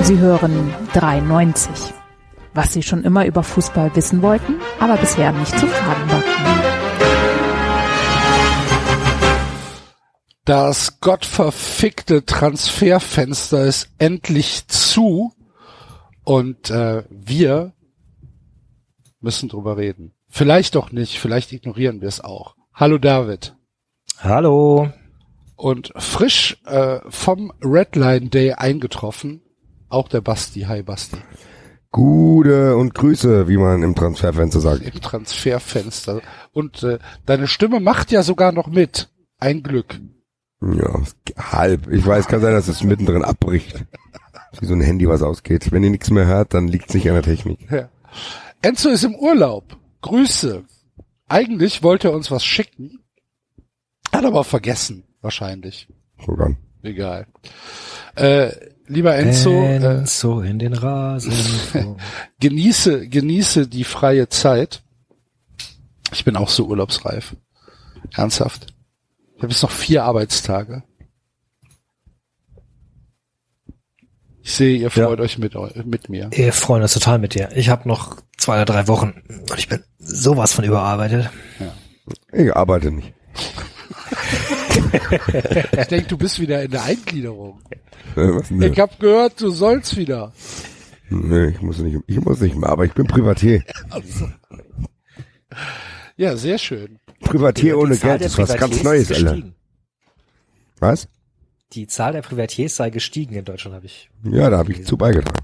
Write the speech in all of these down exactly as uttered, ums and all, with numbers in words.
Sie hören dreiundneunzig. Was Sie schon immer über Fußball wissen wollten, aber bisher nicht zu fragen wagten. Das gottverfickte Transferfenster ist endlich zu und äh, wir müssen drüber reden. Vielleicht doch nicht, vielleicht ignorieren wir es auch. Hallo David. Hallo. Und frisch äh, vom Redline Day eingetroffen, auch der Basti. Hi Basti. Gute und Grüße, wie man im Transferfenster sagt. Im Transferfenster. Und äh, deine Stimme macht ja sogar noch mit. Ein Glück. Ja, halb. Ich weiß, kann sein, dass es mittendrin abbricht. Wie so ein Handy, was ausgeht. Wenn ihr nichts mehr hört, dann liegt es nicht an der Technik. Ja. Enzo ist im Urlaub. Grüße. Eigentlich wollte er uns was schicken. Hat aber vergessen, wahrscheinlich. Sogar. Egal. Äh, lieber Enzo. Enzo äh, in den Rasen. genieße, genieße die freie Zeit. Ich bin auch so urlaubsreif. Ernsthaft. Ich habe jetzt noch vier Arbeitstage. Ich sehe, ihr freut ja. euch mit, mit mir. Wir freuen uns total mit dir. Ich habe noch zwei oder drei Wochen und ich bin sowas von überarbeitet. Ja. Ich arbeite nicht. Ich denke, du bist wieder in der Eingliederung. Was denn? Ich habe gehört, du sollst wieder. Nee, ich muss nicht, ich muss nicht mehr, aber ich bin Privatier. Also. Ja, sehr schön. Privatier ohne Geld ist was ganz Neues, Alter. Was? Die Zahl der Privatiers sei gestiegen in Deutschland, habe ich. Ja, da habe ich zu beigetragen.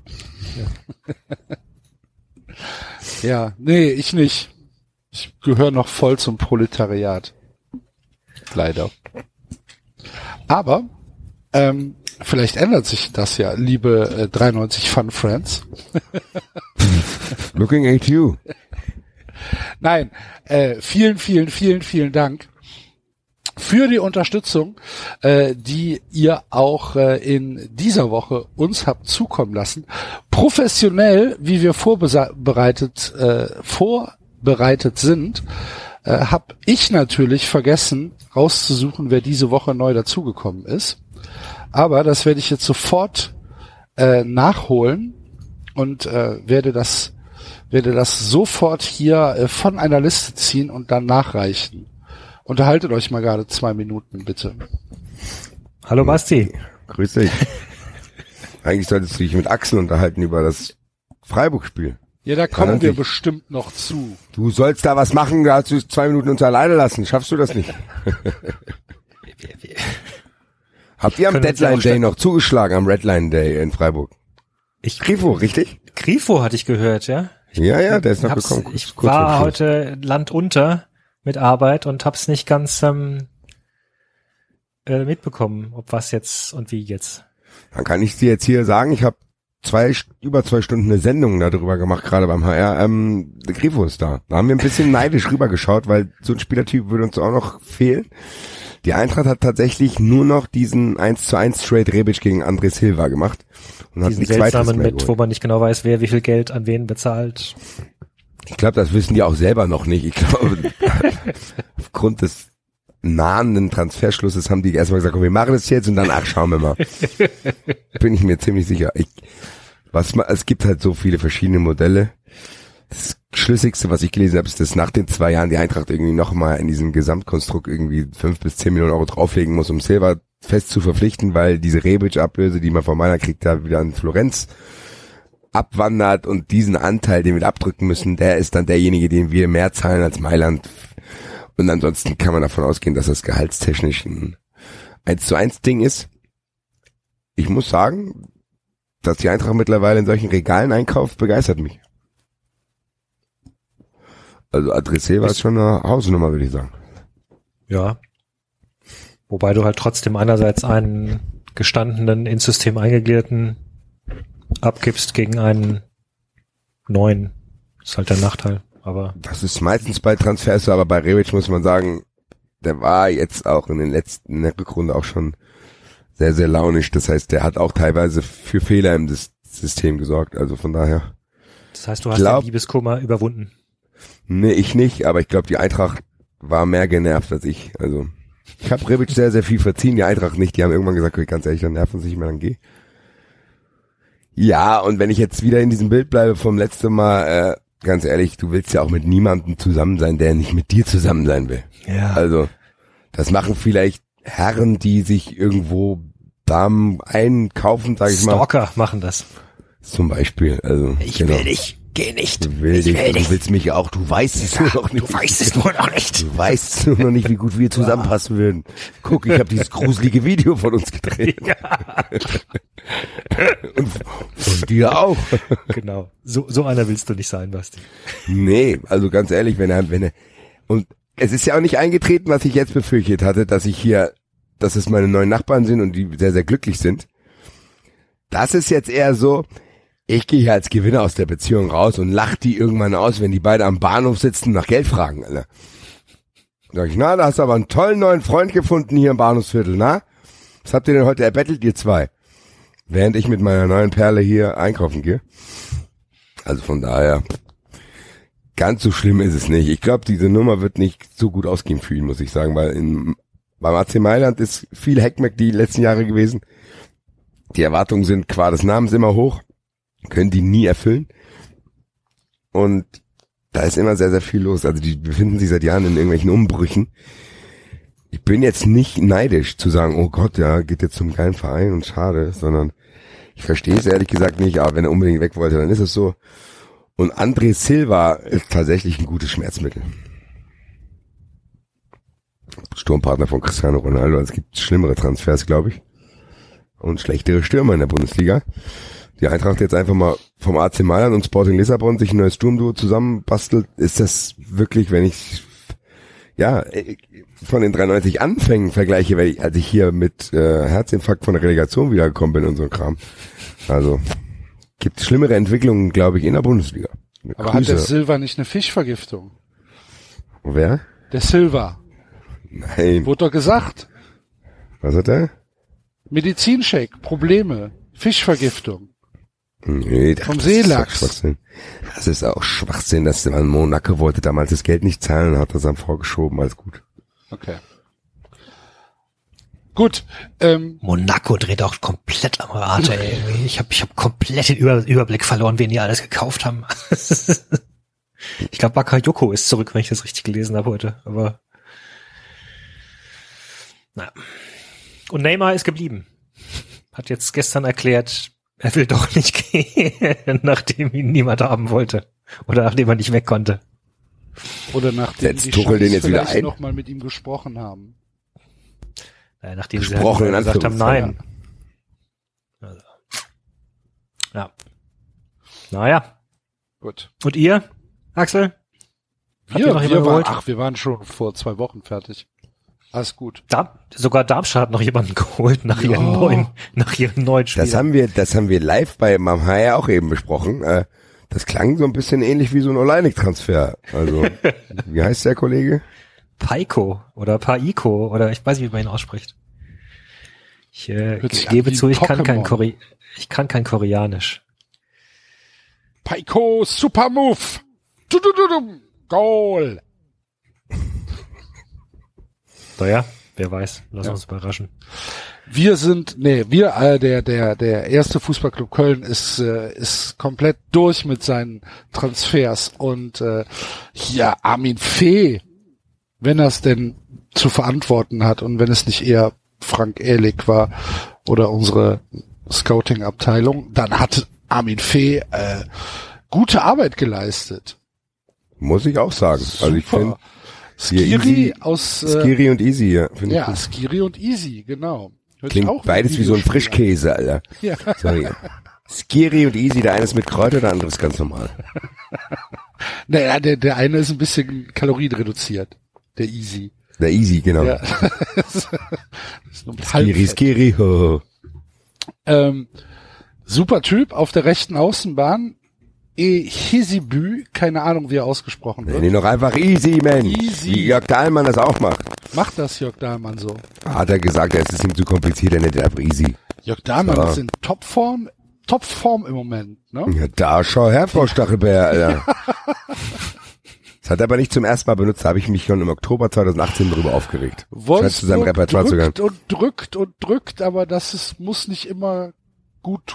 Ja. ja, nee, ich nicht. Ich gehöre noch voll zum Proletariat. Leider. Aber ähm, vielleicht ändert sich das ja, liebe äh, dreiundneunzig Fun Friends. Looking at you. Nein, äh, vielen, vielen, vielen, vielen Dank für die Unterstützung, äh, die ihr auch äh, in dieser Woche uns habt zukommen lassen. Professionell, wie wir vorbereitet, äh, vorbereitet sind, äh, habe ich natürlich vergessen, rauszusuchen, wer diese Woche neu dazugekommen ist. Aber das werde ich jetzt sofort äh, nachholen und äh, werde das werde das sofort hier äh, von einer Liste ziehen und dann nachreichen. Unterhaltet euch mal gerade zwei Minuten, bitte. Hallo Basti. Grüß dich. Eigentlich solltest du dich mit Axel unterhalten über das Freiburg-Spiel. Ja, da kommen wir bestimmt noch zu. Du sollst da was machen, da hast du zwei Minuten uns alleine lassen. Schaffst du das nicht? Habt ihr am Deadline Day noch zugeschlagen, am Redline Day in Freiburg? Ich, Grifo, richtig? Grifo hatte ich gehört, ja. Ich, ja, ja, der ist noch gekommen. Ich war heute landunter mit Arbeit und hab's nicht ganz ähm, äh, mitbekommen, ob was jetzt und wie jetzt. Dann kann ich dir jetzt hier sagen, ich habe zwei über zwei Stunden eine Sendung darüber gemacht, gerade beim H R. Ähm, der Grifo ist da. Da haben wir ein bisschen neidisch rübergeschaut, weil so ein Spielertyp würde uns auch noch fehlen. Die Eintracht hat tatsächlich nur noch diesen eins zu eins Trade Rebic gegen André Silva gemacht. Und diesen hat nichts seltsamen mit, geholt. Wo man nicht genau weiß, wer wie viel Geld an wen bezahlt. Ich glaube, das wissen die auch selber noch nicht. Ich glaube, aufgrund des nahenden Transferschlusses haben die erstmal gesagt, wir machen das jetzt und dann, ach, schauen wir mal. Bin ich mir ziemlich sicher. Ich, was man, es gibt halt so viele verschiedene Modelle. Das Schlüssigste, was ich gelesen habe, ist, dass nach den zwei Jahren die Eintracht irgendwie nochmal in diesem Gesamtkonstrukt irgendwie fünf bis zehn Millionen Euro drauflegen muss, um Silva fest zu verpflichten, weil diese Rebic-Ablöse, die man von Mailand kriegt, da wieder an Florenz abwandert und diesen Anteil, den wir abdrücken müssen, der ist dann derjenige, den wir mehr zahlen als Mailand. Und ansonsten kann man davon ausgehen, dass das gehaltstechnisch ein eins zu eins Ding ist. Ich muss sagen, dass die Eintracht mittlerweile in solchen Regalen einkauft, begeistert mich. Also Adressé war schon eine Hausnummer, würde ich sagen. Ja. Wobei du halt trotzdem einerseits einen gestandenen, ins System eingegliederten abgibst gegen einen neuen. Ist halt der Nachteil. Aber das ist meistens bei Transfers, aber bei Rebic muss man sagen, der war jetzt auch in den letzten in der Rückrunde auch schon sehr, sehr launisch. Das heißt, der hat auch teilweise für Fehler im System gesorgt. Also von daher. Das heißt, du hast glaub, den Liebeskummer überwunden. Nee, ich nicht, aber ich glaube, die Eintracht war mehr genervt als ich. Also ich habe Rebic sehr, sehr viel verziehen, die Eintracht nicht. Die haben irgendwann gesagt, okay, ganz ehrlich, dann nerven sie sich mehr, dann geh. Ja, und wenn ich jetzt wieder in diesem Bild bleibe vom letzten Mal, äh, ganz ehrlich, du willst ja auch mit niemandem zusammen sein, der nicht mit dir zusammen sein will. Ja. Also, das machen vielleicht Herren, die sich irgendwo Damen einkaufen, sag ich mal. Stalker machen das. Zum Beispiel, also. Ich genau. will dich, geh nicht. Du willst ich dich, will du dich. willst mich auch, du weißt es nur noch nicht. Du weißt es nur noch nicht. Du weißt nur noch nicht, wie gut wir zusammenpassen würden. Guck, ich habe dieses gruselige Video von uns gedreht. Ja. Und von dir auch. Genau. So, so einer willst du nicht sein, Basti. Nee, also ganz ehrlich, wenn er, wenn er, und es ist ja auch nicht eingetreten, was ich jetzt befürchtet hatte, dass ich hier, dass es meine neuen Nachbarn sind und die sehr, sehr glücklich sind. Das ist jetzt eher so, ich gehe hier als Gewinner aus der Beziehung raus und lach die irgendwann aus, wenn die beide am Bahnhof sitzen und nach Geld fragen, Alter. Sag ich, na, da hast du aber einen tollen neuen Freund gefunden hier im Bahnhofsviertel, na? Was habt ihr denn heute erbettelt, ihr zwei? Während ich mit meiner neuen Perle hier einkaufen gehe. Also von daher, ganz so schlimm ist es nicht. Ich glaube, diese Nummer wird nicht so gut ausgehen für ihn, muss ich sagen, weil in, beim A C Mailand ist viel Heckmeck die letzten Jahre gewesen. Die Erwartungen sind qua des Namens immer hoch, können die nie erfüllen. Und da ist immer sehr, sehr viel los. Also die befinden sich seit Jahren in irgendwelchen Umbrüchen. Ich bin jetzt nicht neidisch zu sagen, oh Gott, ja, geht jetzt zum geilen Verein und schade, sondern ich verstehe es ehrlich gesagt nicht, aber wenn er unbedingt weg wollte, dann ist es so. Und André Silva ist tatsächlich ein gutes Schmerzmittel. Sturmpartner von Cristiano Ronaldo. Es gibt schlimmere Transfers, glaube ich. Und schlechtere Stürmer in der Bundesliga. Die Eintracht jetzt einfach mal vom A C Mailand und Sporting Lissabon sich ein neues Sturmduo zusammenbastelt. Ist das wirklich, wenn ich ja von den dreiundneunzig Anfängen vergleiche, weil ich, als ich hier mit äh, Herzinfarkt von der Relegation wiedergekommen bin und so ein Kram. Also gibt schlimmere Entwicklungen, glaube ich, in der Bundesliga. Aber Grüße. Hat der Silva nicht eine Fischvergiftung? Wer? Der Silva. Nein. Wurde doch gesagt. Was hat er? Medizincheck, Probleme, Fischvergiftung. Nee, das vom ist Seelachs. Schwachsinn. Das ist auch Schwachsinn, dass man Monaco wollte damals das Geld nicht zahlen und hat das dann vorgeschoben, alles gut. Okay. Gut. Ähm, Monaco dreht auch komplett am Rad, ey. Ich habe ich hab komplett den Über- Überblick verloren, wen die alles gekauft haben. Ich glaube, Bakayoko ist zurück, wenn ich das richtig gelesen habe heute. Aber na. Und Neymar ist geblieben. Hat jetzt gestern erklärt, er will doch nicht gehen, nachdem ihn niemand haben wollte. Oder nachdem er nicht weg konnte. Oder nachdem Setzt die Tuchel den jetzt wieder vielleicht ein? noch mal mit ihm gesprochen haben. Äh, nachdem Gesprochen sie in halt gesagt haben, nein. Anführungszeichen. Also. Ja. Naja. Gut. Und ihr, Axel? Habt ihr Wir, noch wir jemanden waren, geholt? ach, wir waren schon vor zwei Wochen fertig. Alles gut. Darm, sogar Darmstadt hat noch jemanden geholt nach ihren Ja. neuen, nach ihren neuen Spielern. Das haben wir, das haben wir live bei Mamhaya auch eben besprochen. Äh, das klang so ein bisschen ähnlich wie so ein Oleinik-Transfer. Also, wie heißt der Kollege? Paiko oder Paiko oder ich weiß nicht, wie man ihn ausspricht. Ich äh, Hört sich gebe an wie zu, ich kann Pokémon. kein Kore ich kann kein Koreanisch. Paiko, super Move. Du, du, du, du. Goal. Naja, wer weiß, lass Ja. uns überraschen. Wir sind, nee, wir, äh, der, der, der erste Fußballclub Köln ist, äh, ist komplett durch mit seinen Transfers und, äh, ja, Armin Fee, wenn er es denn zu verantworten hat und wenn es nicht eher Frank Ehrlich war oder unsere Scouting-Abteilung, dann hat Armin Fee, äh, gute Arbeit geleistet. Muss ich auch sagen. Also ich finde Skiri Easy- aus, äh, Skiri und Easy, ja, finde ich ja, gut. Skiri und Easy, genau. Hört Klingt sich auch beides wie so ein Videospiel Frischkäse, Alter. an. Ja. Sorry. Skiri und Easy, der eine ist mit Kräuter, der andere ist ganz normal. Naja, der, der eine ist ein bisschen kalorienreduziert. Der Easy. Der Easy, genau. Ja. Das ist nur mit halb Skiri, Fett. Skiri, ho, ho. Ähm, super Typ auf der rechten Außenbahn. Ehizibü, keine Ahnung, wie er ausgesprochen wird. Nenn ihn doch einfach Easy, Mensch. Easy. Wie Jörg Dahlmann das auch macht. Macht das Jörg Dahlmann so? Hat er gesagt, es ist ihm zu kompliziert, er nennt ihn einfach Easy. Jörg Dahlmann Ja. ist in Topform, Topform im Moment, ne? Ja, da schau her, Frau Stachelbär, Alter. Das hat er aber nicht zum ersten Mal benutzt, da habe ich mich schon im Oktober zweitausendachtzehn darüber aufgeregt. Scheint zu seinem Repertoire zu gehören. drückt und drückt und drückt, aber das ist, muss nicht immer gut tun.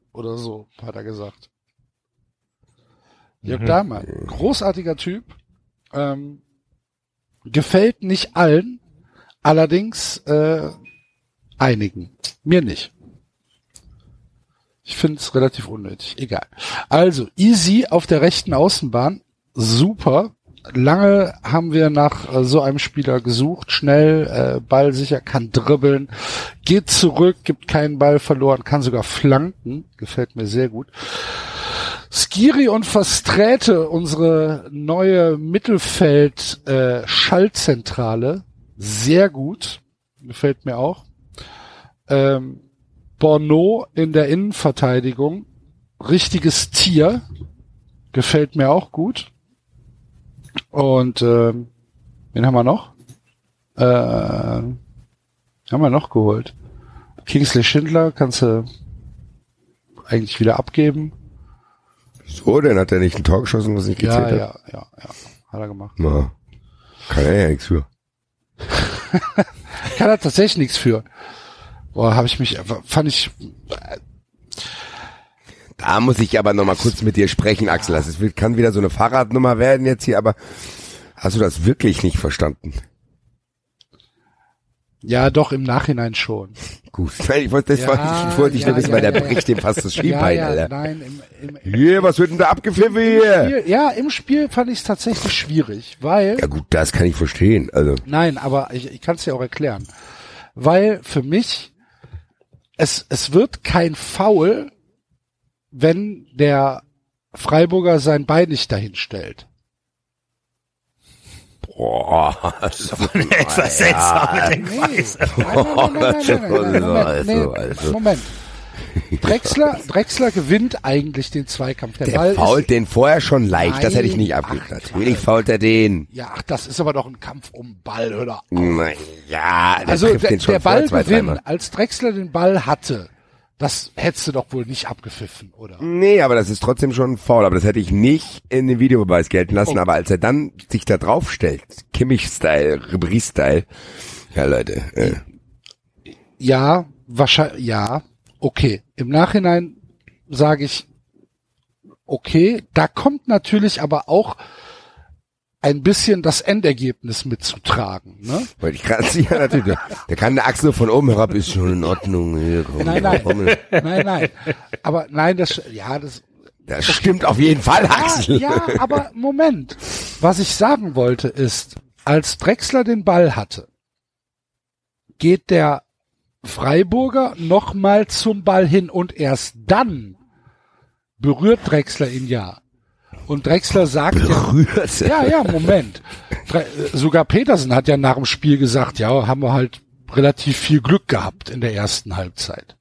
oder so, hat er gesagt. Jörg mhm. Dahlmann, großartiger Typ, ähm, gefällt nicht allen, allerdings äh, einigen. Mir nicht. Ich finde es relativ unnötig. Egal. Also, Easy auf der rechten Außenbahn. Super. Lange haben wir nach äh, so einem Spieler gesucht. Schnell, äh, ballsicher, kann dribbeln, geht zurück, gibt keinen Ball verloren, kann sogar flanken. Gefällt mir sehr gut. Skiri und Versträte, unsere neue Mittelfeld-Schallzentrale. Äh, sehr gut. Gefällt mir auch. Ähm, Borneau in der Innenverteidigung. Richtiges Tier. Gefällt mir auch gut. Und ähm, wen haben wir noch? Äh, haben wir noch geholt? Kingsley Schindler kannst du eigentlich wieder abgeben. So, denn hat er nicht ein Tor geschossen, was nicht gezählt ja, hat? Ja, ja, ja. Hat er gemacht. Na, kann er ja nichts für. Kann er tatsächlich nichts für. Boah, habe ich mich, fand ich... Äh, Da muss ich aber noch mal kurz mit dir sprechen, Axel. Das ist, kann wieder so eine Fahrradnummer werden jetzt hier, aber hast du das wirklich nicht verstanden? Ja, doch, im Nachhinein schon. Gut, ich wollte das ja, ich wollte nicht ja, nur wissen, ja, weil der ja, bricht dem fast das Schienbein, ja, ja, Alter. Nein, im, im, im Hier, was wird denn da abgepfiffen hier? Spiel, ja, im Spiel fand ich es tatsächlich schwierig, weil... Ja gut, das kann ich verstehen, also. Nein, aber ich, ich kann es dir auch erklären. Weil für mich, es, es wird kein Foul, wenn der Freiburger sein Bein nicht dahin stellt. Boah, das ist aber eine etwas seltsame Denkweise. Moment. Drexler, Drexler gewinnt eigentlich den Zweikampf. Der, der Ball fault ist, den vorher schon leicht, nein, das hätte ich nicht abgekriegt. Natürlich fault er den. Ja, ach, das ist aber doch ein Kampf um Ball, oder? Nein, ja, der also trifft der, den schon der Ball zwei, gewinnt, dreimal. als Drexler den Ball hatte. Das hättest du doch wohl nicht abgepfiffen, oder? Nee, aber das ist trotzdem schon faul. Aber das hätte ich nicht in den Videobeweis gelten lassen. Oh. Aber als er dann sich da drauf stellt, Kimmich-Style, Ribéry-Style, ja Leute. Äh. Ja, wahrscheinlich, ja, okay. Im Nachhinein sage ich, okay, da kommt natürlich aber auch ein bisschen das Endergebnis mitzutragen, ne? Weil ich gerade ja natürlich, der kann der Achse von oben herab, ist schon in Ordnung. Hier, komm, nein, nein, komm. nein, nein. Aber nein, das, ja, das. Das stimmt auf jeden Fall, Axel. Ja, ja, aber Moment. Was ich sagen wollte ist, als Drexler den Ball hatte, geht der Freiburger nochmal zum Ball hin und erst dann berührt Drexler ihn ja. Und Drexler sagt Berührt. ja, ja, Moment. Dre- sogar Petersen hat ja nach dem Spiel gesagt, ja, haben wir halt relativ viel Glück gehabt in der ersten Halbzeit.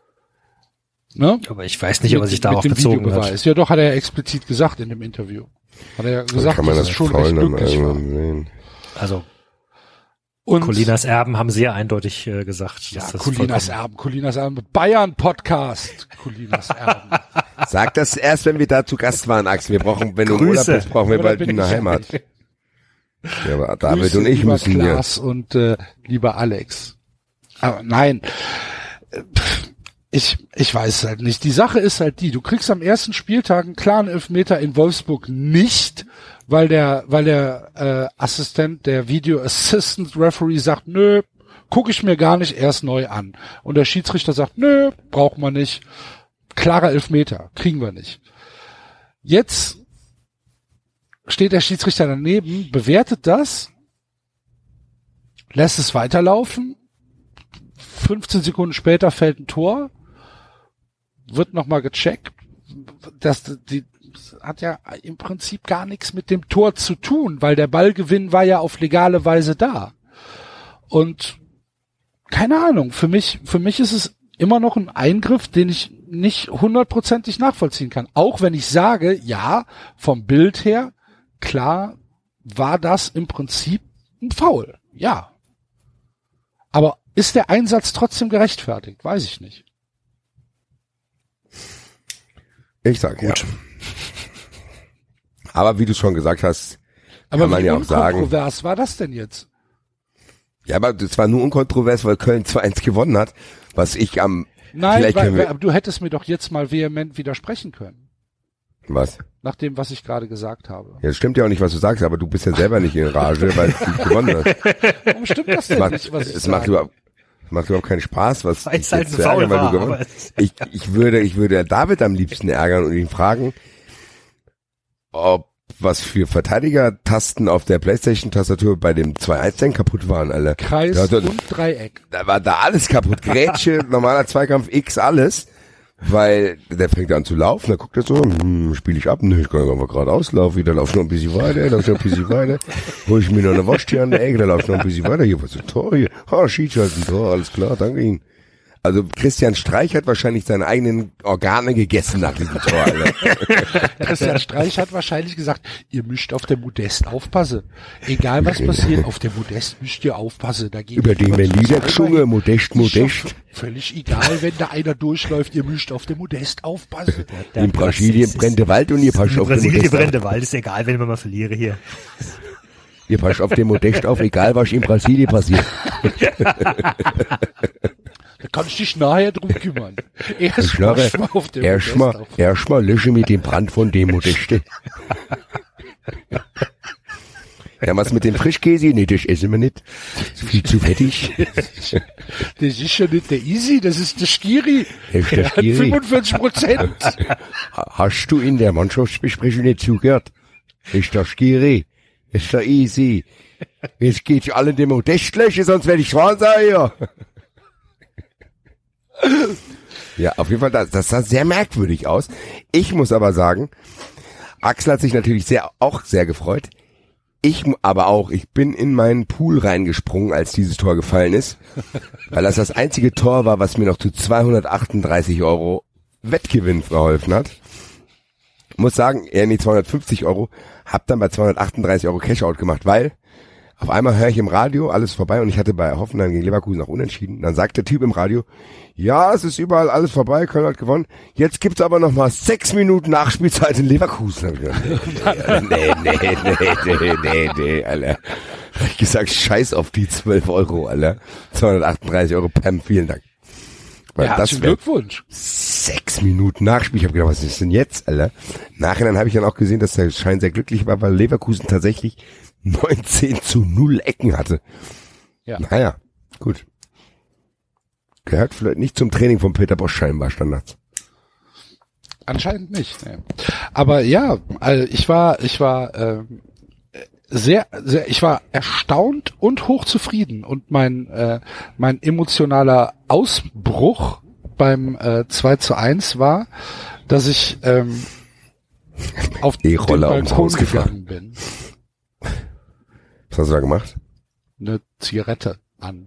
Ne? Aber ich weiß nicht, ob er sich darauf mit dem bezogen Videobeweis. hat. Ja, doch, hat er ja explizit gesagt in dem Interview. Hat er ja gesagt, kann man dass das es schon Foul recht dann glücklich war. sehen. Also Und Colinas Erben haben sehr eindeutig äh, gesagt. ja, dass das Colinas vollkommen- Erben, Colinas Erben, Bayern-Podcast. Colinas Erben. Sag das erst, wenn wir da zu Gast waren, Axel. Wir brauchen, wenn du im Urlaub Grüße. bist, brauchen wir Oder bald bin eine ich ja Heimat. nicht. Ja, aber David Grüße, und ich lieber müssen hier. Klaas und äh, lieber Alex. Aber nein, äh, ich ich weiß halt nicht. Die Sache ist halt die, du kriegst am ersten Spieltag einen klaren Elfmeter in Wolfsburg nicht, weil der weil der äh, Assistent, der Video Assistant Referee sagt, nö, gucke ich mir gar nicht erst neu an. Und der Schiedsrichter sagt, nö, braucht man nicht. Klarer Elfmeter, kriegen wir nicht. Jetzt steht der Schiedsrichter daneben, bewertet das, lässt es weiterlaufen, fünfzehn Sekunden später fällt ein Tor, wird nochmal gecheckt, das, die, das hat ja im Prinzip gar nichts mit dem Tor zu tun, weil der Ballgewinn war ja auf legale Weise da. Und keine Ahnung, für mich, für mich ist es immer noch ein Eingriff, den ich nicht hundertprozentig nachvollziehen kann. Auch wenn ich sage, ja, vom Bild her, klar, war das im Prinzip ein Foul. Ja. Aber ist der Einsatz trotzdem gerechtfertigt? Weiß ich nicht. Ich sag Gut. ja. Aber wie du schon gesagt hast, Aber kann man wie ja auch sagen. unkontrovers war das denn jetzt? Ja, aber das war nur unkontrovers, weil Köln zwei eins gewonnen hat. Was ich am... Nein, vielleicht weil, wir, aber du hättest mir doch jetzt mal vehement widersprechen können. Was? Nach dem, was ich gerade gesagt habe. Ja, das stimmt ja auch nicht, was du sagst, aber du bist ja selber nicht in Rage, weil du gewonnen hast. Warum stimmt das denn Es macht, nicht, was ich es sage? macht überhaupt, es macht überhaupt keinen Spaß, was Weil dich es halt jetzt ein zu ärgern, Foul weil du war, gewonnen aber hast. Ich, ich würde, ich würde David am liebsten ärgern und ihn fragen, ob was für Verteidiger-Tasten auf der PlayStation-Tastatur bei dem zwei eins denn kaputt waren, Alter. Kreis da, da, und Dreieck. da war da alles kaputt. Grätsche, normaler Zweikampf, X, alles. Weil der fängt an zu laufen, dann guckt er so, hm, spiele ich ab, ne, ich kann einfach geradeaus laufen, wieder lauf ich noch ein bisschen weiter, lauf ich noch ein bisschen weiter, hol ich mir noch eine Waschtier an der Ecke, dann lauf ich noch ein bisschen weiter, hier, was ist ein Tor hier? Ah, Schiedsrichter, ein Tor, alles klar, danke Ihnen. Also Christian Streich hat wahrscheinlich seine eigenen Organe gegessen nach diesem Tor, Alter. Christian Streich hat wahrscheinlich gesagt, ihr müsst auf der Modest aufpassen. Egal was passiert, auf der Modest müsst ihr aufpassen. Da geht Über den wir Lieder gesungen, Modest, Modest. Völlig egal, wenn da einer durchläuft, ihr müsst auf der Modest aufpassen. In Brasilien brennt der Wald und ihr passt In auf den Brasilien Modest brennt auf. der Wald, ist egal, wenn wir mal verlieren hier. Ihr passt auf den Modest auf, egal was in Brasilien passiert. Da kannst du dich nachher drum kümmern. Ich Erst glaube, mal auf der erstmal, Modest auf. erstmal lösche mit dem Brand von dem Modeste. Ja, was mit dem Frischkäse? Nee, das essen wir nicht. Viel zu fettig. Das ist ja nicht der Easy, das ist der Skiri. Das ist der Der hat Skiri. fünfundvierzig Prozent. Hast du in der Mannschaftsbesprechung nicht zugehört? Das ist der Skiri. Das ist der Easy. Jetzt geht ihr alle in den Modest löschen, sonst werde ich schwan sein, ja. Ja, auf jeden Fall, das, das sah sehr merkwürdig aus. Ich muss aber sagen, Axel hat sich natürlich sehr, auch sehr gefreut. Ich mu- aber auch, ich bin in meinen Pool reingesprungen, als dieses Tor gefallen ist, weil das das einzige Tor war, was mir noch zu zweihundertachtunddreißig Euro Wettgewinn verholfen hat. Muss sagen, eher nicht zweihundertfünfzig Euro, hab dann bei zweihundertachtunddreißig Euro Cashout gemacht, weil auf einmal höre ich im Radio alles vorbei und ich hatte bei Hoffenheim gegen Leverkusen auch unentschieden. Dann sagt der Typ im Radio, ja, es ist überall alles vorbei, Köln hat gewonnen. Jetzt gibt's aber noch mal sechs Minuten Nachspielzeit in Leverkusen. Hab ich gedacht, nee, nee, nee, nee, nee, nee, nee, Alter. Hab ich gesagt, scheiß auf die zwölf Euro, Alter. zweihundertachtunddreißig Euro, Pam, vielen Dank. Weil Ja, das wär Glückwunsch. sechs Minuten Nachspiel. Ich habe gedacht, was ist denn jetzt, Alter? Nachhinein habe ich dann auch gesehen, dass der Schein sehr glücklich war, weil Leverkusen tatsächlich neunzehn zu null Ecken hatte. Ja. Naja, gut. Gehört vielleicht nicht zum Training von Peter Bosch scheinbar Standards. Anscheinend nicht. Nee. Aber ja, also ich war, ich war ähm, sehr, sehr, ich war erstaunt und hochzufrieden und mein mein, äh, mein emotionaler Ausbruch beim äh, zwei zu eins war, dass ich ähm, auf den E-Roller ums Balkon Haus gefahren. gegangen bin, Was hast du da gemacht? eine Zigarette an.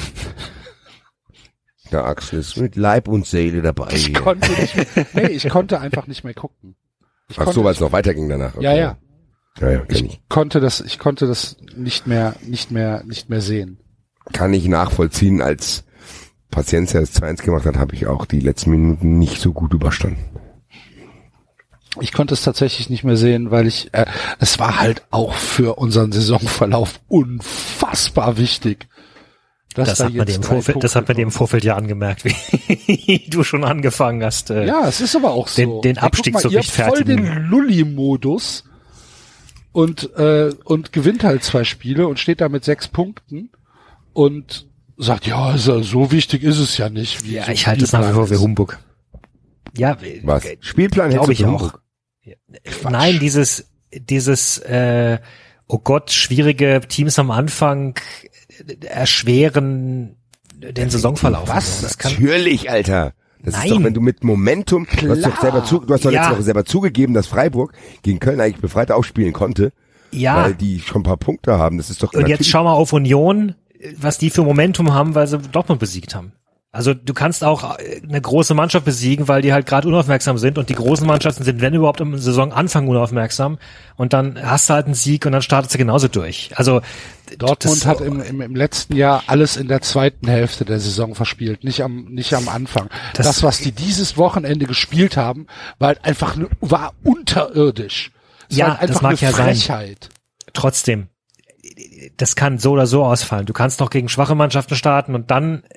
Der Axel ist mit Leib und Seele dabei. Ich konnte nicht mehr, nee, ich konnte einfach nicht mehr gucken. Ich Ach konnte, so, weil es noch weiterging danach. Okay. ja, ja. Ja, ja, kenn ich. Ich konnte das, ich konnte das nicht mehr, nicht mehr, nicht mehr sehen. Kann ich nachvollziehen, als Paciencia das zwei eins gemacht hat, habe ich auch die letzten Minuten nicht so gut überstanden. Ich konnte es tatsächlich nicht mehr sehen, weil ich, äh, es war halt auch für unseren Saisonverlauf unfassbar wichtig. dass Das da hat man dir im jetzt drei Vorfeld, das hat man dir im Vorfeld ja angemerkt, wie du schon angefangen hast. Äh, Ja, es ist aber auch so. Den, den Ey, Abstieg guck mal, zu ihr habt voll rechtfertigen. den Lulli-Modus und äh, und gewinnt halt zwei Spiele und steht da mit sechs Punkten und sagt, ja, also so wichtig ist es ja nicht. Wie Ja, so ich halte es nach wie vor für Humbug. Ja, Was? Spielplan glaube hältst ich du für auch. Humbug? Nein, dieses, dieses, äh, oh Gott, schwierige Teams am Anfang erschweren den Saisonverlauf. Was? Das kann, Natürlich, Alter. Das Nein. ist doch, wenn du mit Momentum, du hast doch selber zu, du hast doch Ja. letzte Woche selber zugegeben, dass Freiburg gegen Köln eigentlich befreit aufspielen konnte, ja. weil die schon ein paar Punkte haben. Das ist doch Und jetzt natürlich- schau mal auf Union, was die für Momentum haben, weil sie Dortmund besiegt haben. Also du kannst auch eine große Mannschaft besiegen, weil die halt gerade unaufmerksam sind und die großen Mannschaften sind, wenn überhaupt, am Saisonanfang unaufmerksam und dann hast du halt einen Sieg und dann startet sie genauso durch. Also Dortmund das- hat im, im, im letzten Jahr alles in der zweiten Hälfte der Saison verspielt, nicht am nicht am Anfang. Das, Das- was die dieses Wochenende gespielt haben, war halt einfach ne- war unterirdisch. Es Ja, war halt einfach das mag eine ja sein. Frechheit. trotzdem, das kann so oder so ausfallen. Du kannst noch gegen schwache Mannschaften starten und dann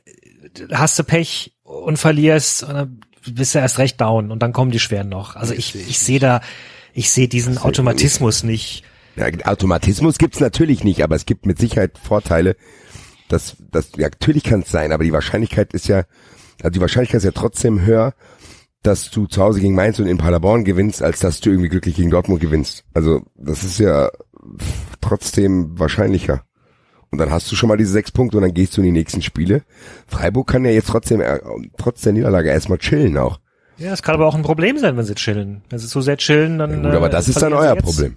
hast du Pech und verlierst und dann bist du erst recht down und dann kommen die schweren noch. Also ich, ich sehe da, ich sehe diesen Automatismus nicht. Ja, Automatismus gibt's natürlich nicht, aber es gibt mit Sicherheit Vorteile. Das, das, ja, natürlich kann es sein, aber die Wahrscheinlichkeit ist ja, also die Wahrscheinlichkeit ist ja trotzdem höher, dass du zu Hause gegen Mainz und in Paderborn gewinnst, als dass du irgendwie glücklich gegen Dortmund gewinnst. Also das ist ja trotzdem wahrscheinlicher. Und dann hast du schon mal diese sechs Punkte und dann gehst du in die nächsten Spiele. Freiburg kann ja jetzt trotzdem, äh, trotz der Niederlage erstmal chillen auch. Ja, es kann aber auch ein Problem sein, wenn sie chillen. Wenn sie zu sehr chillen, dann... Ja, gut, aber das äh, ist dann euer Problem.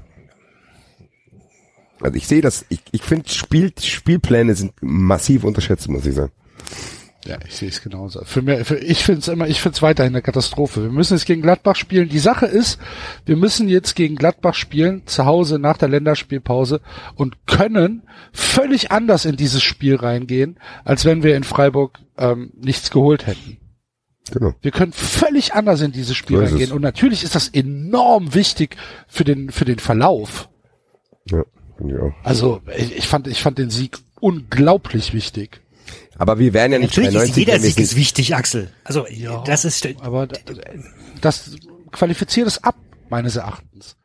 Also ich sehe das, ich, ich finde Spiel, Spielpläne sind massiv unterschätzt, muss ich sagen. Ja, ich sehe es genauso. Für mich, für, ich finde es immer, ich finde es weiterhin eine Katastrophe. Wir müssen jetzt gegen Gladbach spielen. Die Sache ist, wir müssen jetzt gegen Gladbach spielen, zu Hause nach der Länderspielpause und können völlig anders in dieses Spiel reingehen, als wenn wir in Freiburg ähm, nichts geholt hätten. Genau. Wir können völlig anders in dieses Spiel So ist reingehen. es. Und natürlich ist das enorm wichtig für den, für den Verlauf. Ja, finde ich auch. Also, ich, ich fand, ich fand den Sieg unglaublich wichtig. Aber wir wären ja nicht Natürlich ist dreiundneunzig, jeder wenn wir Sieg ist wichtig, Axel. Also Ja, das ist... Aber das qualifiziert es ab, meines Erachtens.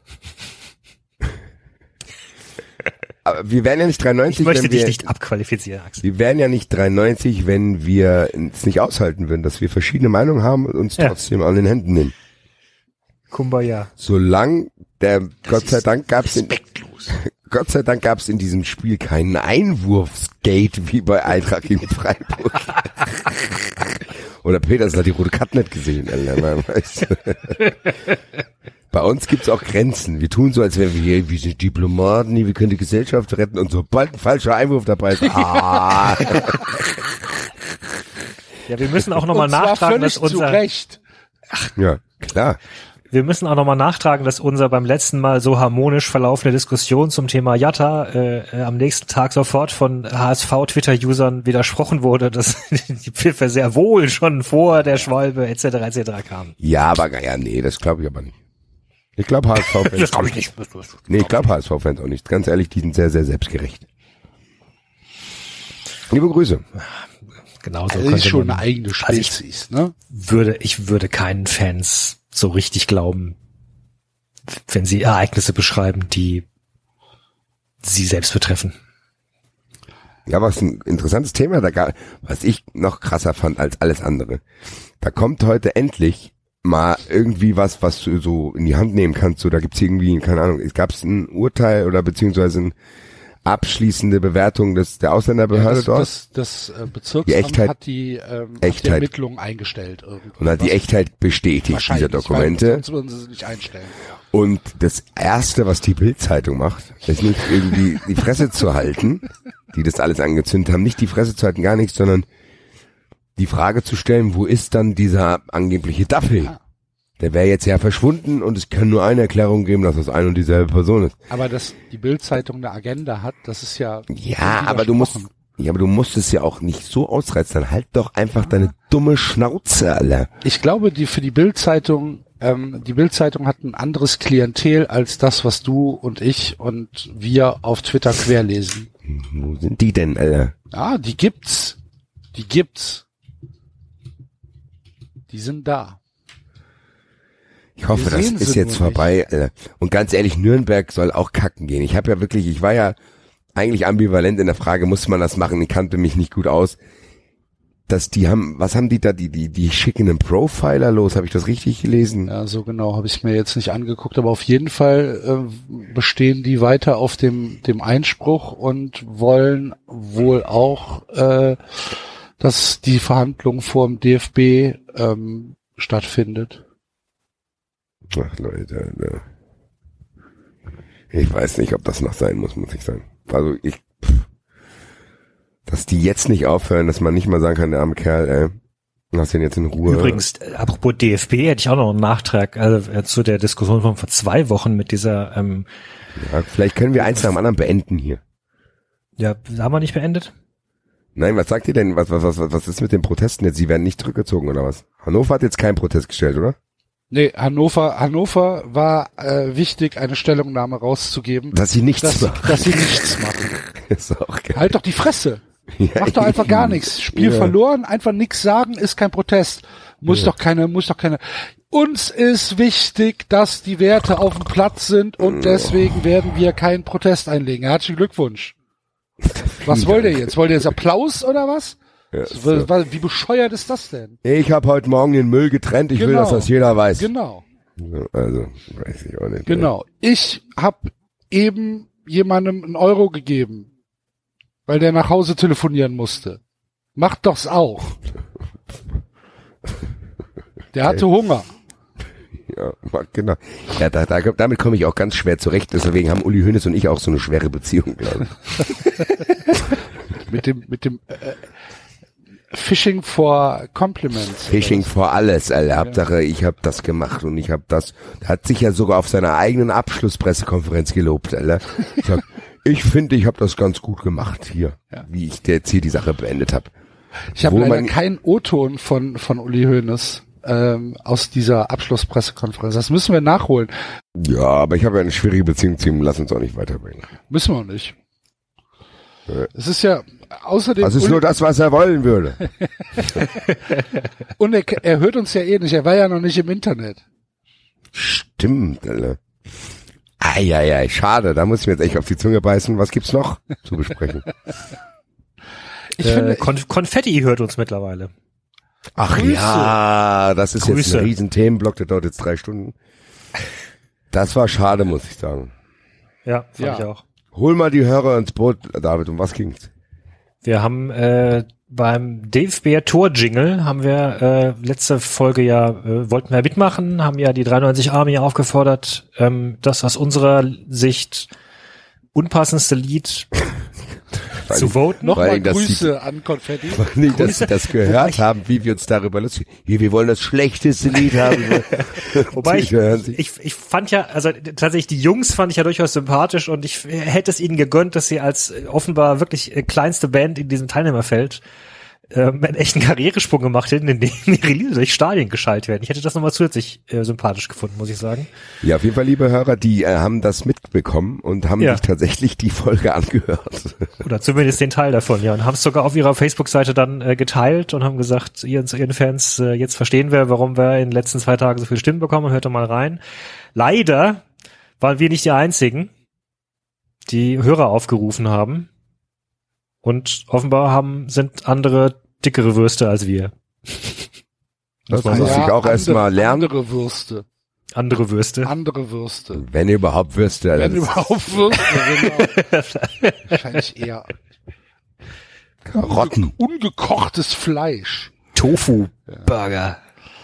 Aber wir wären ja nicht Ich dreiundneunzig, möchte wenn dich wir, nicht abqualifizieren, Axel. wir wären ja nicht dreiundneunzig, wenn wir es nicht aushalten würden, dass wir verschiedene Meinungen haben und uns Ja. trotzdem an den Händen nehmen. Kumbaya. Solange der, Gott sei Dank gab's in, Respektlos. Gott sei Dank gab's in diesem Spiel keinen Einwurfsgate wie bei Eintracht gegen Freiburg. Oder Peters hat die rote Karte nicht gesehen, Alter, man weiß. Bei uns gibt's auch Grenzen. Wir tun so, als wären wir hier, wir sind Diplomaten, wir können die Gesellschaft retten und sobald ein falscher Einwurf dabei ist, ah. Ja, wir müssen auch nochmal Und zwar nachtragen, völlig dass unser... zu Recht. Ja, klar. Wir müssen auch nochmal nachtragen, dass unser beim letzten Mal so harmonisch verlaufende Diskussion zum Thema Jatta äh, am nächsten Tag sofort von H S V-Twitter-Usern widersprochen wurde, dass die Pfiffe sehr wohl schon vor der Schwalbe et cetera et cetera kamen. Ja, aber ja, nee, das glaube ich aber nicht. Ich glaube H S V-Fans. Das glaube ich nicht. Nee, ich glaube H S V-Fans auch nicht. Ganz ehrlich, die sind sehr, sehr selbstgerecht. Liebe Grüße. Genau so Das könnte ist schon man, eine eigene Also ich- Spezies, ne? würde, ich würde keinen Fans so richtig glauben, wenn sie Ereignisse beschreiben, die sie selbst betreffen. Ja, was ein interessantes Thema, da gab, was ich noch krasser fand als alles andere. Da kommt heute endlich mal irgendwie was, was du so in die Hand nehmen kannst. So, da gibt's irgendwie, keine Ahnung, es gab ein Urteil oder beziehungsweise ein abschließende Bewertung des der Ausländerbehörde das, dort. das, das äh, Die Bezirksamt Echtheit- hat die, ähm, hat die Echtheit. Ermittlungen eingestellt. Irgendwie. Und hat die Was- Echtheit bestätigt wahrscheinlich, dieser Dokumente. Weil sonst würden sie sie nicht einstellen. Und das Erste, was die Bild-Zeitung macht, ist nicht irgendwie die Fresse zu halten, die das alles angezündet haben, nicht die Fresse zu halten, gar nichts, sondern die Frage zu stellen, wo ist dann dieser angebliche Duffy? Ah. Der wäre jetzt ja verschwunden und es kann nur eine Erklärung geben, dass das eine und dieselbe Person ist. Aber dass die Bild-Zeitung eine Agenda hat, das ist ja... Ja, aber du musst, ja, aber du musst es ja auch nicht so ausreizen. Dann halt doch einfach deine dumme Schnauze, Alter. Ich glaube, die für die Bild-Zeitung, ähm, die Bild-Zeitung hat ein anderes Klientel als das, was du und ich und wir auf Twitter querlesen. Wo sind die denn, Alter? Ja, die gibt's. Die gibt's. Die sind da. Ich hoffe, Wir das sehen ist sie jetzt nur vorbei. Alter. Und ganz ehrlich, Nürnberg soll auch kacken gehen. Ich habe ja wirklich, ich war ja eigentlich ambivalent in der Frage, muss man das machen? Ich kannte mich nicht gut aus. Dass die haben, was haben die da? Die die die schicken einen Profiler los. Habe ich das richtig gelesen? Ja, so genau habe ich mir jetzt nicht angeguckt, aber auf jeden Fall äh, bestehen die weiter auf dem dem Einspruch und wollen wohl auch, äh, dass die Verhandlung vor dem D F B ähm, stattfindet. Ach Leute, Alter. Ich weiß nicht, ob das noch sein muss, muss ich sagen. Also ich, pff, dass die jetzt nicht aufhören, dass man nicht mal sagen kann, der arme Kerl, ey, lass den jetzt in Ruhe. Übrigens, äh, apropos D F B, hätte ich auch noch einen Nachtrag also, äh, zu der Diskussion von vor zwei Wochen mit dieser, ähm, Ja, vielleicht können wir eins nach dem anderen beenden hier. ja, haben wir nicht beendet? Nein, was sagt ihr denn? Was, was, was, was ist mit den Protesten jetzt? Sie werden nicht zurückgezogen oder was? Hannover hat jetzt keinen Protest gestellt, oder? Nee, Hannover, Hannover war äh, wichtig, eine Stellungnahme rauszugeben, Dass sie nichts dass, machen. dass sie nichts machen. Ist auch geil. Halt doch die Fresse. Mach doch einfach gar nichts. Spiel Ja. verloren, einfach nichts sagen, ist kein Protest. Muss Ja. doch keine, muss doch keine. Uns ist wichtig, dass die Werte auf dem Platz sind und deswegen werden wir keinen Protest einlegen. Herzlichen Glückwunsch. Was wollt ihr jetzt? Wollt ihr jetzt Applaus oder was? Ja, So. Wie bescheuert ist das denn? Ich habe heute Morgen den Müll getrennt, ich will, Genau. dass das jeder weiß. Genau, Also, weiß ich auch nicht. genau. Ich habe eben jemandem einen Euro gegeben, weil der nach Hause telefonieren musste. Macht doch's auch. Der hatte Hunger. Ja, genau. Ja, da, da, damit komme ich auch ganz schwer zurecht. Deswegen haben Uli Hoeneß und ich auch so eine schwere Beziehung, glaube ich. Mit dem, mit dem äh, Fishing for Compliments. Fishing for alles, Alter. Hauptsache, ich habe das gemacht und ich habe das. Er hat sich ja sogar auf seiner eigenen Abschlusspressekonferenz gelobt, Alter. Ich, sag, ich finde, ich habe das ganz gut gemacht hier, Ja. wie ich jetzt hier die Sache beendet habe. Ich habe Wo leider man- keinen O-Ton von, von Uli Hoeneß ähm, aus dieser Abschlusspressekonferenz. Das müssen wir nachholen. Ja, aber ich habe ja eine schwierige Beziehung zu ihm. Lass uns auch nicht weiterbringen. Müssen wir auch nicht. Ja. Es ist ja außerdem... Das ist Uli, nur das, was er wollen würde. und er, er hört uns ja eh nicht. Er war ja noch nicht im Internet. Stimmt, Alter. Eieiei, schade. Da muss ich mir jetzt echt auf die Zunge beißen. Was gibt's noch zu besprechen? Ich äh, finde, Kon Konfetti hört uns mittlerweile. Ach Grüße. ja, das ist jetzt Grüße. ein riesen Themenblock, der dauert jetzt drei Stunden. Das war schade, muss ich sagen. Ja, fand Ja. ich auch. Hol mal die Hörer ins Boot, David, um was ging's? Wir haben äh, beim D F B-Tor-Jingle haben wir äh, letzte Folge ja, äh, wollten wir mitmachen, haben ja die dreiundneunzig Army aufgefordert, ähm, das aus unserer Sicht unpassendste Lied zu voten. nochmal Weil das Grüße an Konfetti. Nicht, dass sie das gehört haben, wie wir uns darüber lustig. Hier, wir wollen das schlechteste Lied haben. Wobei ich, Die hören sich- ich, ich fand ja, also tatsächlich die Jungs fand ich ja durchaus sympathisch und ich hätte es ihnen gegönnt, dass sie als äh, offenbar wirklich äh, kleinste Band in diesem Teilnehmerfeld ähm, einen echten Karrieresprung gemacht hätten, indem ihre Lieder durch Stadien geschaltet werden. Ich hätte das nochmal zusätzlich äh, sympathisch gefunden, muss ich sagen. Ja, auf jeden Fall, liebe Hörer, die äh, haben das mitbekommen und haben Ja. sich tatsächlich die Folge angehört. Oder zumindest den Teil davon, ja. Und haben es sogar auf ihrer Facebook-Seite dann äh, geteilt und haben gesagt, ihren, ihren Fans, äh, jetzt verstehen wir, warum wir in den letzten zwei Tagen so viele Stimmen bekommen und hört doch mal rein. Leider waren wir nicht die Einzigen, die Hörer aufgerufen haben. Und offenbar haben, sind andere dickere Würste als wir. Das man muss sagen. ich auch erst mal lernen. Andere Würste. Andere Würste. Andere Würste. Wenn ihr überhaupt Würste. Alter. Wenn überhaupt Würste, genau. Wahrscheinlich eher Karotten. ungekochtes Fleisch. Tofu-Burger.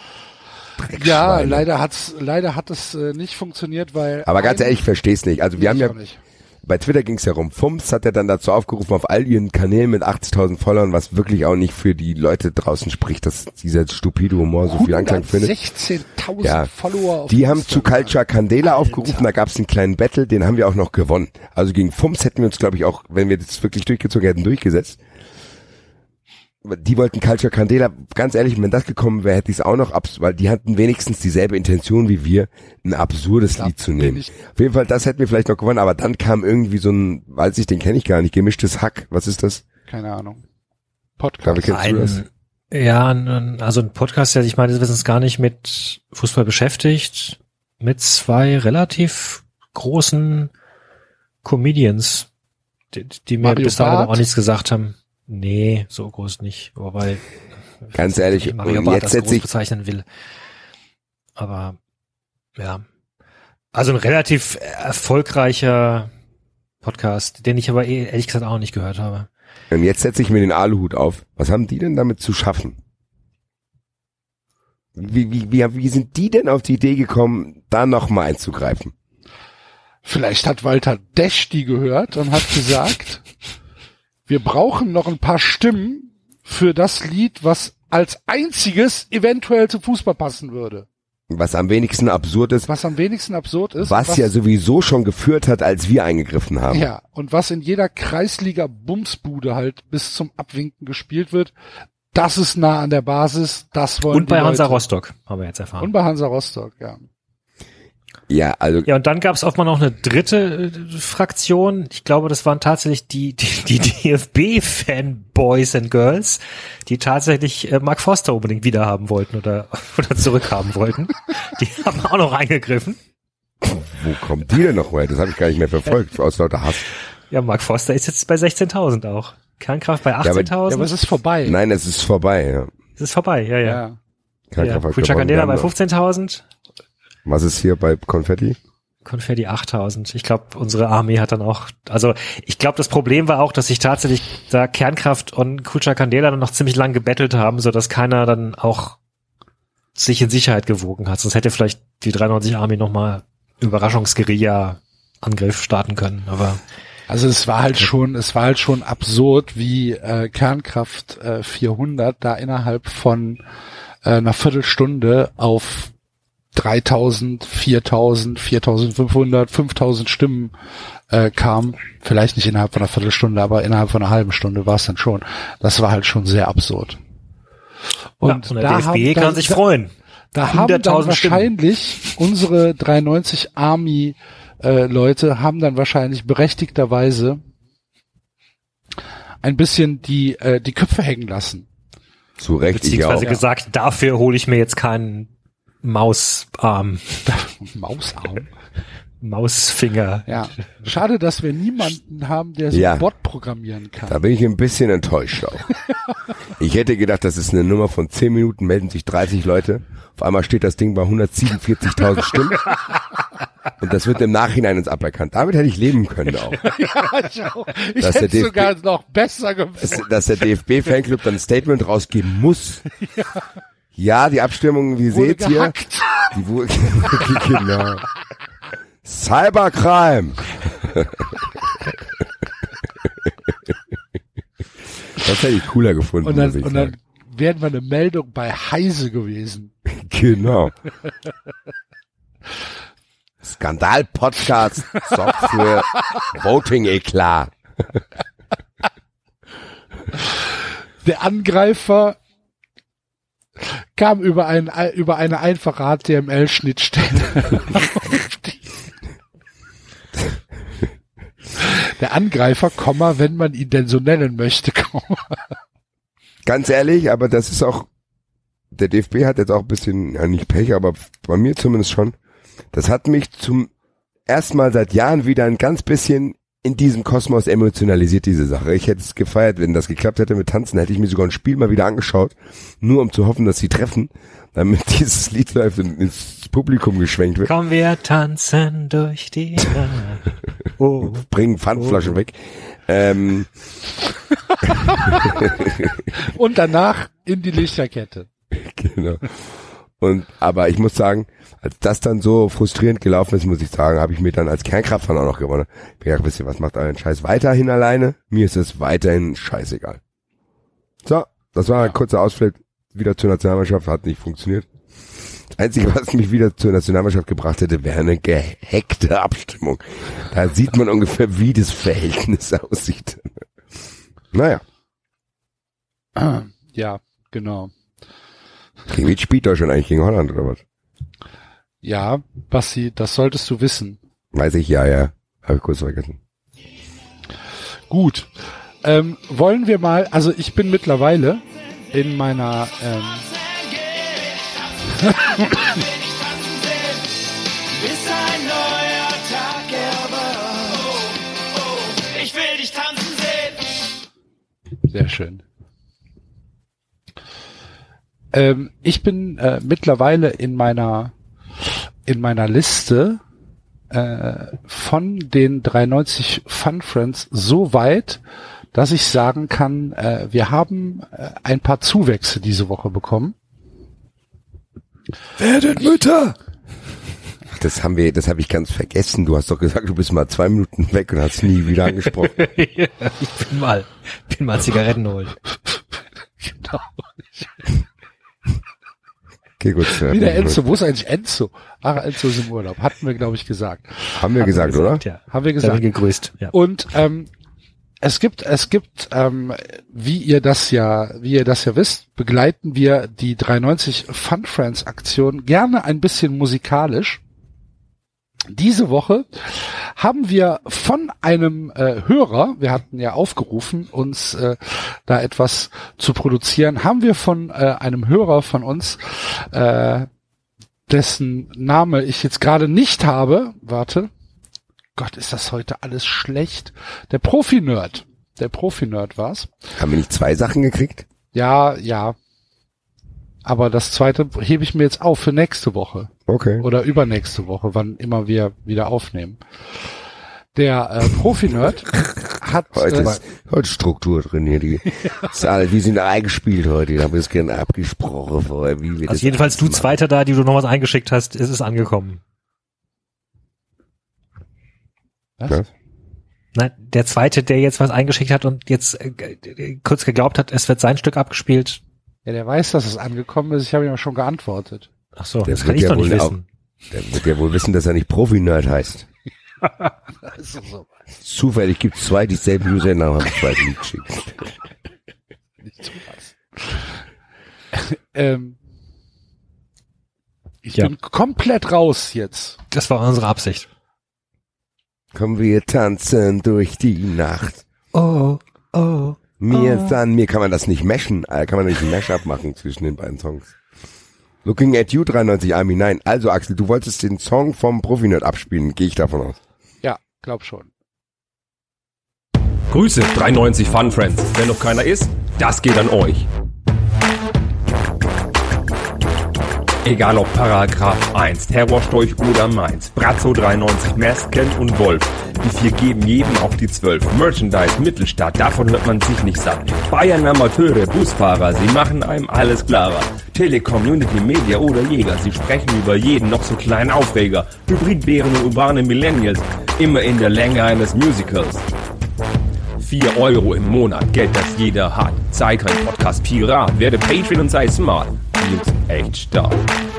Ja, Schweine. leider hat's, leider hat es äh, nicht funktioniert, weil. Aber ganz ein- ehrlich, ich versteh's nicht. Also wir Ich haben ja, auch nicht. bei Twitter ging's ja rum. Fums hat ja dann dazu aufgerufen, auf all ihren Kanälen mit achtzigtausend Followern, was wirklich auch nicht für die Leute draußen spricht, dass dieser stupide Humor so viel Anklang findet. hundertsechzehntausend Ja, Follower auf Die haben zu Instagram. Culture Candela aufgerufen, da gab's einen kleinen Battle, den haben wir auch noch gewonnen. Also gegen Fums hätten wir uns, glaube ich, auch, wenn wir das wirklich durchgezogen hätten, durchgesetzt. Die wollten Culture Candela, ganz ehrlich, wenn das gekommen wäre, hätte ich es auch noch, abs weil die hatten wenigstens dieselbe Intention wie wir, ein absurdes Da Lied zu bin nehmen. ich- Auf jeden Fall, das hätten wir vielleicht noch gewonnen, aber dann kam irgendwie so ein, weiß ich, den kenne ich gar nicht, gemischtes Hack. Was ist das? Keine Ahnung. David, Podcast. kennst du das? Ein, ja, ein, also ein Podcast, der sich meines Wissens gar nicht mit Fußball beschäftigt, mit zwei relativ großen Comedians, die, die mir Mario bis dahin Barth? auch nichts gesagt haben. Nee, so groß nicht. Wobei, Ganz ehrlich, ich Mario und Barth jetzt als setz groß ich- bezeichnen will. Aber, ja. Also ein relativ erfolgreicher Podcast, den ich aber eh, ehrlich gesagt auch nicht gehört habe. Und jetzt setze ich mir den Aluhut auf. Was haben die denn damit zu schaffen? Wie, wie, wie, wie sind die denn auf die Idee gekommen, da nochmal einzugreifen? Vielleicht hat Walter Desch die gehört und hat gesagt, wir brauchen noch ein paar Stimmen für das Lied, was als einziges eventuell zum Fußball passen würde. Was am wenigsten absurd ist, Was am wenigsten absurd ist. was, ja sowieso schon geführt hat, als wir eingegriffen haben. Ja, und was in jeder Kreisliga-Bumsbude halt bis zum Abwinken gespielt wird, das ist nah an der Basis, das wollen Und bei die Hansa Leute. Rostock, haben wir jetzt erfahren. Und bei Hansa Rostock, ja. Ja, also Ja, und dann gab es auch mal noch eine dritte äh, Fraktion. Ich glaube, das waren tatsächlich die die, die D F B-Fanboys and Girls, die tatsächlich äh, Mark Foster unbedingt wiederhaben wollten oder oder zurückhaben wollten. Die haben auch noch eingegriffen. wo kommt die denn noch her? Das habe ich gar nicht mehr verfolgt, aus lauter Hass. Ja, Mark Foster ist jetzt bei sechzehntausend auch. Kernkraft bei Ja, aber achtzehntausend. es ist vorbei. Nein, es ist vorbei. Ja. Es ist vorbei, ja, ja. Ja. Kein ja. Kraftwerk Kucha gewonnen. Candela Wir bei haben- fünfzehntausend. Was ist hier bei Konfetti? Konfetti achttausend. Ich glaube, unsere Armee hat dann auch, also ich glaube, das Problem war auch, dass sich tatsächlich da Kernkraft und Kucha Candela dann noch ziemlich lang gebettelt haben, so dass keiner dann auch sich in Sicherheit gewogen hat. Sonst hätte vielleicht die dreiundneunzig Armee nochmal Überraschungsguerilla-Angriff starten können, aber Also es war halt schon, es war halt schon absurd, wie äh, Kernkraft äh, vierhundert da innerhalb von äh, einer Viertelstunde auf dreitausend, viertausend, viertausendfünfhundert, fünftausend Stimmen äh, kam. Vielleicht nicht innerhalb von einer Viertelstunde, aber innerhalb von einer halben Stunde war es dann schon. Das war halt schon sehr absurd. und, ja, und der da D F B haben kann dann- sich da, freuen. Da haben dann hunderttausend Stimmen. wahrscheinlich unsere dreiundneunzig Army äh, Leute haben dann wahrscheinlich berechtigterweise ein bisschen die äh, die Köpfe hängen lassen. Zu Recht, ich auch. Beziehungsweise gesagt, dafür hole ich mir jetzt keinen Mausarm, Mausarm. Mausfinger. Ja. Schade, dass wir niemanden haben, der so Ja. ein Bot programmieren kann. Da bin ich ein bisschen enttäuscht auch. Ich hätte gedacht, das ist eine Nummer von zehn Minuten, melden sich dreißig Leute. Auf einmal steht das Ding bei hundertsiebenundvierzigtausend Stimmen. Und das wird im Nachhinein uns aberkannt. Damit hätte ich leben können auch. Ja, ich auch. Ich Dass hätte der es sogar D F noch besser Dass, gefunden. dass der D F B-Fanclub dann ein Statement rausgeben muss. Ja, die Abstimmung, wie ihr Wurde seht hier, gehackt. die wurde, genau. Cybercrime. Das hätte ich cooler gefunden, Und dann, muss ich und sagen. dann wären wir eine Meldung bei Heise gewesen. Genau. Skandal-Podcast sorgt für Voting-Eklat. Der Angreifer kam über, ein, über eine einfache H T M L-Schnittstelle. Der Angreifer, Komma, wenn man ihn denn so nennen möchte, Komma. Ganz ehrlich, aber das ist auch, der D F B hat jetzt auch ein bisschen, ja nicht Pech, aber bei mir zumindest schon, das hat mich zum ersten Mal seit Jahren wieder ein ganz bisschen in diesem Kosmos emotionalisiert, diese Sache. Ich hätte es gefeiert, wenn das geklappt hätte mit Tanzen, hätte ich mir sogar ein Spiel mal wieder angeschaut, nur um zu hoffen, dass sie treffen, damit dieses Lied live ins Publikum geschwenkt wird. Komm, wir tanzen durch die Nacht. Oh. Bringen Pfandflaschen weg. Ähm, Und danach in die Lichterkette. genau. Und, aber ich muss sagen, als das dann so frustrierend gelaufen ist, muss ich sagen, habe ich mir dann als Kernkraftfan auch noch gewonnen. Ich hab gedacht, wisst ihr, was macht euren Scheiß weiterhin alleine? Mir ist es weiterhin scheißegal. So, das war ein kurzer Ausflug wieder zur Nationalmannschaft, hat nicht funktioniert. Das Einzige, was mich wieder zur Nationalmannschaft gebracht hätte, wäre eine gehackte Abstimmung. Da sieht man ungefähr, wie das Verhältnis aussieht. Naja, Ja, genau. gegen wen spielt Deutschland eigentlich? Gegen Holland oder was? Ja, Basti, das solltest du wissen. Weiß ich, ja, ja. Habe ich kurz vergessen. Gut. Ähm, wollen wir mal, also ich bin mittlerweile in meiner ähm, Ist ein neuer Tag erwacht. Oh, oh, ich will dich tanzen sehen. sehr schön. Ähm, ich bin äh, mittlerweile in meiner in meiner Liste äh, von den dreiundneunzig Fun Friends so weit, dass ich sagen kann, äh, wir haben äh, ein paar Zuwächse diese Woche bekommen. Werdet Mütter! Das haben wir, das habe ich ganz vergessen. Du hast doch gesagt, du bist mal zwei Minuten weg und hast nie wieder angesprochen. Ich bin mal, bin mal Zigaretten holen. Genau. Okay, gut. Wie der Enzo, wo ist eigentlich Enzo? Ach, Enzo ist im Urlaub, hatten wir, glaube ich, gesagt. Haben wir gesagt, oder? Ja. Haben wir Haben gesagt. wir gegrüßt. Ja. Und ähm, es gibt, es gibt, ähm, wie ihr das ja, wie ihr das ja wisst, begleiten wir die dreiundneunzig Fun Friends Aktion gerne ein bisschen musikalisch. Diese Woche haben wir von einem äh, Hörer, wir hatten ja aufgerufen, uns äh, da etwas zu produzieren, haben wir von äh, einem Hörer von uns, äh, dessen Name ich jetzt gerade nicht habe, warte, Gott, ist das heute alles schlecht, der Profi-Nerd, der Profi-Nerd war's. Haben wir nicht zwei Sachen gekriegt? Ja, ja. Aber das zweite hebe ich mir jetzt auf für nächste Woche. Okay. Oder übernächste Woche, wann immer wir wieder aufnehmen. Der äh, Profi-Nerd hat... Heute äh, ist heute Struktur drin hier. Die, ist alle, wir sind eingespielt heute. Da haben wir es gerne abgesprochen vorher. Wie wir Also das jedenfalls du machen. Zweiter da, die du noch was eingeschickt hast, ist es angekommen. Was? Was? Nein, der Zweite, der jetzt was eingeschickt hat und jetzt äh, kurz geglaubt hat, es wird sein Stück abgespielt. Ja, der weiß, dass es angekommen ist. Ich habe ihm ja schon geantwortet. Ach so, Der das kann wird ich ja doch nicht wohl wissen. Der wird ja wohl wissen, dass er nicht Profi-Nerd heißt. Das ist so. Zufällig gibt es zwei dieselben Usernamen, haben zwei Lied geschickt. Nicht zu was. ähm, ich Ja. bin komplett raus jetzt. Das war unsere Absicht. Kommen wir tanzen durch die Nacht. Oh, oh. Mir dann, mir kann man das nicht meshen, äh, kann man nicht ein Mashup machen zwischen den beiden Songs. Looking at You dreiundneunzig Army, nein. Also Axel, du wolltest den Song vom Profi-Nerd abspielen, gehe ich davon aus. Ja, glaub schon. Grüße, dreiundneunzig Fun Friends. Wenn noch keiner ist, das geht an euch. Egal ob Paragraph eins, Terrorstorch oder Mainz, Brazzo dreiundneunzig, Mesken und Wolf. Die vier geben jedem auf die zwölf. Merchandise, Mittelstadt, davon hört man sich nicht satt. Bayern Amateure, Busfahrer, sie machen einem alles klarer. Telekom, Unity, Media oder Jäger, sie sprechen über jeden noch so kleinen Aufreger. Hybridbären und urbane Millennials, immer in der Länge eines Musicals. vier Euro im Monat, Geld, das jeder hat. Sei kein Podcast-Pirat, werde Patreon und sei smart. Die Jungs sind echt stark.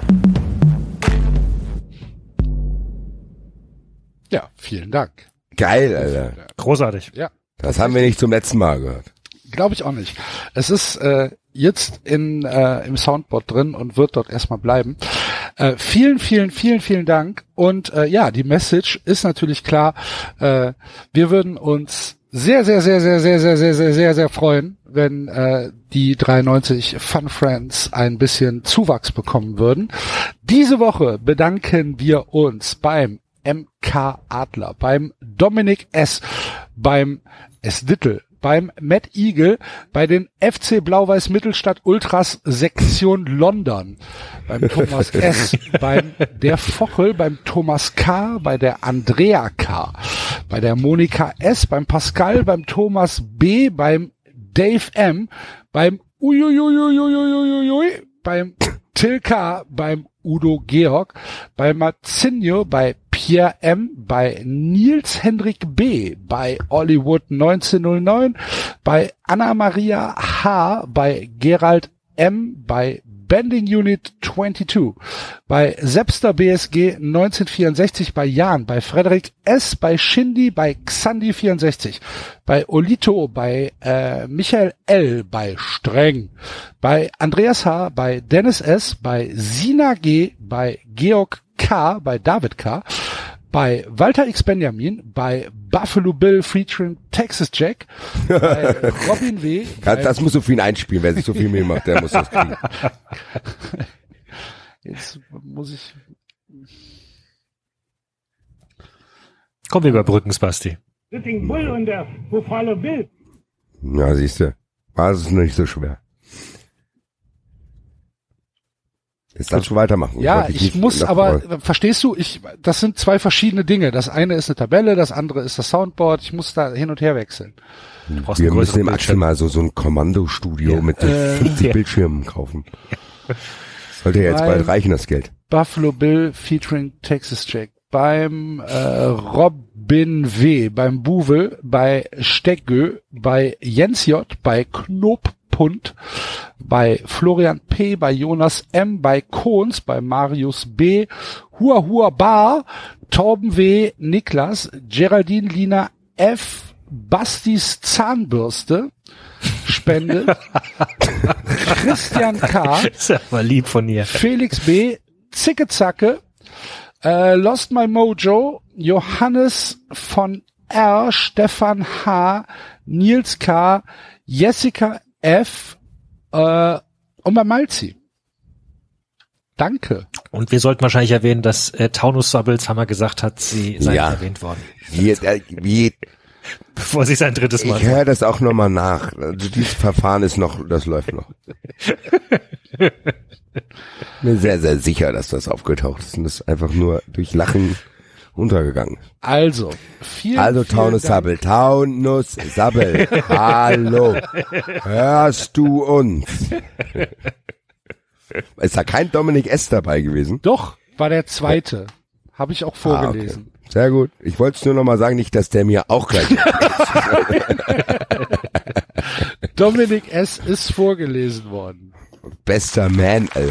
Ja, vielen Dank. Geil, Alter. Großartig. Ja, Das haben wir nicht zum letzten Mal gehört. glaube ich auch nicht. Es ist äh, jetzt in äh, im Soundboard drin und wird dort erstmal bleiben. Äh, vielen, vielen, vielen, vielen Dank. Und äh, ja, die Message ist natürlich klar. Äh, wir würden uns sehr, sehr, sehr, sehr, sehr, sehr, sehr, sehr, sehr, sehr freuen, wenn äh, die dreiundneunzig Fun Friends ein bisschen Zuwachs bekommen würden. Diese Woche bedanken wir uns beim M K Adler, beim Dominik S., beim S. Dittel, beim Matt Eagle, bei den F C Blau-Weiß Mittelstadt Ultras Sektion London, beim Thomas S., beim der Fochel, beim Thomas K., bei der Andrea K., bei der Monika S., beim Pascal, beim Thomas B., beim Dave M., beim Uiuiuiuiuiuiui, beim Till K., beim Udo Georg, bei Marzinho, bei Pierre M., bei Nils Hendrik B., bei Hollywood neunzehnhundertneun, bei Anna Maria H., bei Gerald M., bei Bending Unit zweiundzwanzig, bei Sepster B S G neunzehnhundertvierundsechzig, bei Jan, bei Frederik S., bei Shindy, bei Xandi vierundsechzig, bei Olito, bei äh, Michael L., bei Streng, bei Andreas H., bei Dennis S., bei Sina G., bei Georg K., bei David K., bei Walter X. Benjamin, bei Buffalo Bill featuring Texas Jack, bei Robin W., Das, bei das muss so viel einspielen, wer sich so viel Mühe macht, der muss das kriegen. Jetzt muss ich... Komm, wir überbrücken es, Basti. Sitting Bull und der Buffalo Bill. Ja, siehst du, war es nicht so schwer. Jetzt darfst du weitermachen. Ja, wollte ich nicht muss nach- aber, verstehst du, ich, das sind zwei verschiedene Dinge. Das eine ist eine Tabelle, das andere ist das Soundboard. Ich muss da hin und her wechseln. Du brauchst Wir einen müssen größeren dem Axel Bildschirm. mal so, so ein Kommandostudio Ja. mit so Äh, fünfzig ja. Bildschirmen kaufen. Sollte ja jetzt Weil- bald reichen, das Geld. Buffalo Bill featuring Texas Jack. Beim äh, Robin W., beim Buvel, bei Steggö, bei Jens J., bei Knoppunt, bei Florian P., bei Jonas M., bei Kohns, bei Marius B., Hua Hua Bar, Torben W., Niklas, Geraldine Lina F., Bastis Zahnbürste spendet, Christian K., Ist ja mal lieb von dir. Felix B., Zicke Zacke, Äh, Lost My Mojo, Johannes von R, Stefan H, Nils K, Jessica F äh, und bei Malzi. Danke. Und wir sollten wahrscheinlich erwähnen, dass äh, Taunus Sabelshammer gesagt hat, sie seien Ja. erwähnt worden. Wie, äh, wie, Bevor sie sein drittes Mal ich höre das auch nochmal nach. Also dieses Verfahren ist noch, das läuft noch. Bin sehr, sehr sicher, dass das aufgetaucht ist und das einfach nur durch Lachen untergegangen ist. Also, vielen, Also vielen Taunus Dank. Sabbel, Taunus Sabbel, hallo, hörst du uns? Ist da kein Dominik S. dabei gewesen? Doch, war der zweite. Habe ich auch vorgelesen. Ah, okay. Sehr gut. Ich wollte es nur noch mal sagen, nicht, dass der mir auch gleich... Dominik S. ist vorgelesen worden. Bester Man, Alter.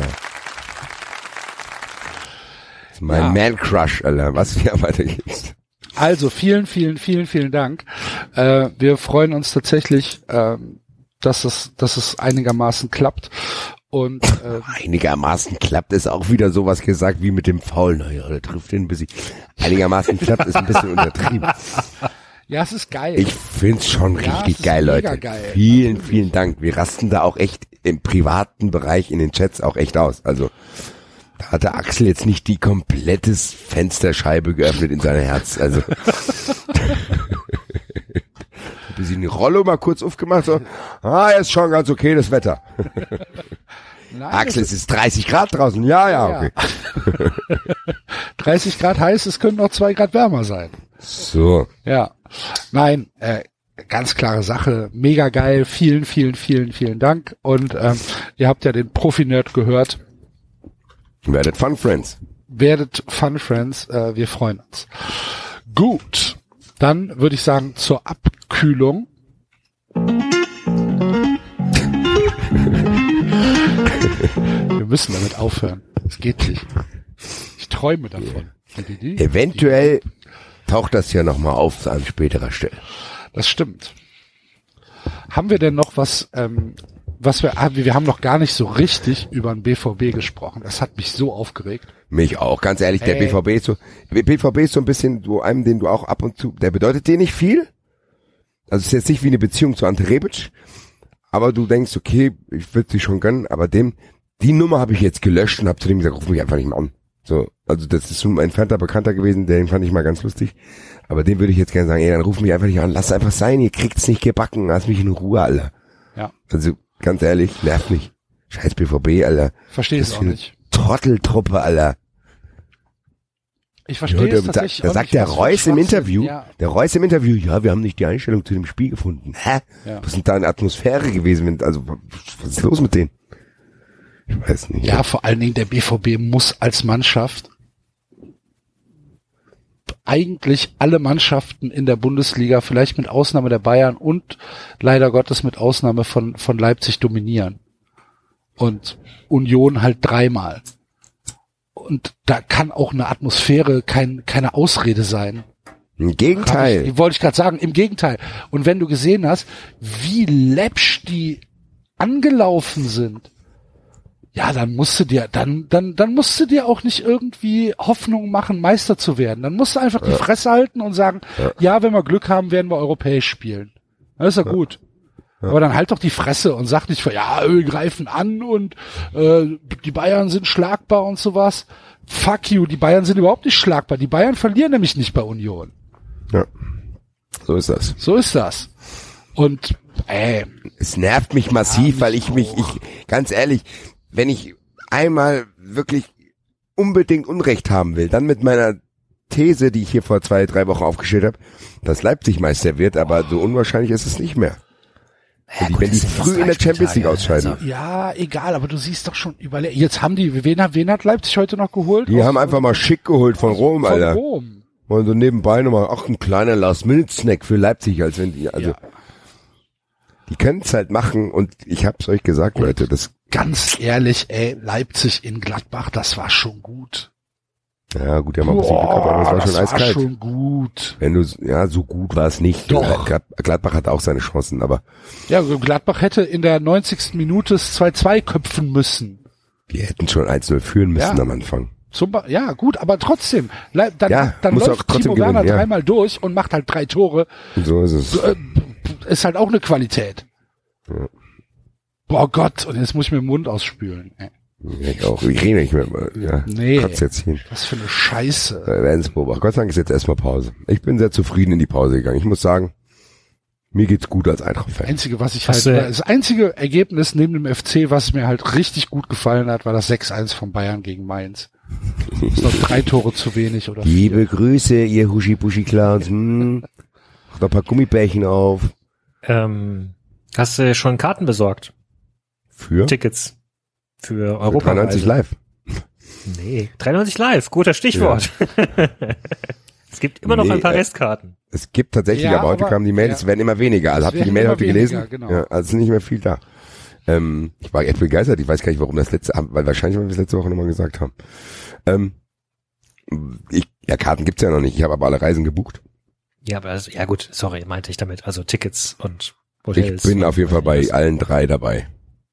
Das ist mein Ja. Man-Crush, Alter. Was hier weiter geht's. Also, vielen, vielen, vielen, vielen Dank. Äh, wir freuen uns tatsächlich, ähm, dass es, dass es einigermaßen klappt. Und äh, Einigermaßen klappt es auch wieder sowas gesagt wie mit dem Foul. Naja, der trifft den ein bisschen. Einigermaßen klappt ist ein bisschen untertrieben. ja, es ist geil. Ich find's schon Ja, richtig es ist geil, mega Leute. geil. Vielen, Natürlich. vielen Dank. Wir rasten da auch echt im privaten Bereich in den Chats auch echt aus. Also da hat der Axel jetzt nicht die komplette Fensterscheibe geöffnet in sein Herz. Also ein bisschen die Rollo mal kurz aufgemacht. So, ah, ist schon ganz okay das Wetter. Nein, Axel, das es ist dreißig Grad draußen. Ja, ja, Ja. okay. dreißig Grad heiß, es können auch zwei Grad wärmer sein. So. Ja. Nein, äh, ganz klare Sache. Mega geil. Vielen, vielen, vielen, vielen Dank. Und ähm, ihr habt ja den Profi-Nerd gehört. Werdet Fun Friends. Werdet Fun Friends. Äh, wir freuen uns. Gut. Dann würde ich sagen, zur Abkühlung. Wir müssen damit aufhören. Es geht nicht. Ich träume davon. Eventuell taucht das ja nochmal auf an späterer Stelle. Das stimmt. Haben wir denn noch was, ähm, was wir, ah, wir haben noch gar nicht so richtig über den B V B gesprochen. Das hat mich so aufgeregt. Mich auch, ganz ehrlich, der Ey. B V B ist so, B V B ist so ein bisschen so einem, den du auch ab und zu, der bedeutet dir nicht viel. Also es ist jetzt nicht wie eine Beziehung zu Ante Rebic, aber du denkst, okay, ich würde sie schon gönnen, aber dem, die Nummer habe ich jetzt gelöscht und habe zu dem gesagt, ruf mich einfach nicht mehr an. So, also das ist so ein entfernter Bekannter gewesen, den fand ich mal ganz lustig. Aber dem würde ich jetzt gerne sagen, ey, dann ruf mich einfach nicht an, lass einfach sein, ihr kriegt's nicht gebacken, lass mich in Ruhe, Alter. Ja. Also, ganz ehrlich, nervt mich. Scheiß B V B, Alter. Verstehe Das es ist auch eine nicht. Trotteltruppe, Alter. Ich verstehe Ja, es da, tatsächlich da auch sagt nicht, der was für Reus im Schwachsinn. Interview, Ja. der Reus im Interview, ja, wir haben nicht die Einstellung zu dem Spiel gefunden. Hä? Ja. Was sind da eine Atmosphäre gewesen? Wenn, also, was ist los mit denen? Ich weiß nicht. Ja, vor allen Dingen der B V B muss als Mannschaft eigentlich alle Mannschaften in der Bundesliga, vielleicht mit Ausnahme der Bayern und leider Gottes mit Ausnahme von, von Leipzig dominieren. Und Union halt dreimal. Und da kann auch eine Atmosphäre kein, keine Ausrede sein. Im Hab Gegenteil. Ich, wollte ich gerade sagen, im Gegenteil. Und wenn du gesehen hast, wie läppsch die angelaufen sind, ja, dann musst du dir, dann, dann, dann musst du dir auch nicht irgendwie Hoffnung machen, Meister zu werden. Dann musst du einfach die Fresse halten und sagen, ja. ja, wenn wir Glück haben, werden wir europäisch spielen. Das ist ja gut. Ja. Aber dann halt doch die Fresse und sag nicht, ja, wir greifen an und äh, die Bayern sind schlagbar und sowas. Fuck you, die Bayern sind überhaupt nicht schlagbar. Die Bayern verlieren nämlich nicht bei Union. Ja, so ist das. So ist das. Und ey, es nervt mich massiv, ja, weil ich mich, ich, ganz ehrlich, wenn ich einmal wirklich unbedingt Unrecht haben will, dann mit meiner These, die ich hier vor zwei, drei Wochen aufgestellt habe, dass Leipzig Meister wird, aber so unwahrscheinlich ist es nicht mehr. Ja, gut, wenn die früh in der Champions League ausscheiden. Also, ja, egal, aber du siehst doch schon überle- Jetzt haben die, wen hat, wen hat Leipzig heute noch geholt? Die aus, haben einfach mal schick geholt von Rom, von Alter. Rom. Und so nebenbei nochmal, ach, ein kleiner Last-Minute-Snack für Leipzig, als wenn die, also, Ja. die können es halt machen und ich hab's euch gesagt, Leute, das, Ganz ehrlich, ey, Leipzig in Gladbach, das war schon gut. ja gut, die haben auch ein bisschen Glück gehabt, aber es war schon das eiskalt. war schon gut. Wenn du, ja, so gut war es nicht. Doch. Glad- Gladbach hat auch seine Chancen, aber Ja, Gladbach hätte in der neunzigsten Minute zwei zwei köpfen müssen. die hätten schon eins null führen müssen Ja. am Anfang. Zum Ba- ja, gut, aber trotzdem, le- dann, Ja, dann muss läuft auch trotzdem Timo Werner gewinnen, ja. dreimal durch und macht halt drei Tore. So ist es. Äh, Ist halt auch eine Qualität. Ja. Boah Gott, und jetzt muss ich mir den Mund ausspülen. Ey, Ja, ich auch. Ich rede nicht mehr. Ja, Nee. Kotz jetzt hin. was für eine Scheiße. Wir werden es beobachten. Gott sei Dank ist jetzt erstmal Pause. Ich bin sehr zufrieden in die Pause gegangen. Ich muss sagen, mir geht's gut als Eintracht-Fan. Einzige, was ich Hast halt, du- das einzige Ergebnis neben dem F C, was mir halt richtig gut gefallen hat, war das sechs eins von Bayern gegen Mainz. Ist noch drei Tore zu wenig oder Liebe vier. Grüße, ihr Huschi-Buschi-Clowns. Hm. Macht noch ein paar Gummibärchen auf. Ähm, hast du schon Karten besorgt? Für? Tickets für Für Europa? dreiundneunzig live. Nee, dreiundneunzig live, guter Stichwort. Es gibt immer noch Nee, ein paar äh, Restkarten. Es gibt tatsächlich, Ja, aber heute aber- kamen die Mails, ja. es werden immer weniger. Also Es habt ihr die werden Mail immer heute weniger, gelesen? genau. Ja, also es ist nicht mehr viel da. Ähm, ich war echt begeistert. Ich weiß gar nicht, warum das letzte, weil wahrscheinlich, weil wir es letzte Woche nochmal gesagt haben. Ähm, ich, ja, Karten gibt's ja noch nicht. Ich habe aber alle Reisen gebucht. Ja, aber das, ja gut, sorry, meinte ich damit. Also Tickets und Ich Hotels. bin und auf jeden Fall bei alles. allen drei dabei.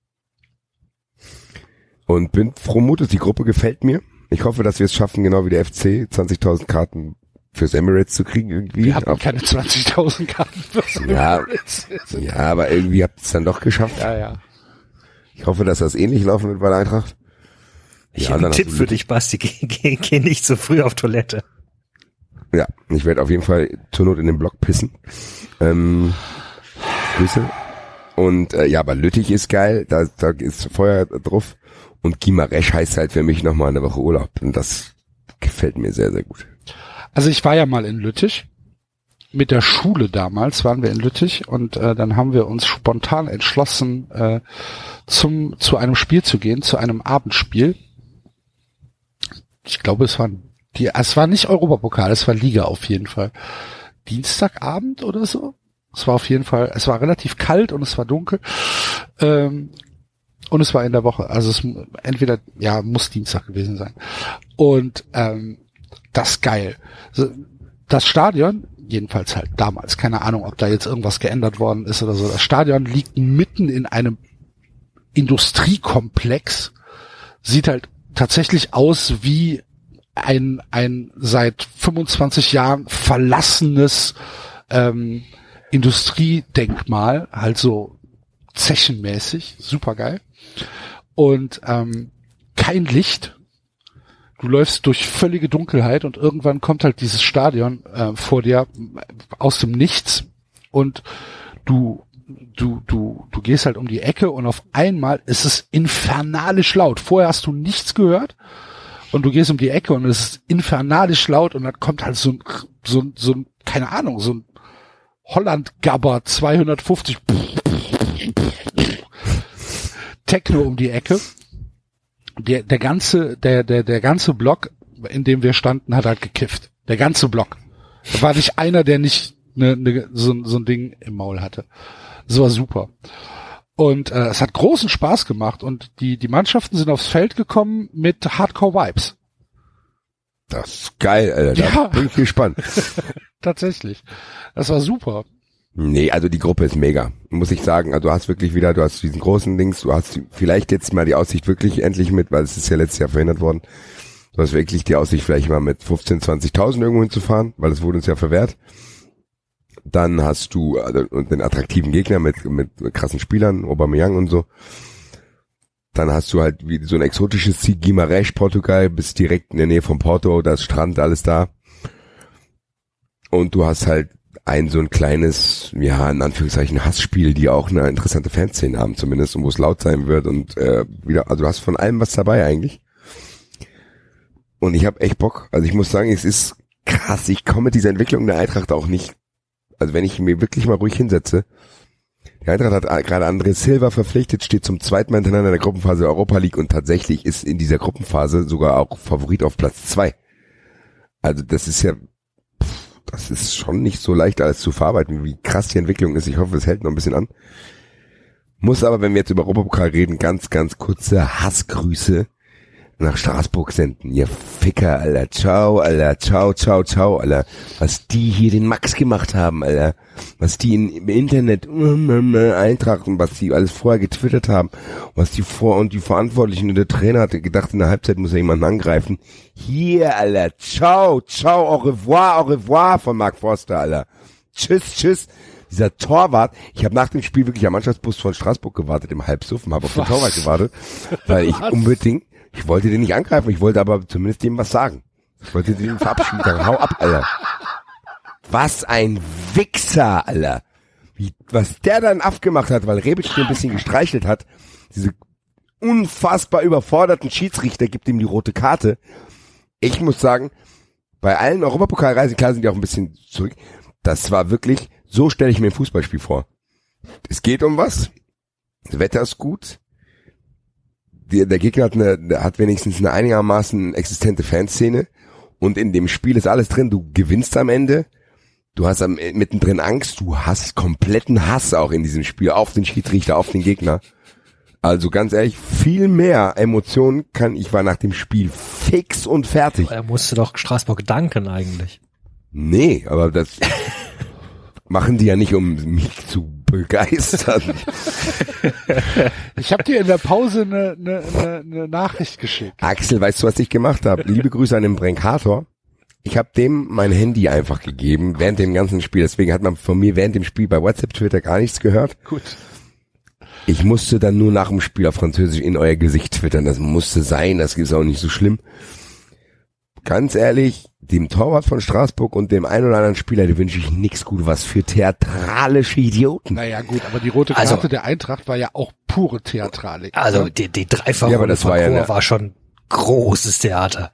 Und bin froh Mutes, die Gruppe gefällt mir. Ich hoffe, dass wir es schaffen, genau wie der F C, zwanzigtausend Karten fürs Emirates zu kriegen irgendwie. Wir hatten Auf- keine zwanzigtausend Karten. Ja, ja, aber irgendwie habt ihr es dann doch geschafft. ja, ja. Ich hoffe, dass das ähnlich laufen wird bei der Eintracht. Ich Ja, habe dann einen hast Tipp du für dich, Basti. Geh, geh, geh nicht so früh auf Toilette. Ja, ich werde auf jeden Fall zur Not in den Block pissen. Ähm, Grüße. Und äh, ja, aber Lüttich ist geil, da, da ist Feuer drauf. Und Gimaresch heißt halt für mich nochmal eine Woche Urlaub. Und das gefällt mir sehr, sehr gut. Also ich war ja mal in Lüttich. Mit der Schule damals waren wir in Lüttich und äh, dann haben wir uns spontan entschlossen, äh, zum zu einem Spiel zu gehen, zu einem Abendspiel. Ich glaube, es war die, es war nicht Europapokal, es war Liga auf jeden Fall. Dienstagabend oder so. Es war auf jeden Fall, es war relativ kalt und es war dunkel. Ähm, und es war in der Woche. Also es mu- entweder, ja, muss Dienstag gewesen sein. Und ähm, das ist geil. So, das Stadion, jedenfalls halt damals, keine Ahnung, ob da jetzt irgendwas geändert worden ist oder so. Das Stadion liegt mitten in einem Industriekomplex, sieht halt tatsächlich aus wie ein ein seit fünfundzwanzig Jahren verlassenes ähm, Industriedenkmal, halt so zechenmäßig, super geil. Und ähm, kein Licht. Du läufst durch völlige Dunkelheit und irgendwann kommt halt dieses Stadion äh, vor dir aus dem Nichts und du du du du gehst halt um die Ecke und auf einmal ist es infernalisch laut. Vorher hast du nichts gehört und du gehst um die Ecke und es ist infernalisch laut und dann kommt halt so ein so ein, so ein keine Ahnung, so ein Holland-Gabber zweihundertfünfzig Techno um die Ecke. Der, der ganze, der, der, der ganze Block, in dem wir standen, hat halt gekifft. Der ganze Block. Da war nicht einer, der nicht ne, ne, so, so ein Ding im Maul hatte. Das war super. Und äh, es hat großen Spaß gemacht und die, die Mannschaften sind aufs Feld gekommen mit Hardcore-Vibes. Das ist geil, Alter. Da Ja. bin ich gespannt. Tatsächlich. Das war super. Nee, also die Gruppe ist mega, muss ich sagen. Also du hast wirklich wieder, du hast diesen großen Dings, du hast vielleicht jetzt mal die Aussicht wirklich endlich mit, weil es ist ja letztes Jahr verhindert worden. Du hast wirklich die Aussicht, vielleicht mal mit fünfzehntausend, zwanzigtausend irgendwo hinzufahren, weil es wurde uns ja verwehrt. Dann hast du also, und den attraktiven Gegner mit, mit krassen Spielern, Aubameyang und so. Dann hast du halt wie so ein exotisches Ziel, Guimarães, Portugal, bist direkt in der Nähe von Porto, da ist Strand, alles da. Und du hast halt ein so ein kleines, ja, in Anführungszeichen Hassspiel, die auch eine interessante Fanszene haben zumindest und wo es laut sein wird und äh, wieder, also du hast von allem was dabei eigentlich. Und ich habe echt Bock. Also ich muss sagen, es ist krass. Ich komme mit dieser Entwicklung der Eintracht auch nicht, also wenn ich mir wirklich mal ruhig hinsetze, die Eintracht hat gerade André Silva verpflichtet, steht zum zweiten Mal hintereinander in der Gruppenphase der Europa League und tatsächlich ist in dieser Gruppenphase sogar auch Favorit auf Platz zwei. Also das ist ja, das ist schon nicht so leicht alles zu verarbeiten, wie krass die Entwicklung ist. Ich hoffe, es hält noch ein bisschen an. Muss aber, wenn wir jetzt über Europapokal reden, ganz, ganz kurze Hassgrüße nach Straßburg senden. Ihr Ficker, Alter. Ciao, Alter. Ciao, ciao, ciao, Alter. Was die hier den Max gemacht haben, Alter. Was die in, im Internet Eintracht und was die alles vorher getwittert haben. Was die vor und die Verantwortlichen und der Trainer hatte gedacht, in der Halbzeit muss er jemanden angreifen. Hier, Alter. Ciao, ciao, au revoir, au revoir von Mark Forster, Alter. Tschüss, tschüss. Dieser Torwart, ich habe nach dem Spiel wirklich am Mannschaftsbus von Straßburg gewartet, im Halbsuff, und habe auf den Torwart gewartet, weil ich unbedingt, ich wollte den nicht angreifen, ich wollte aber zumindest dem was sagen. Ich wollte den verabschieden, sagen, hau ab, Alter. Was ein Wichser, Alter. Wie, was der dann abgemacht hat, weil Rebic den ein bisschen gestreichelt hat, diese unfassbar überforderten Schiedsrichter gibt ihm die rote Karte. Ich muss sagen, bei allen Europapokalreisen, klar sind die auch ein bisschen zurück, das war wirklich, so stelle ich mir ein Fußballspiel vor. Es geht um was, das Wetter ist gut, der, der Gegner hat, eine, hat wenigstens eine einigermaßen existente Fanszene und in dem Spiel ist alles drin, du gewinnst am Ende, du hast am, mittendrin Angst, du hast kompletten Hass auch in diesem Spiel auf den Schiedsrichter, auf den Gegner. Also ganz ehrlich, viel mehr Emotionen kann, ich war nach dem Spiel fix und fertig. Er musste doch Straßburg danken eigentlich. Nee, aber das machen die ja nicht, um mich zu begeistern. Ich habe dir in der Pause eine, eine, eine, eine Nachricht geschickt. Axel, weißt du, was ich gemacht habe? Liebe Grüße an den Brenkator. Ich habe dem mein Handy einfach gegeben während dem ganzen Spiel. Deswegen hat man von mir während dem Spiel bei WhatsApp, Twitter gar nichts gehört. Gut. Ich musste dann nur nach dem Spiel auf Französisch in euer Gesicht twittern. Das musste sein, das ist auch nicht so schlimm. Ganz ehrlich, dem Torwart von Straßburg und dem einen oder anderen Spieler, die wünsche ich nichts Gutes. Was für theatralische Idioten. Naja gut, aber die rote Karte Also- der Eintracht war ja auch pure Theatralik. Also die, die Dreifachrolle Ja, aber das von war ja Chor eine- war schon großes Theater.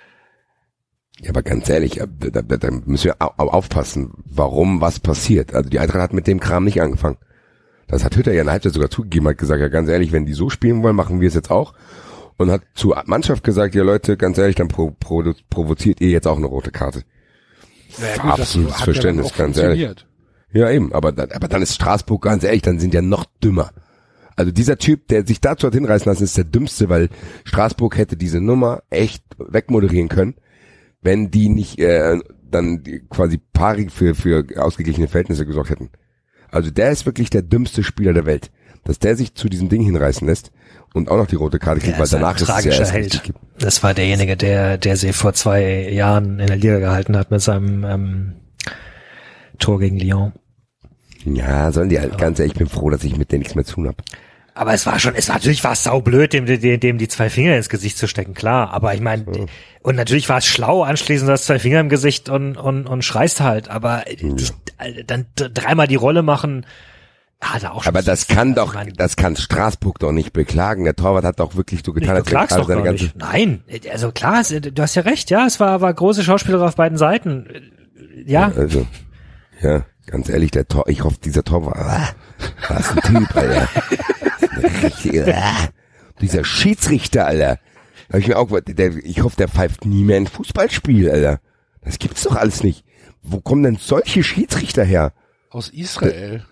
Ja, aber ganz ehrlich, da, da, da müssen wir au- au- aufpassen, warum was passiert. Also die Eintracht hat mit dem Kram nicht angefangen. Das hat Hütter ja in der Halbzeit sogar zugegeben, hat gesagt, ja ganz ehrlich, wenn die so spielen wollen, machen wir es jetzt auch. Und hat zur Mannschaft gesagt, ja Leute, ganz ehrlich, dann pro, pro, provoziert ihr jetzt auch eine rote Karte. Naja, gut, das Absolutes hat ja Verständnis, dann auch ganz ehrlich. funktioniert. Ja eben, aber dann, aber dann ist Straßburg, ganz ehrlich, dann sind ja noch dümmer. Also dieser Typ, der sich dazu hat hinreißen lassen, ist der dümmste, weil Straßburg hätte diese Nummer echt wegmoderieren können, wenn die nicht äh, dann die quasi pari für, für ausgeglichene Verhältnisse gesorgt hätten. Also der ist wirklich der dümmste Spieler der Welt. Dass der sich zu diesem Ding hinreißen lässt und auch noch die rote Karte kriegt, Der weil ist ein danach ist es ja tragischer erst Held. richtig. Das war derjenige, der, der sie vor zwei Jahren in der Liga gehalten hat mit seinem ähm, Tor gegen Lyon. Ja, sollen die halt, ganz ehrlich, ich bin froh, dass ich mit denen nichts mehr zu tun habe. Aber es war schon, es war natürlich war es saublöd, dem, dem, dem die zwei Finger ins Gesicht zu stecken, klar. Aber ich meine, und natürlich war es schlau, anschließend das zwei Finger im Gesicht und und und schreist halt. Aber ich, dann d- dreimal die Rolle machen, hat er auch schon. Aber das kann doch, Ich meine, das kann Straßburg doch nicht beklagen. Der Torwart hat doch wirklich so getan, du als hätte klagst gerade doch seine gar ganze... nicht. Nein, also klar, es- du hast ja recht, ja, es war war große Schauspieler auf beiden Seiten. Ja, Also, ja, ganz ehrlich, der Tor, ich hoffe, dieser Torwart, ah, was ein Typ, Alter. Richtige, ah, dieser Schiedsrichter, Alter. Da hab ich mir auch, der, ich hoffe, der pfeift nie mehr ein Fußballspiel, Alter. Das gibt's doch alles nicht. Wo kommen denn solche Schiedsrichter her? Aus Israel.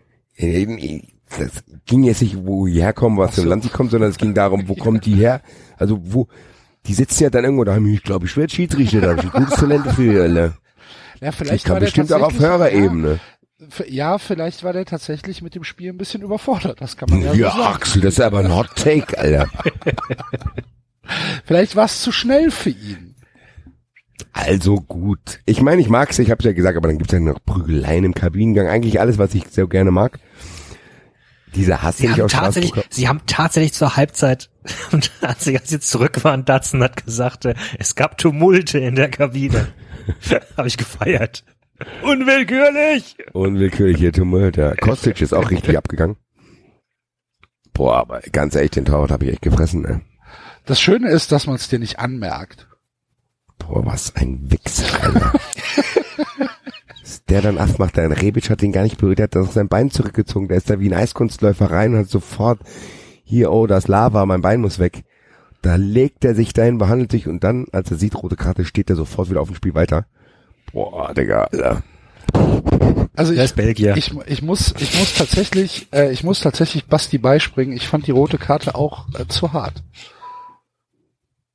Das ging jetzt nicht, wo die herkommen, was für ein Land die kommen, sondern es ging darum, wo kommt die her? Also, wo, die sitzen ja dann irgendwo da, ich glaube, ich werde Schiedsrichter, da habe ich ein gutes Talent für, Alter. Ja, Ich vielleicht kann war der bestimmt auch auf tatsächlich- Hörerebene. Ja, f- ja, vielleicht war der tatsächlich mit dem Spiel ein bisschen überfordert. Das kann man ja, Ja, so sagen. Axel, das ist aber ein Hot Take, Alter. Vielleicht war es zu schnell für ihn. Also gut. Ich meine, ich mag's, ich hab's ja gesagt, aber dann gibt's ja noch Prügeleien im Kabinengang. Eigentlich alles, was ich sehr gerne mag. Dieser Hass, sie den ich haben aus tatsächlich, Straßburg hab. sie haben tatsächlich zur Halbzeit, und als sie als sie zurück waren, Datsen hat gesagt, äh, es gab Tumulte in der Kabine. Habe ich gefeiert. Unwillkürlich! Unwillkürliche Tumult, ja. Kostic ist auch richtig abgegangen. Boah, aber ganz ehrlich, den Torwart habe ich echt gefressen, ey. Das Schöne ist, dass man es dir nicht anmerkt. Boah, was ein Wichser, Alter. Dass der dann Ast macht, der Rebic hat den gar nicht berührt, der hat doch sein Bein zurückgezogen, der ist da wie ein Eiskunstläufer rein und hat sofort, hier, oh, das Lava, mein Bein muss weg. Da legt er sich dahin, behandelt sich und dann, als er sieht, rote Karte, steht er sofort wieder auf dem Spiel weiter. Boah, Digga, Alter. Also Der ich, ist Belgier. ich, ich muss, ich muss tatsächlich, äh, ich muss tatsächlich Basti beispringen. Ich fand die rote Karte auch äh, zu hart.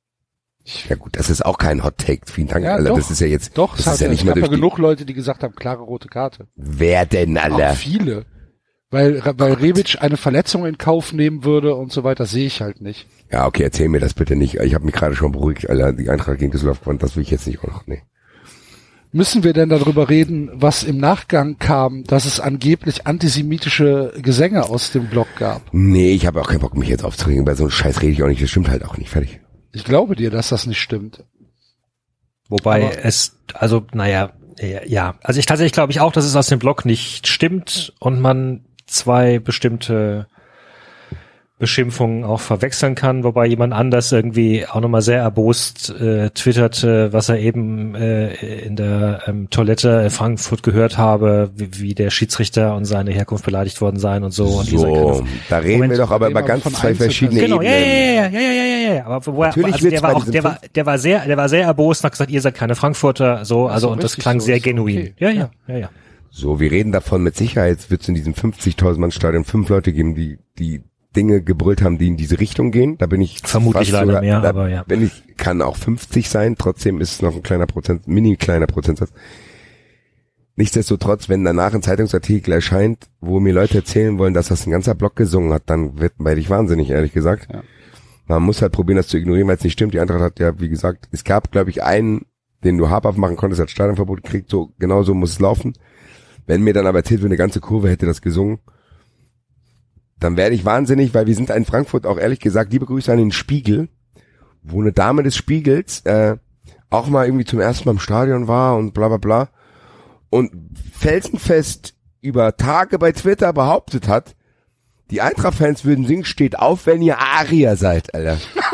Ja gut, das ist auch kein Hot Take. Vielen Dank, Ja, Alter. doch. Das ist ja jetzt, Doch, das es ist ja hat- nicht es mehr gab ja durch die, genug Leute, die gesagt haben, klare rote Karte. wer denn, Auch Alter? viele. Weil, weil Rebic eine Verletzung in Kauf nehmen würde und so weiter, sehe ich halt nicht. Ja, okay, erzähl mir das bitte nicht. Ich habe mich gerade schon beruhigt, Alter. Die Eintracht gegen Düsseldorf gewonnen, das will ich jetzt nicht. Oh, nee. Müssen wir denn darüber reden, was im Nachgang kam, dass es angeblich antisemitische Gesänge aus dem Blog gab? Nee, ich habe auch keinen Bock, mich jetzt aufzuregen. Bei so einem Scheiß rede ich auch nicht. Das stimmt halt auch nicht. Fertig. Ich glaube dir, dass das nicht stimmt. Wobei Aber- es, also, naja, ja, also ich tatsächlich glaube ich auch, dass es aus dem Blog nicht stimmt und man zwei bestimmte Beschimpfungen auch verwechseln kann, wobei jemand anders irgendwie auch nochmal sehr erbost äh, twitterte, was er eben äh, in der ähm, Toilette in Frankfurt gehört habe, wie, wie der Schiedsrichter und seine Herkunft beleidigt worden seien und so. Und dieser So, keine- da reden Moment, wir doch aber reden über wir ganz von zwei Einzelpersonen. verschiedene Genau, ja, Ebenen. ja, ja, ja, ja, ja, ja, ja. Aber wo er, Natürlich also wird's der war bei auch, diesen der war, fünf- der war sehr, der war sehr erbost und hat gesagt, ihr seid keine Frankfurter, so, Ach also so, und das richtig klang so, sehr ist so, genuin. okay. Ja, ja, ja, ja. So, wir reden davon, mit Sicherheit wird es in diesem fünfzigtausend Mann Stadion fünf Leute geben, die die Dinge gebrüllt haben, die in diese Richtung gehen. Da bin ich Vermutlich fast leider sogar, mehr, da aber ja. Bin ich, kann auch fünfzig sein, trotzdem ist es noch ein kleiner Prozent, mini kleiner Prozentsatz. Nichtsdestotrotz, wenn danach ein Zeitungsartikel erscheint, wo mir Leute erzählen wollen, dass das ein ganzer Block gesungen hat, dann wird, werde ich wahnsinnig, ehrlich gesagt. Ja. Man muss halt probieren, das zu ignorieren, weil es nicht stimmt. Die Eintracht hat ja, wie gesagt, es gab, glaube ich, einen, den du habhaft machen konntest, hat Stadionverbot gekriegt, so, genau so muss es laufen. Wenn mir dann aber erzählt wird, eine ganze Kurve hätte das gesungen, dann werde ich wahnsinnig, weil wir sind in Frankfurt auch ehrlich gesagt, liebe Grüße an den Spiegel, wo eine Dame des Spiegels äh, auch mal irgendwie zum ersten Mal im Stadion war und bla bla bla und felsenfest über Tage bei Twitter behauptet hat, die Eintracht-Fans würden singen, steht auf, wenn ihr Arier seid, Alter.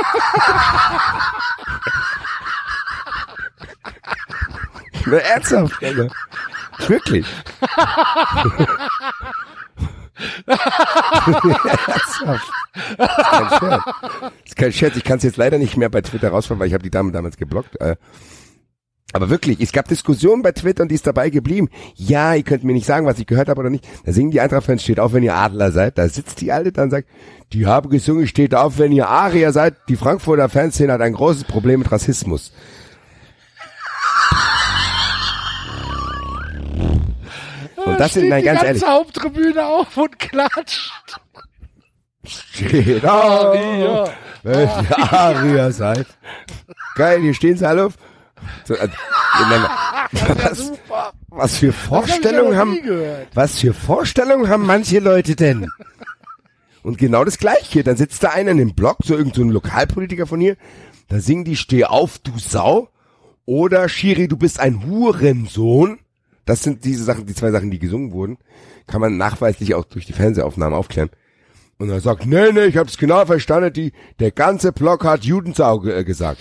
Na, ernsthaft, Alter. Wirklich. Ernsthaft. Das ist kein Scherz. Das ist kein Scherz. Ich kann es jetzt leider nicht mehr bei Twitter rausfahren, weil ich habe die Dame damals geblockt. Äh, Aber wirklich, es gab Diskussionen bei Twitter und die ist dabei geblieben. Ja, ihr könnt mir nicht sagen, was ich gehört habe oder nicht. Da singen die Eintracht-Fans, steht auf, wenn ihr Adler seid. Da sitzt die Alte dann und sagt, die haben gesungen, steht auf, wenn ihr Arier seid. Die Frankfurter Fanszene hat ein großes Problem mit Rassismus. Und das sind, nein, ganz die ehrlich. ganze Haupttribüne auf und klatscht. Steht auf, Arier. wenn ihr Arier seid. Geil, hier stehen sie alle auf. So, äh, was, was für Vorstellungen haben, was für Vorstellungen haben manche Leute denn? Und genau das Gleiche. Dann sitzt da einer in dem Block, so irgend so ein Lokalpolitiker von hier, da singen die, steh auf, du Sau. Oder Schiri, du bist ein Hurensohn. Das sind diese Sachen, die zwei Sachen, die gesungen wurden. Kann man nachweislich auch durch die Fernsehaufnahmen aufklären. Und er sagt, nee, nee, ich hab's genau verstanden, die, der ganze Block hat Judensau äh, gesagt.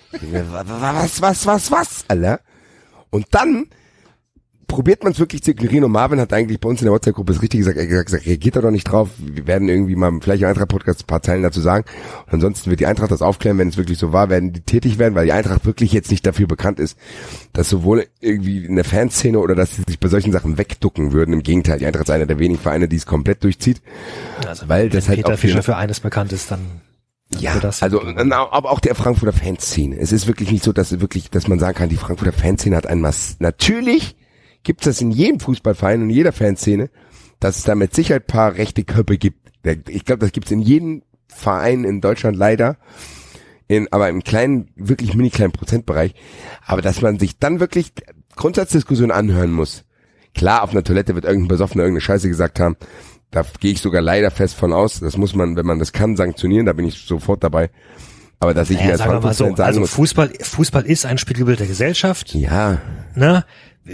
Was, was, was, was, Alter? Und dann probiert man es wirklich zu ignorieren und Marvin hat eigentlich bei uns in der WhatsApp-Gruppe das Richtige gesagt, er hat gesagt, reagiert da doch nicht drauf, wir werden irgendwie mal vielleicht im Eintracht-Podcast ein paar Zeilen dazu sagen und ansonsten wird die Eintracht das aufklären, wenn es wirklich so war, werden die tätig werden, weil die Eintracht wirklich jetzt nicht dafür bekannt ist, dass sowohl irgendwie in der Fanszene oder dass sie sich bei solchen Sachen wegducken würden, im Gegenteil, die Eintracht ist einer der wenigen Vereine, die es komplett durchzieht, Also, weil das wenn halt Peter auch viel- Fischer für eines bekannt ist, dann ja, das also aber auch der Frankfurter Fanszene. Es ist wirklich nicht so, dass wirklich, dass man sagen kann, die Frankfurter Fanszene hat ein Mass. Natürlich gibt es das in jedem Fußballverein und in jeder Fanszene, dass es da mit Sicherheit ein paar rechte Köpfe gibt. Ich glaube, das gibt es in jedem Verein in Deutschland leider, in, aber im kleinen, wirklich mini kleinen Prozentbereich. Aber dass man sich dann wirklich Grundsatzdiskussionen anhören muss. Klar, auf einer Toilette wird irgendein Besoffener irgendeine Scheiße gesagt haben. Da gehe ich sogar leider fest von aus. Das muss man, wenn man das kann, sanktionieren. Da bin ich sofort dabei. Aber dass ich naja, mir als sagen wir mal so, Frankfurt-Fan sagen also muss, Fußball, Fußball ist ein Spiegelbild der Gesellschaft, ja, ne?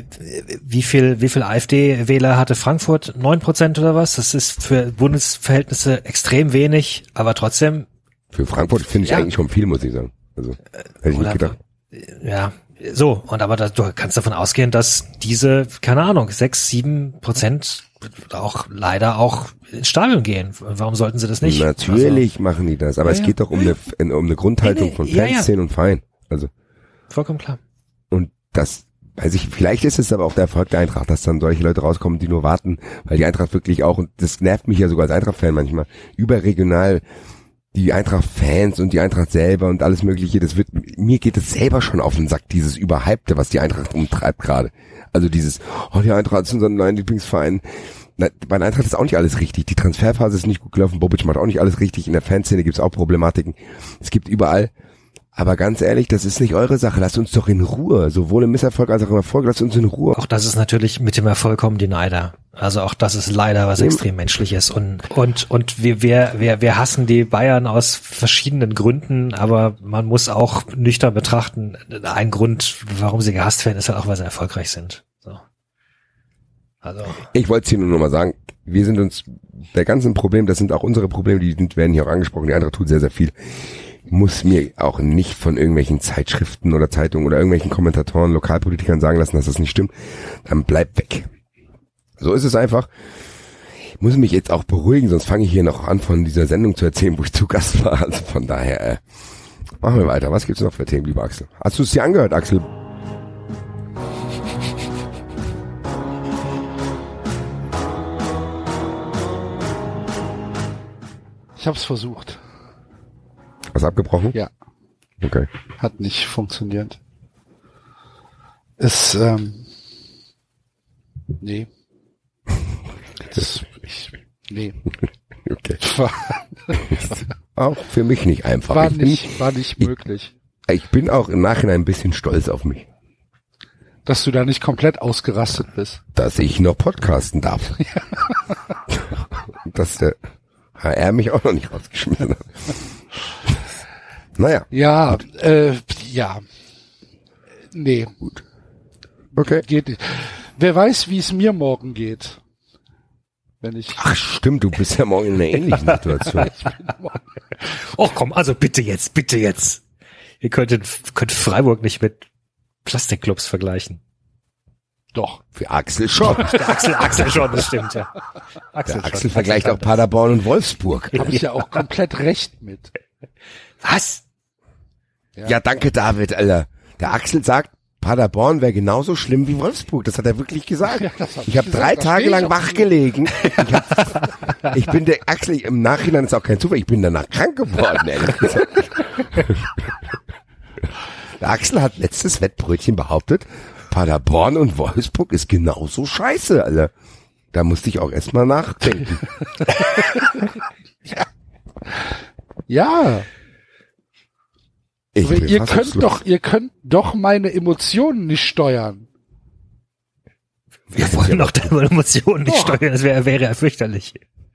Wie viel, wie viel AfD-Wähler hatte Frankfurt? Neun Prozent oder was? Das ist für Bundesverhältnisse extrem wenig, aber trotzdem, für Frankfurt finde ich Ja. eigentlich schon viel, muss ich sagen. Also, hätte ich oder- nicht gedacht. ja, so. Und aber da, du kannst davon ausgehen, dass diese, keine Ahnung, sechs, sieben Prozent auch leider auch ins Stadion gehen. Warum sollten sie das nicht? Natürlich machen die das, aber Ja, es ja. geht doch um eine, um eine Grundhaltung Nee, nee, von ja, ja. Fanszene und Verein. Also, Also, vollkommen klar. und das, weiß ich, vielleicht ist es aber auch der Erfolg der Eintracht, dass dann solche Leute rauskommen, die nur warten, weil die Eintracht wirklich auch, und das nervt mich ja sogar als Eintracht-Fan manchmal, überregional die Eintracht-Fans und die Eintracht selber und alles mögliche, das wird, mir geht es selber schon auf den Sack, dieses Überhypte, was die Eintracht umtreibt gerade. Also dieses, oh, die Eintracht ist unser neuer Lieblingsverein. Na, bei der Eintracht ist auch nicht alles richtig. Die Transferphase ist nicht gut gelaufen. Bobic macht auch nicht alles richtig. In der Fanszene gibt's auch Problematiken. Es gibt überall. Aber ganz ehrlich, das ist nicht eure Sache. Lasst uns doch in Ruhe. Sowohl im Misserfolg als auch im Erfolg. Lasst uns in Ruhe. Auch das ist natürlich mit dem Erfolg kommen die Neider. Also auch das ist leider was extrem Menschliches. Und, und, und wir, wir, wir, wir hassen die Bayern aus verschiedenen Gründen. Aber man muss auch nüchtern betrachten. Ein Grund, warum sie gehasst werden, ist halt auch, weil sie erfolgreich sind. So. Also. Ich wollte es hier nur noch mal sagen. Wir sind uns der ganzen Problem, das sind auch unsere Probleme, die werden hier auch angesprochen. Die Eintracht tut sehr, sehr viel. Muss mir auch nicht von irgendwelchen Zeitschriften oder Zeitungen oder irgendwelchen Kommentatoren, Lokalpolitikern sagen lassen, dass das nicht stimmt. Dann bleibt weg. So ist es einfach. Ich muss mich jetzt auch beruhigen, sonst fange ich hier noch an, von dieser Sendung zu erzählen, wo ich zu Gast war. Also von daher, äh, machen wir weiter. Was gibt's noch für Themen, lieber Axel? Hast du es dir angehört, Axel? Ich hab's versucht. Was abgebrochen? Ja. Okay. Hat nicht funktioniert. Es, ähm, nee. Das, ich, nee. Okay. War, auch für mich nicht einfach. war ich bin, nicht, war nicht möglich. Ich bin auch im Nachhinein ein bisschen stolz auf mich, dass du da nicht komplett ausgerastet bist. dass ich noch podcasten darf. Dass der H R mich auch noch nicht rausgeschmissen hat. Naja. Ja, äh, ja. Nee. Gut. Okay. Geht nicht. Wer weiß, wie es mir morgen geht. Wenn ich. Ach stimmt, du bist ja morgen in einer ähnlichen Situation. Ich bin morgen. Oh komm, also bitte jetzt, bitte jetzt. Ihr könntet, könnt Freiburg nicht mit Plastikclubs vergleichen. Doch. Für Axel schon. Der Axel, Axel schon, das stimmt, ja. Axel, Der Axel schon. vergleicht Axel auch Paderborn und Wolfsburg. Habe ich ja auch komplett recht mit. Was? Ja. Ja, danke David, Alter. Der Axel sagt, Paderborn wäre genauso schlimm wie Wolfsburg. Das hat er wirklich gesagt. Ja, das hab ich ich habe gesagt, drei das Tage stehe ich lang auf wach dem- gelegen. Ich, hab, ich bin der Axel, im Nachhinein ist auch kein Zufall, ich bin danach krank geworden, ehrlich gesagt. Der Axel hat letztes Wettbrötchen behauptet, Paderborn und Wolfsburg ist genauso scheiße, Alter. Da musste ich auch erstmal nachdenken. Ja. Ich Aber bin ihr fassungslos. könnt doch, ihr könnt doch meine Emotionen nicht steuern. Wir wollen doch deine Emotionen nicht Doch. steuern, das wäre wäre ja fürchterlich.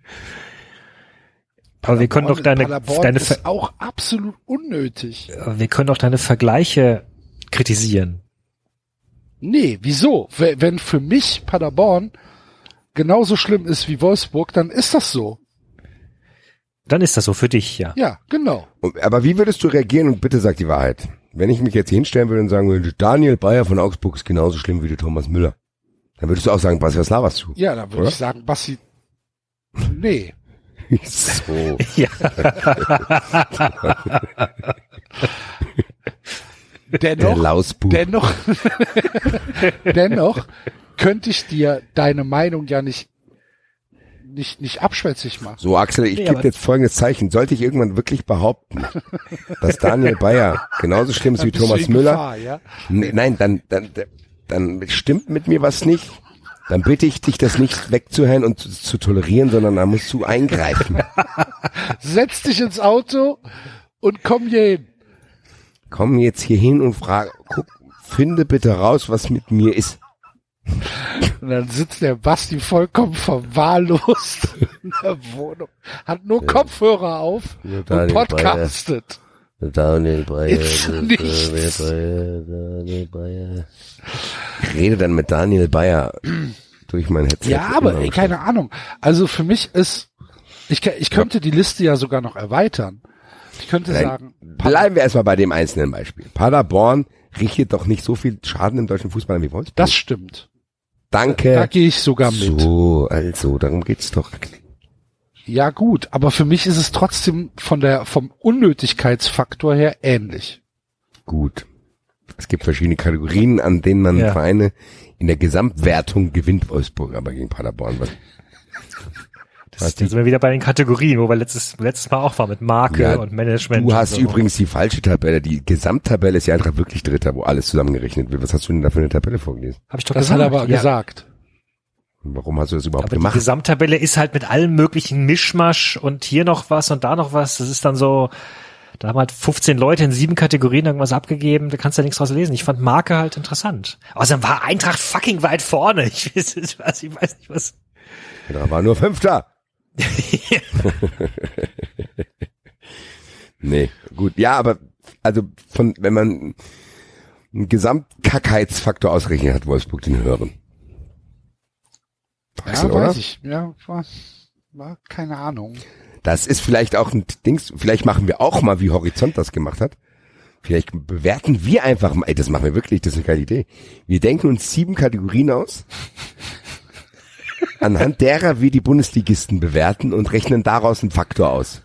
Aber wir können doch deine, Paderborn deine, ist Ver auch absolut unnötig. wir können doch deine Vergleiche kritisieren. Nee, wieso? W- Wenn für mich Paderborn genauso schlimm ist wie Wolfsburg, dann ist das so. Dann ist das so für dich, ja. Ja, genau. Und- Aber wie würdest du reagieren und bitte sag die Wahrheit? Wenn ich mich jetzt hier hinstellen würde und sagen würde, Daniel Bayer von Augsburg ist genauso schlimm wie der Thomas Müller, dann würdest du auch sagen, Basti, was laberst du? Ja, dann würde Oder? ich sagen, Basti, nee. So. Ja. Der Dennoch, Lausbuch. dennoch, dennoch könnte ich dir deine Meinung ja nicht, nicht, nicht abschwätzig machen. So, Axel, ich Nee, gebe aber- jetzt folgendes Zeichen. Sollte ich irgendwann wirklich behaupten, dass Daniel Bayer genauso schlimm ist wie Dann bist du Thomas in Müller, Gefahr, ja? nee, nein, dann, dann, dann stimmt mit mir was nicht. Dann bitte ich dich, das nicht wegzuhören und zu, zu tolerieren, sondern da musst du eingreifen. Setz dich ins Auto und komm hier hin. Komm jetzt hier hin und frag, guck, finde bitte raus, was mit mir ist. Und dann sitzt der Basti vollkommen verwahrlost in der Wohnung, hat nur Kopfhörer auf Ja, und Daniel podcastet. Daniel Bayer, Ist nichts. Daniel Bayer. Ich rede dann mit Daniel Bayer durch mein Headset. Ja, aber ey, keine Ahnung. Also für mich ist, ich, ke- ich könnte die Liste ja sogar noch erweitern. Ich könnte Nein, sagen, bleiben wir erstmal bei dem einzelnen Beispiel. Paderborn richtet doch nicht so viel Schaden im deutschen Fußball an wie Wolfsburg. das stimmt. Danke. Da gehe ich sogar mit. So, also, darum geht's doch. Ja gut, aber für mich ist es trotzdem von der, vom Unnötigkeitsfaktor her ähnlich. Gut. Es gibt verschiedene Kategorien, an denen man Ja. Vereine in der Gesamtwertung gewinnt Wolfsburg, aber gegen Paderborn. Was? Das ist, da sind wir wieder bei den Kategorien, wo wir letztes, letztes Mal auch waren mit Marke Ja, und Management. Du hast und so. übrigens die falsche Tabelle. Die Gesamttabelle ist ja einfach wirklich Dritter, wo alles zusammengerechnet wird. Was hast du denn da für eine Tabelle vorgelesen? Hab ich doch Das gesagt. hat er aber ja. gesagt. Warum hast du das überhaupt Aber die gemacht? Gesamttabelle ist halt mit allem möglichen Mischmasch und hier noch was und da noch was. Das ist dann so, da haben halt fünfzehn Leute in sieben Kategorien irgendwas abgegeben. Da kannst du ja nichts draus lesen. Ich fand Marke halt interessant. Außerdem war Eintracht fucking weit vorne. Ich weiß, ich weiß, ich weiß nicht was. Da war nur Fünfter. Nee, gut. Ja, aber also von wenn man einen Gesamtkackheitsfaktor ausrechnet, hat Wolfsburg den höheren. Axel, Ja, oder? weiß ich. Ja, war, war keine Ahnung. Das ist vielleicht auch ein Dings, vielleicht machen wir auch mal, wie Horizont das gemacht hat. Vielleicht bewerten wir einfach mal, ey, das machen wir wirklich, das ist eine geile Idee. Wir denken uns sieben Kategorien aus, anhand derer wir die Bundesligisten bewerten und rechnen daraus einen Faktor aus.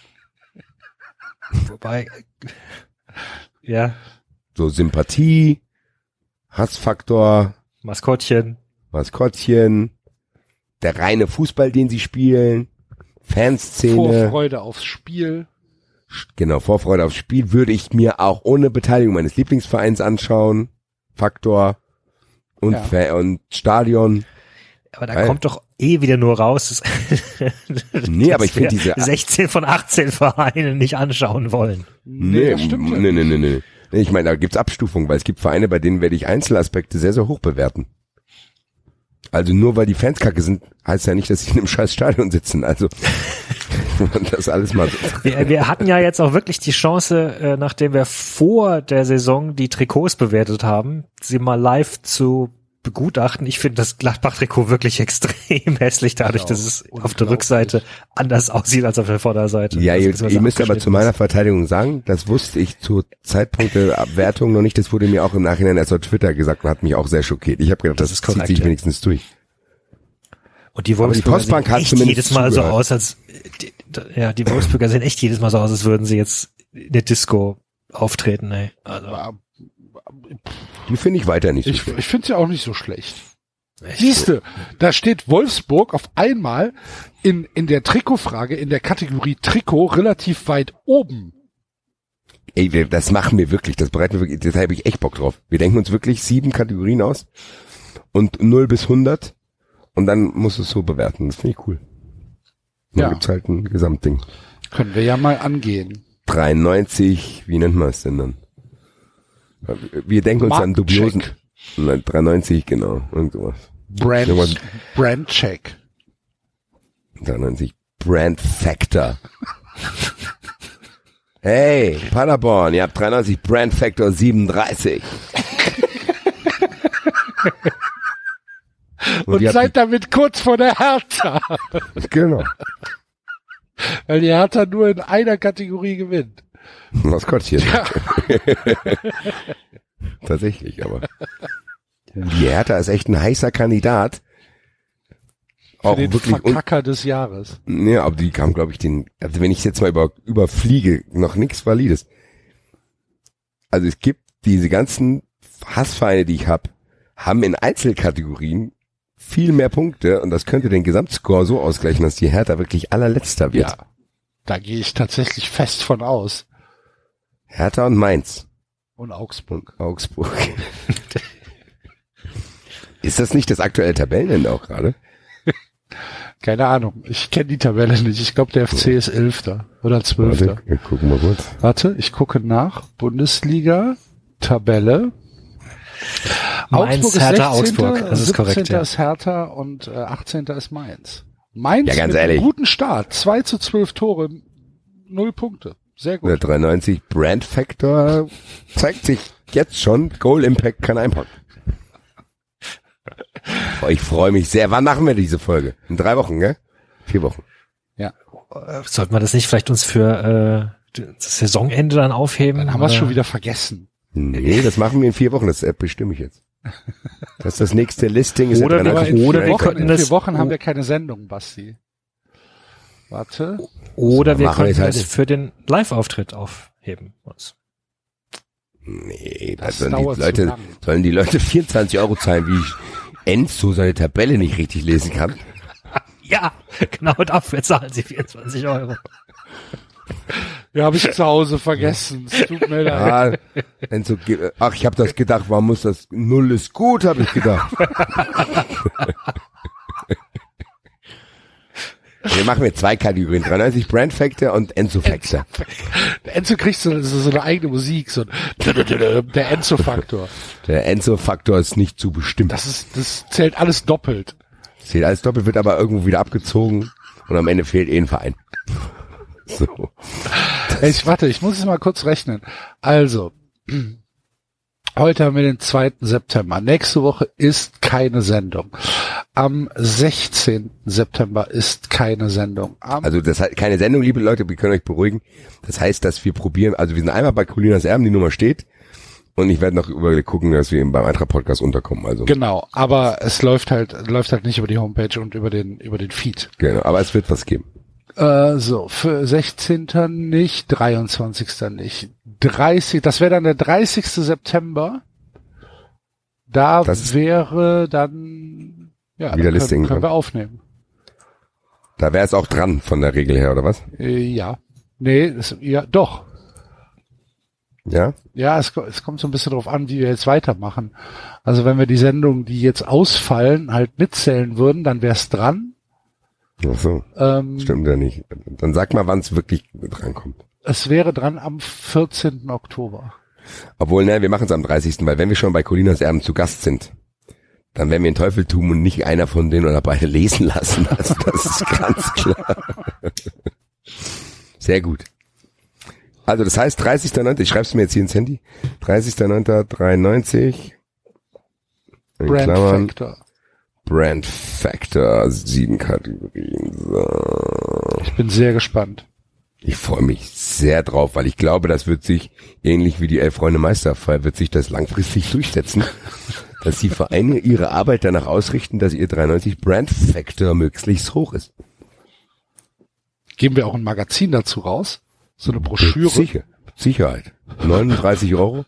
Wobei, ja, So Sympathie, Hassfaktor, Maskottchen. Maskottchen, der reine Fußball, den sie spielen, Fanszene. Vorfreude aufs Spiel. Genau, Vorfreude aufs Spiel würde ich mir auch ohne Beteiligung meines Lieblingsvereins anschauen. Faktor und, Ja. Fa- und Stadion. Aber da Geil. kommt doch eh wieder nur raus, dass Nee, aber ich dass wir finde diese- sechzehn von achtzehn Vereinen nicht anschauen wollen. Nee, das stimmt ja nee, nee, nee, nee. Nee, ich meine, da gibt's Abstufungen, weil es gibt Vereine, bei denen werde ich Einzelaspekte sehr, sehr hoch bewerten. Also nur weil die Fans kacke sind, heißt ja nicht, dass sie in einem scheiß Stadion sitzen. Also das alles mal so. Wir, wir hatten ja jetzt auch wirklich die Chance, äh, nachdem wir vor der Saison die Trikots bewertet haben, sie mal live zu begutachten. Ich finde das Gladbach-Trikot wirklich extrem hässlich, dadurch, dass es auf der Rückseite anders aussieht als auf der Vorderseite. Ja, ihr, Also, ihr müsst aber zu abgeschnitten meiner ist. Verteidigung sagen, das wusste ich zu Zeitpunkt der Abwertung noch nicht. Das wurde mir auch im Nachhinein erst auf Twitter gesagt und hat mich auch sehr schockiert. Ich habe gedacht, das, Das ist zieht korrekt, sich ja. wenigstens durch. Und die Aber die Wolfsburger Postbank sehen hat echt zumindest jedes Mal zugehört. so aus, als die, ja, die Wolfsburger sehen echt jedes Mal so aus, als würden sie jetzt in der Disco auftreten, ey. Also, Die finde ich weiter nicht so Ich, schlecht. ich finde es ja auch nicht so schlecht. echt. Siehste, da steht Wolfsburg auf einmal in, in der Trikotfrage, in der Kategorie Trikot relativ weit oben. Ey, wir, das machen wir wirklich, das bereiten wir wirklich, da habe ich echt Bock drauf. Wir denken uns wirklich sieben Kategorien aus und null bis hundert und dann muss es so bewerten. Das finde ich cool. Dann Ja. gibt's halt ein Gesamtding. Können wir ja mal angehen. dreiundneunzig, wie nennt man es denn dann? Wir denken uns an Markencheck. dubiosen. Nein, dreiundneunzig, genau, irgend sowas. Brand, Irgendwas- Brandcheck. dreiundneunzig, Brand Factor. Hey, Paderborn, ihr habt dreiundneunzig, Brand Factor siebenunddreißig. Und ihr habt seid damit kurz vor der Hertha. die- Genau. Weil die Hertha nur in einer Kategorie gewinnt. Maskottchen. Tatsächlich, aber. Die Hertha ist echt ein heißer Kandidat. Für Auch den wirklich. Und, Verkacker des Jahres. ja, aber die kam, glaube ich, den, also wenn ich jetzt mal über, überfliege, noch nichts Valides. Also es gibt diese ganzen Hassvereine, die ich habe, haben in Einzelkategorien viel mehr Punkte und das könnte den Gesamtscore so ausgleichen, dass die Hertha wirklich allerletzter wird. Ja. Da gehe ich tatsächlich fest von aus. Hertha und Mainz Und Augsburg. und Augsburg. Ist das nicht das aktuelle Tabellenende auch gerade? Keine Ahnung. Ich kenne die Tabelle nicht. Ich glaube, der F C ist Elfter oder Zwölfter. Warte, wir gucken mal kurz. Warte, ich gucke nach. Bundesliga, Tabelle. Mainz, Augsburg ist Hertha, sechzehnter, Augsburg. Das ist korrekt, siebzehnter ja. ist Hertha und äh, achtzehnter ist Mainz. Mainz Ja, ganz mit ehrlich. einem guten Start. zwei zu zwölf Tore, null Punkte. Sehr Der gut. dreiundneunzig Brand Factor zeigt sich jetzt schon. Goal Impact kann einpacken. Oh, ich freue mich sehr. Wann machen wir diese Folge? In drei Wochen, gell? Vier Wochen. Äh, Sollten wir das nicht vielleicht uns für äh, das Saisonende dann aufheben? Dann haben wir es Oder? schon wieder vergessen. Nee, das machen wir in vier Wochen. Das äh, bestimme ich jetzt. Das ist das nächste Listing. Ist Oder der wir- Aber dreiundneunzig in oder vier wir Wochen, könnten in das- vier Wochen haben wir keine Sendung, Basti. Warte. Oder wir Machen wir könnten jetzt halt es nicht. für den Live-Auftritt aufheben. Uns. Nee, Das das sollen dauert die zu Leute, lang. sollen die Leute vierundzwanzig Euro zahlen, wie ich Enzo seine Tabelle nicht richtig lesen kann? Ja, genau dafür zahlen sie vierundzwanzig Euro. Ja, habe ich zu Hause vergessen. Es tut mir leid. Ja, Enzo, ge- ach, ich habe das gedacht, warum muss das, null ist gut, habe ich gedacht. Wir machen jetzt zwei Kategorien, dreiundneunzig Brand Factor und Enzo Factor. Der Enzo kriegt so, so, so eine eigene Musik, so ein der Enzo-Faktor. Der Enzo-Faktor ist nicht zu bestimmen. Das ist, das zählt alles doppelt. Zählt alles doppelt, wird aber irgendwo wieder abgezogen und am Ende fehlt eh ein Verein. So. Ich warte, ich muss es mal kurz rechnen. Also, heute haben wir den zweiten September. Nächste Woche ist keine Sendung. Am sechzehnten September ist keine Sendung. Am Also das heißt, keine Sendung, liebe Leute, wir können euch beruhigen. Das heißt, dass wir probieren, also wir sind einmal bei Colinas Erben, die Nummer steht. Und ich werde noch über gucken, dass wir eben beim Eintracht-Podcast unterkommen. Also Genau, aber es läuft halt, läuft halt nicht über die Homepage und über den, über den Feed. Genau, aber es wird was geben. Äh, so, für sechzehnten nicht, dreiundzwanzigsten nicht, dreißig, das wäre dann der dreißigsten September. Da Das wäre dann, ja, wieder dann Listing können, können wir dran. aufnehmen. Da wäre es auch dran von der Regel her, oder was? Äh, ja. Nee, das, ja, doch. Ja? Ja, es, es kommt so ein bisschen drauf an, wie wir jetzt weitermachen. Also wenn wir die Sendungen, die jetzt ausfallen, halt mitzählen würden, dann wäre es dran. Ach so, Ähm, stimmt ja nicht. Dann sag mal, wann es wirklich drankommt. Es wäre dran am vierzehnten Oktober. Obwohl, ne, wir machen es am dreißigsten, weil wenn wir schon bei Colinas Erben zu Gast sind, dann werden wir den Teufel tun und nicht einer von denen oder beide lesen lassen. Also das ist ganz klar. Sehr gut. Also das heißt dreißigster neunter ich schreib's mir jetzt hier ins Handy. dreißigster neunter dreiundneunzig In Brand Klammern, Factor. Brand Factor, sieben Kategorien. So. Ich bin sehr gespannt. Ich freue mich sehr drauf, weil ich glaube, das wird sich, ähnlich wie die Elf-Freunde-Meisterfeier, wird sich das langfristig durchsetzen, dass die Vereine ihre Arbeit danach ausrichten, dass ihr dreiundneunzig Brand Factor möglichst hoch ist. Geben wir auch ein Magazin dazu raus? So eine Broschüre? Sicher, Sicherheit. neununddreißig Euro?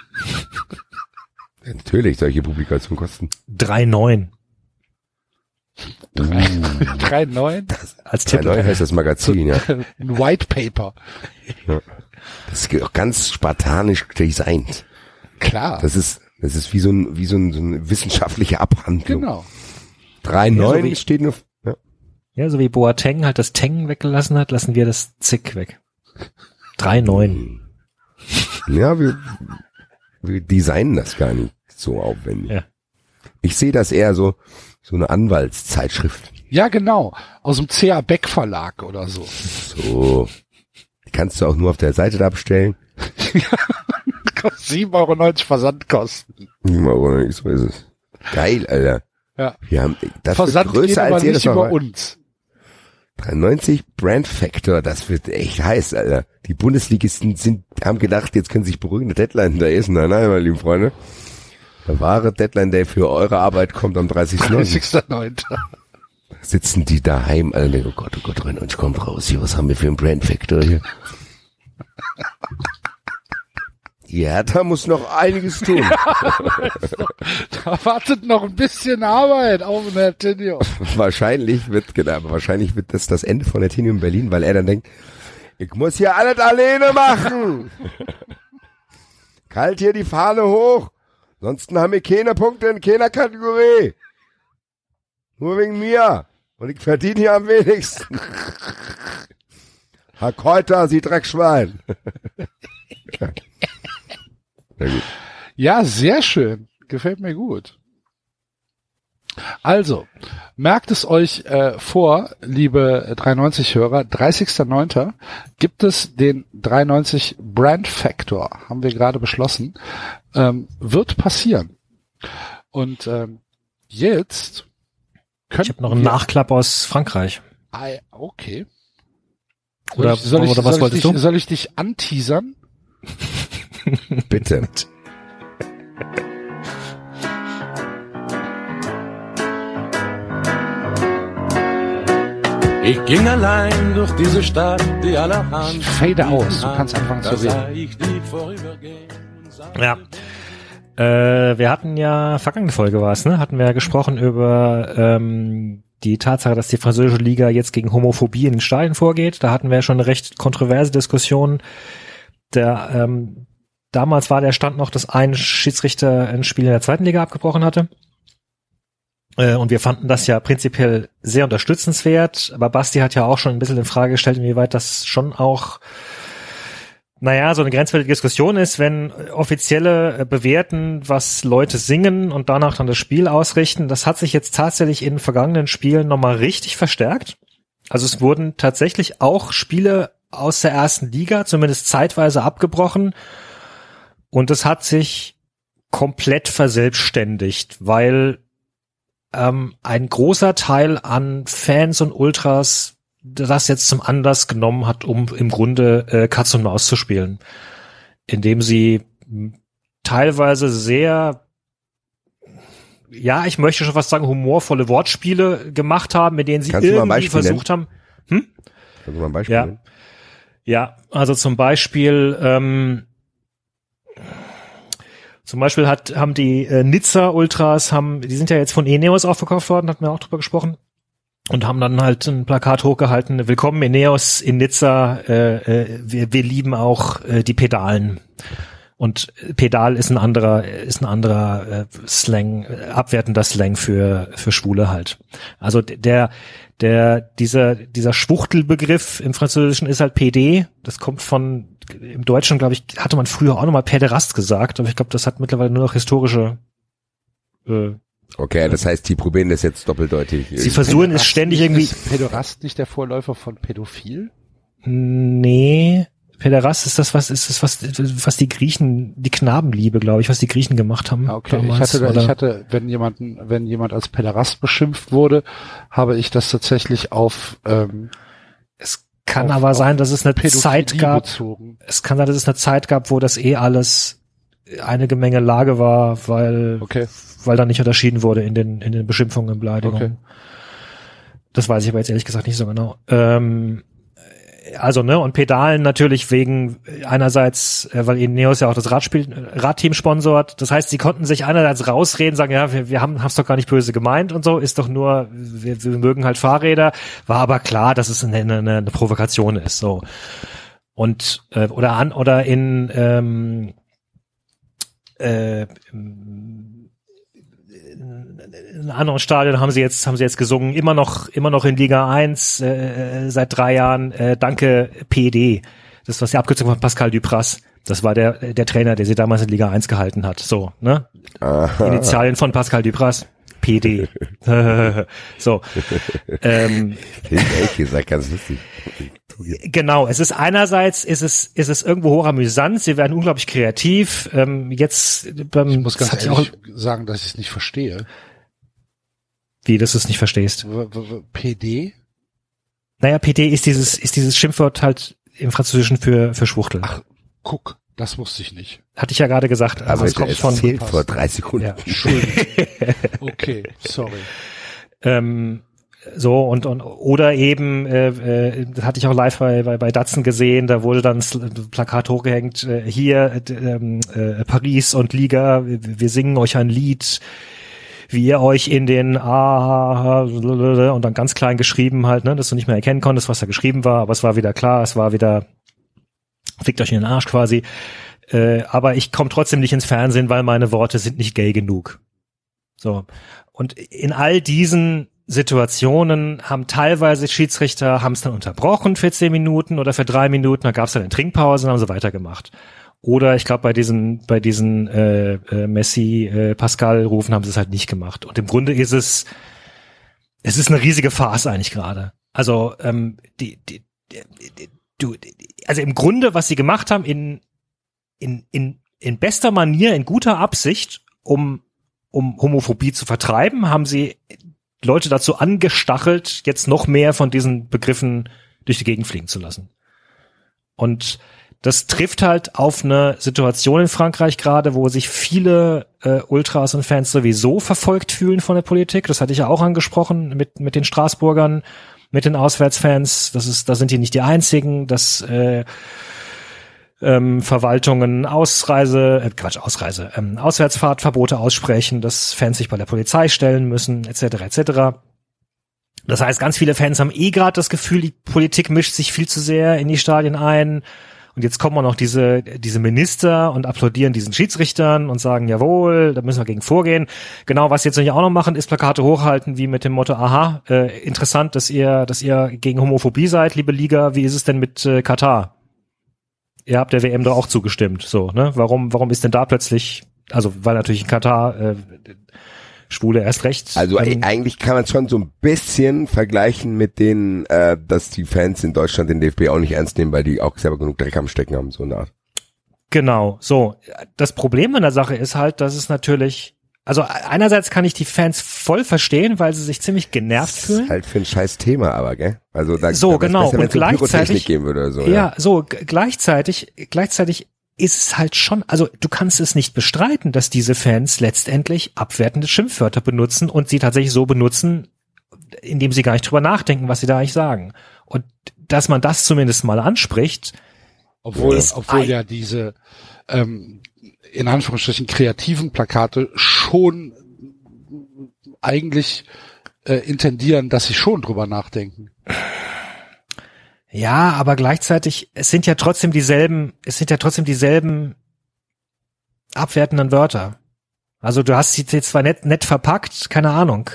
Ja, natürlich, solche Publikationen kosten. drei neun drei Komma neun als drei Titel. Komma neun heißt das Magazin, ja. Ein White Paper. Das ist auch ganz spartanisch designt. Klar. Das ist, das ist wie so ein, wie so, ein, so eine wissenschaftliche Abhandlung. Genau. drei Komma neun Ja, so wie- steht nur, ja. Ja, so wie Boateng halt das Teng weggelassen hat, lassen wir das Zick weg. drei neun Ja, wir, wir designen das gar nicht so aufwendig. Ja. Ich sehe das eher so, so eine Anwaltszeitschrift. Ja, genau. Aus dem C A Beck Verlag oder so. So. Die kannst du auch nur auf der Seite da bestellen. Kostet sieben Euro neunzig Versandkosten. So ist es. Geil, Alter. Ja. Wir haben, das Versand wird geht größer aber als jedes nicht über Mal. uns. dreiundneunzig Brand Factor, das wird echt heiß, Alter. Die Bundesligisten sind, haben gedacht, jetzt können sie sich beruhigen, der Deadline da ist. Nein, nein, meine lieben Freunde. Der wahre Deadline Day für eure Arbeit kommt am dreißigsten neunten dreißigsten neunten Sitzen die daheim, alle denken, oh Gott, oh Gott, dreiundneunzig kommt raus, hier, was haben wir für einen Brand Factor hier? Ja, da muss noch einiges tun. Da wartet noch ein bisschen Arbeit auf den Herr Tinio. Wahrscheinlich wird, genau, aber wahrscheinlich wird das das Ende von der Tinium Berlin, weil er dann denkt, ich muss hier alles alleine machen. Kalt hier die Fahne hoch. Sonst haben wir keine Punkte in keiner Kategorie. Nur wegen mir. Und ich verdiene hier am wenigsten. Herr Kräuter, Sie Dreckschwein. Sehr gut. Ja, sehr schön. Gefällt mir gut. Also, merkt es euch äh, vor, liebe dreiundneunzig-Hörer, dreißigsten neunten gibt es den dreiundneunzig Brand Factor, haben wir gerade beschlossen, ähm, wird passieren. Und ähm, jetzt Ich habe noch einen wir- Nachklapp aus Frankreich. Ah, okay. Oder- soll ich, soll ich, oder was soll wolltest ich dich, du? Soll ich dich anteasern? Bitte. Ich ging allein durch diese Stadt, die allerhand. Fade aus, du kannst anfangen zu Da sah reden. ich die vorübergehen und sah- Ja. Äh, wir hatten ja, vergangene Folge war es, ne? Hatten wir ja gesprochen über ähm, die Tatsache, dass die französische Liga jetzt gegen Homophobie in den Stadien vorgeht. Da hatten wir ja schon eine recht kontroverse Diskussion. Der, ähm, damals war der Stand noch, dass ein Schiedsrichter ein Spiel in der zweiten Liga abgebrochen hatte. Äh, und wir fanden das ja prinzipiell sehr unterstützenswert. Aber Basti hat ja auch schon ein bisschen in Frage gestellt, inwieweit das schon auch, naja, so eine grenzwertige Diskussion ist, wenn Offizielle bewerten, was Leute singen und danach dann das Spiel ausrichten. Das hat sich jetzt tatsächlich in vergangenen Spielen nochmal richtig verstärkt. Also es wurden tatsächlich auch Spiele aus der ersten Liga, zumindest zeitweise, abgebrochen. Und es hat sich komplett verselbstständigt, weil ähm, ein großer Teil an Fans und Ultras das jetzt zum Anlass genommen hat, um im Grunde äh, Katz und Maus zu spielen, indem sie teilweise sehr, ja, ich möchte schon fast sagen, humorvolle Wortspiele gemacht haben, mit denen sie Kannst irgendwie versucht nennen? haben. Hm? Kannst du mal ein Beispiel ja. nennen? Ja, also zum Beispiel, ähm, zum Beispiel hat, haben die äh, Nizza Ultras, haben, die sind ja jetzt von Ineos aufgekauft worden, hatten wir auch drüber gesprochen. Und haben dann halt ein Plakat hochgehalten, willkommen Ineos in Nizza, äh, äh, wir, wir lieben auch äh, die Pedalen. Und Pedal ist ein anderer, ist ein anderer äh, Slang, äh, abwertender Slang für für Schwule halt. Also der, der, dieser, dieser Schwuchtelbegriff im Französischen ist halt P D. Das kommt von, im Deutschen, glaube ich, hatte man früher auch nochmal Päderast gesagt, aber ich glaube, das hat mittlerweile nur noch historische äh, Okay, das heißt, die probieren das jetzt doppeldeutig. Sie versuchen es ständig irgendwie. Ist Päderast nicht der Vorläufer von Pädophil? Nee, Päderast ist das, was ist das, was was die Griechen, die Knabenliebe, glaube ich, was die Griechen gemacht haben. Okay, damals, ich hatte, oder? ich hatte, wenn jemanden, wenn jemand als Päderast beschimpft wurde, habe ich das tatsächlich auf. Ähm, es kann auf, aber sein, dass es eine Pädophilie Zeit gab. bezogen. Es kann sein, dass es eine Zeit gab, wo das eh alles eine Gemengelage war, weil Okay. weil da nicht unterschieden wurde in den in den Beschimpfungen und Beleidigungen. Okay. Das weiß ich aber jetzt ehrlich gesagt nicht so genau. Ähm, also ne, und Pedalen natürlich wegen einerseits, äh, weil Ineos ja auch das Radspiel Radteam sponsort. Das heißt, sie konnten sich einerseits rausreden, sagen, ja, wir, wir haben es doch gar nicht böse gemeint und so, ist doch nur, wir, wir mögen halt Fahrräder. War aber klar, dass es eine, eine, eine Provokation ist. So und äh, oder an oder in ähm, äh, in anderen Stadien haben sie jetzt haben sie jetzt gesungen, immer noch immer noch in Liga eins äh, seit drei Jahren. Äh, danke P D. Das war die Abkürzung von Pascal Dupras. Das war der der Trainer, der sie damals in Liga eins gehalten hat. So, ne? Aha. Initialien von Pascal Dupras. P D. So. ähm, Ehrlich gesagt, ganz lustig. Genau, es ist einerseits ist es ist es irgendwo hochamüsant, sie werden unglaublich kreativ. Ähm, jetzt beim Ich muss ganz das hat ehrlich auch, sagen, dass ich es nicht verstehe. wie, dass du es nicht verstehst. W- w- w- P D? Naja, P D ist dieses ist dieses Schimpfwort halt im Französischen für für Schwuchtel. Ach, guck, das wusste ich nicht. Hatte ich ja gerade gesagt. Also Aber es kommt es von erzählt vor drei Sekunden. ja. Entschuldigung. Okay, sorry. ähm, so und und oder eben äh, äh, das hatte ich auch live bei bei, bei Datsun gesehen, da wurde dann das Plakat hochgehängt, äh, hier äh, äh, Paris und Liga, wir, wir singen euch ein Lied, wie ihr euch in den ah und dann ganz klein geschrieben halt, ne, dass du nicht mehr erkennen konntest, was da geschrieben war, aber es war wieder klar, es war wieder fickt euch in den Arsch quasi. Äh, aber ich komme trotzdem nicht ins Fernsehen, weil meine Worte sind nicht gay genug. So. Und in all diesen Situationen haben teilweise Schiedsrichter haben es dann unterbrochen für zehn Minuten oder für drei Minuten, da gab es dann eine Trinkpause und haben sie weitergemacht. Oder ich glaube bei diesen bei diesen äh, äh, Messi äh, Pascal Rufen haben sie es halt nicht gemacht. Und im Grunde ist es es ist eine riesige Farce eigentlich gerade. Also ähm, die, die, die, die du also im Grunde was sie gemacht haben in in in in bester Manier, in guter Absicht, um um Homophobie zu vertreiben, haben sie Leute dazu angestachelt, jetzt noch mehr von diesen Begriffen durch die Gegend fliegen zu lassen. Und das trifft halt auf eine Situation in Frankreich gerade, wo sich viele äh, Ultras und Fans sowieso verfolgt fühlen von der Politik. Das hatte ich ja auch angesprochen mit mit den Straßburgern, mit den Auswärtsfans. Das ist, da sind die nicht die einzigen, dass äh, ähm, Verwaltungen Ausreise, äh, Quatsch, Ausreise, ähm, Auswärtsfahrtverbote aussprechen, dass Fans sich bei der Polizei stellen müssen, et cetera et cetera. Das heißt, ganz viele Fans haben eh gerade das Gefühl, die Politik mischt sich viel zu sehr in die Stadien ein. Und jetzt kommen auch noch diese diese Minister und applaudieren diesen Schiedsrichtern und sagen, jawohl, da müssen wir gegen vorgehen. Genau, was sie jetzt nämlich auch noch machen, ist Plakate hochhalten, wie mit dem Motto, aha, äh, interessant, dass ihr dass ihr gegen Homophobie seid, liebe Liga. Wie ist es denn mit äh, Katar? Ihr habt der W M doch auch zugestimmt. So, ne? Warum warum ist denn da plötzlich, also weil natürlich in Katar äh, Schwule erst recht. Also ähm, eigentlich kann man es schon so ein bisschen vergleichen mit denen, äh, dass die Fans in Deutschland den D F B auch nicht ernst nehmen, weil die auch selber genug Dreck am Stecken haben, so eine Art. Genau, so. Das Problem an der Sache ist halt, dass es natürlich, also einerseits kann ich die Fans voll verstehen, weil sie sich ziemlich genervt Das fühlen. ist halt für ein scheiß Thema, aber, gell? Also da, So, da wär's genau. besser, Und wenn's um gleichzeitig- Pyrotechnik geben würde oder so. Ja, Ja, so, g- gleichzeitig, gleichzeitig ist es halt schon, also du kannst es nicht bestreiten, dass diese Fans letztendlich abwertende Schimpfwörter benutzen und sie tatsächlich so benutzen, indem sie gar nicht drüber nachdenken, was sie da eigentlich sagen. Und dass man das zumindest mal anspricht, Obwohl, Ist obwohl ein- ja diese ähm, in Anführungsstrichen kreativen Plakate schon eigentlich äh, intendieren, dass sie schon drüber nachdenken. ja, aber gleichzeitig, es sind ja trotzdem dieselben, es sind ja trotzdem dieselben abwertenden Wörter. Also du hast sie jetzt zwar nett, nett verpackt, keine Ahnung.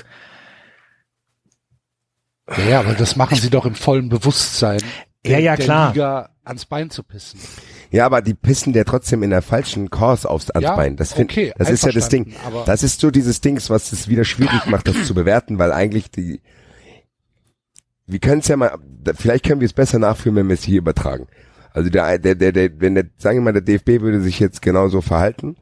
Ja, ja, aber das machen sie doch im vollen Bewusstsein, Ja, ja, der klar. Liga ans Bein zu pissen. ja, aber die pissen der trotzdem in der falschen Kurs aufs ans Ja, Bein. Das, find, okay, das ist ja das Ding. einverstanden, aber- Das ist so dieses Dings, was es wieder schwierig macht, das zu bewerten, weil eigentlich die, wir können es ja mal, vielleicht können wir es besser nachführen, wenn wir es hier übertragen. Also der, der, der, der, wenn der, sagen wir mal, der D F B würde sich jetzt genauso verhalten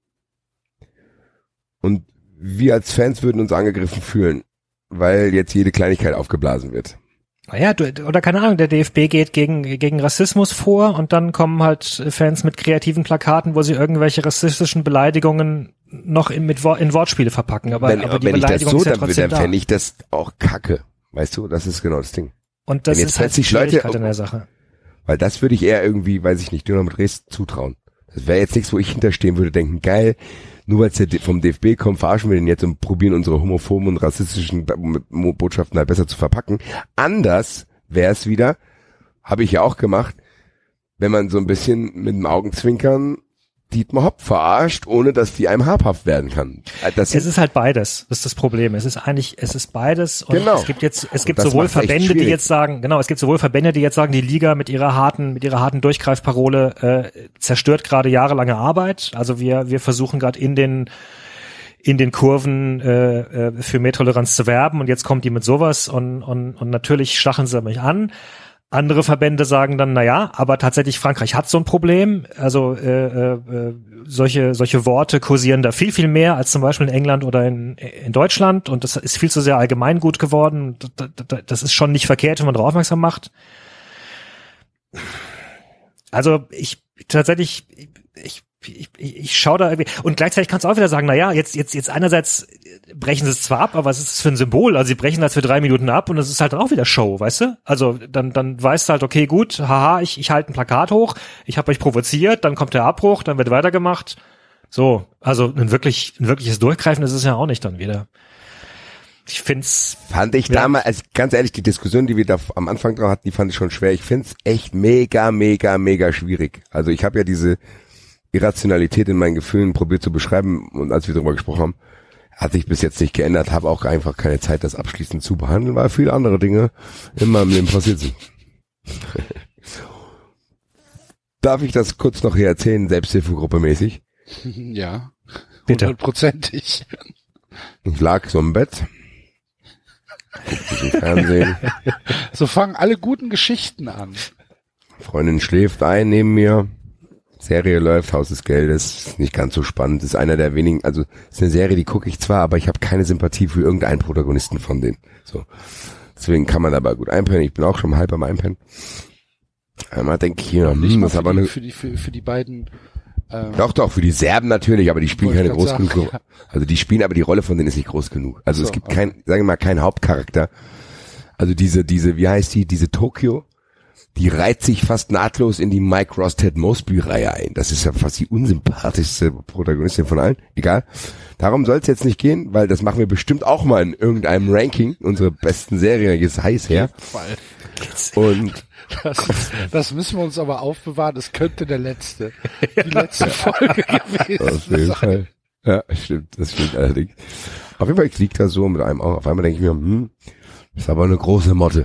und wir als Fans würden uns angegriffen fühlen, weil jetzt jede Kleinigkeit aufgeblasen wird. Naja, du, oder keine Ahnung, der D F B geht gegen, gegen Rassismus vor und dann kommen halt Fans mit kreativen Plakaten, wo sie irgendwelche rassistischen Beleidigungen noch in, mit, Wo- in Wortspiele verpacken. Aber, wenn aber die wenn ich das Beleidigung so, ist ja dann, trotzdem dann da. fände ich das auch kacke. Weißt du, das ist genau das Ding. Und das wenn jetzt ist halt die plötzlich Leute- Schwierigkeit in der Sache. Weil das würde ich eher irgendwie, weiß ich nicht, Dynamo Dresden zutrauen. Das wäre jetzt nichts, wo ich hinterstehen würde, denken, geil, nur weil es vom D F B kommt, verarschen wir den jetzt und probieren unsere homophoben und rassistischen Botschaften halt besser zu verpacken. Anders wäre es wieder, habe ich ja auch gemacht, wenn man so ein bisschen mit dem Augenzwinkern Dietmar Hopp verarscht, ohne dass die einem habhaft werden kann. Das Es ist halt beides, das ist das Problem. Es ist eigentlich, es ist beides und Genau. es gibt jetzt, es gibt Und das sowohl macht's echt Verbände, die schwierig. jetzt sagen, genau, es gibt sowohl Verbände, die jetzt sagen, die Liga mit ihrer harten, mit ihrer harten Durchgreifparole äh, zerstört gerade jahrelange Arbeit. Also wir, wir versuchen gerade in den in den Kurven äh, äh, für mehr Toleranz zu werben und jetzt kommt die mit sowas und und und natürlich stacheln sie mich an. Andere Verbände sagen dann, na ja, aber tatsächlich Frankreich hat so ein Problem. Also äh, äh, solche solche Worte kursieren da viel viel mehr als zum Beispiel in England oder in in Deutschland und das ist viel zu sehr allgemeingut geworden. Das ist schon nicht verkehrt, wenn man darauf aufmerksam macht. Also ich tatsächlich ich ich, ich, ich schaue da irgendwie und gleichzeitig kannst du auch wieder sagen, na ja, jetzt jetzt jetzt einerseits brechen sie es zwar ab, aber was ist das für ein Symbol? Also sie brechen das für drei Minuten ab und das ist halt dann auch wieder Show, weißt du? Also dann dann weißt du halt, okay, gut, haha, ich ich halte ein Plakat hoch, ich habe euch provoziert, dann kommt der Abbruch, dann wird weitergemacht. So, also ein wirklich ein wirkliches Durchgreifen ist es ja auch nicht dann wieder. Ich find's Fand ich Ja. damals, also ganz ehrlich, die Diskussion, die wir da am Anfang drauf hatten, die fand ich schon schwer. Ich find's echt mega, mega, mega schwierig. Also ich habe ja diese Irrationalität in meinen Gefühlen probiert zu beschreiben und als wir darüber gesprochen haben, hat sich bis jetzt nicht geändert, habe auch einfach keine Zeit, das abschließend zu behandeln, weil viele andere Dinge in meinem Leben passiert sind. Darf ich das kurz noch hier erzählen, Selbsthilfegruppe mäßig? Ja, Bitte. hundertprozentig. Ich lag so im Bett, guckte im Fernsehen, So fangen alle guten Geschichten an. Freundin schläft ein neben mir, Serie läuft, Haus des Geldes, ist nicht ganz so spannend, ist einer der wenigen, also ist eine Serie, die gucke ich zwar, aber ich habe keine Sympathie für irgendeinen Protagonisten von denen. So, deswegen kann man aber gut einpennen. Ich bin auch schon halb am Einpennen. Einmal denke ich hier, Nicht hm, mal das ist für, aber die, eine, für die für, für die beiden. Ähm, doch doch für die Serben natürlich, aber die spielen Wollte keine ich groß grad genug. sagen, Also die spielen, aber die Rolle von denen ist nicht groß genug. Also So, es gibt okay. kein, sagen wir mal, keinen Hauptcharakter. Also diese diese, wie heißt die, diese Tokio? die reiht sich fast nahtlos in die Mike Ross Ted Mosby-Reihe ein. Das ist ja fast die unsympathischste Protagonistin von allen. Egal. Darum soll es jetzt nicht gehen, weil das machen wir bestimmt auch mal in irgendeinem Ranking. Unsere besten Serien, jetzt heiß her. Und das, das müssen wir uns aber aufbewahren. Es könnte der letzte, die letzte Folge gewesen auf jeden sein. Fall. Ja, stimmt. Das stimmt allerdings. Auf jeden Fall, ich lieg da so mit einem Auge. Auf einmal denke ich mir, hm, das ist aber eine große Motte.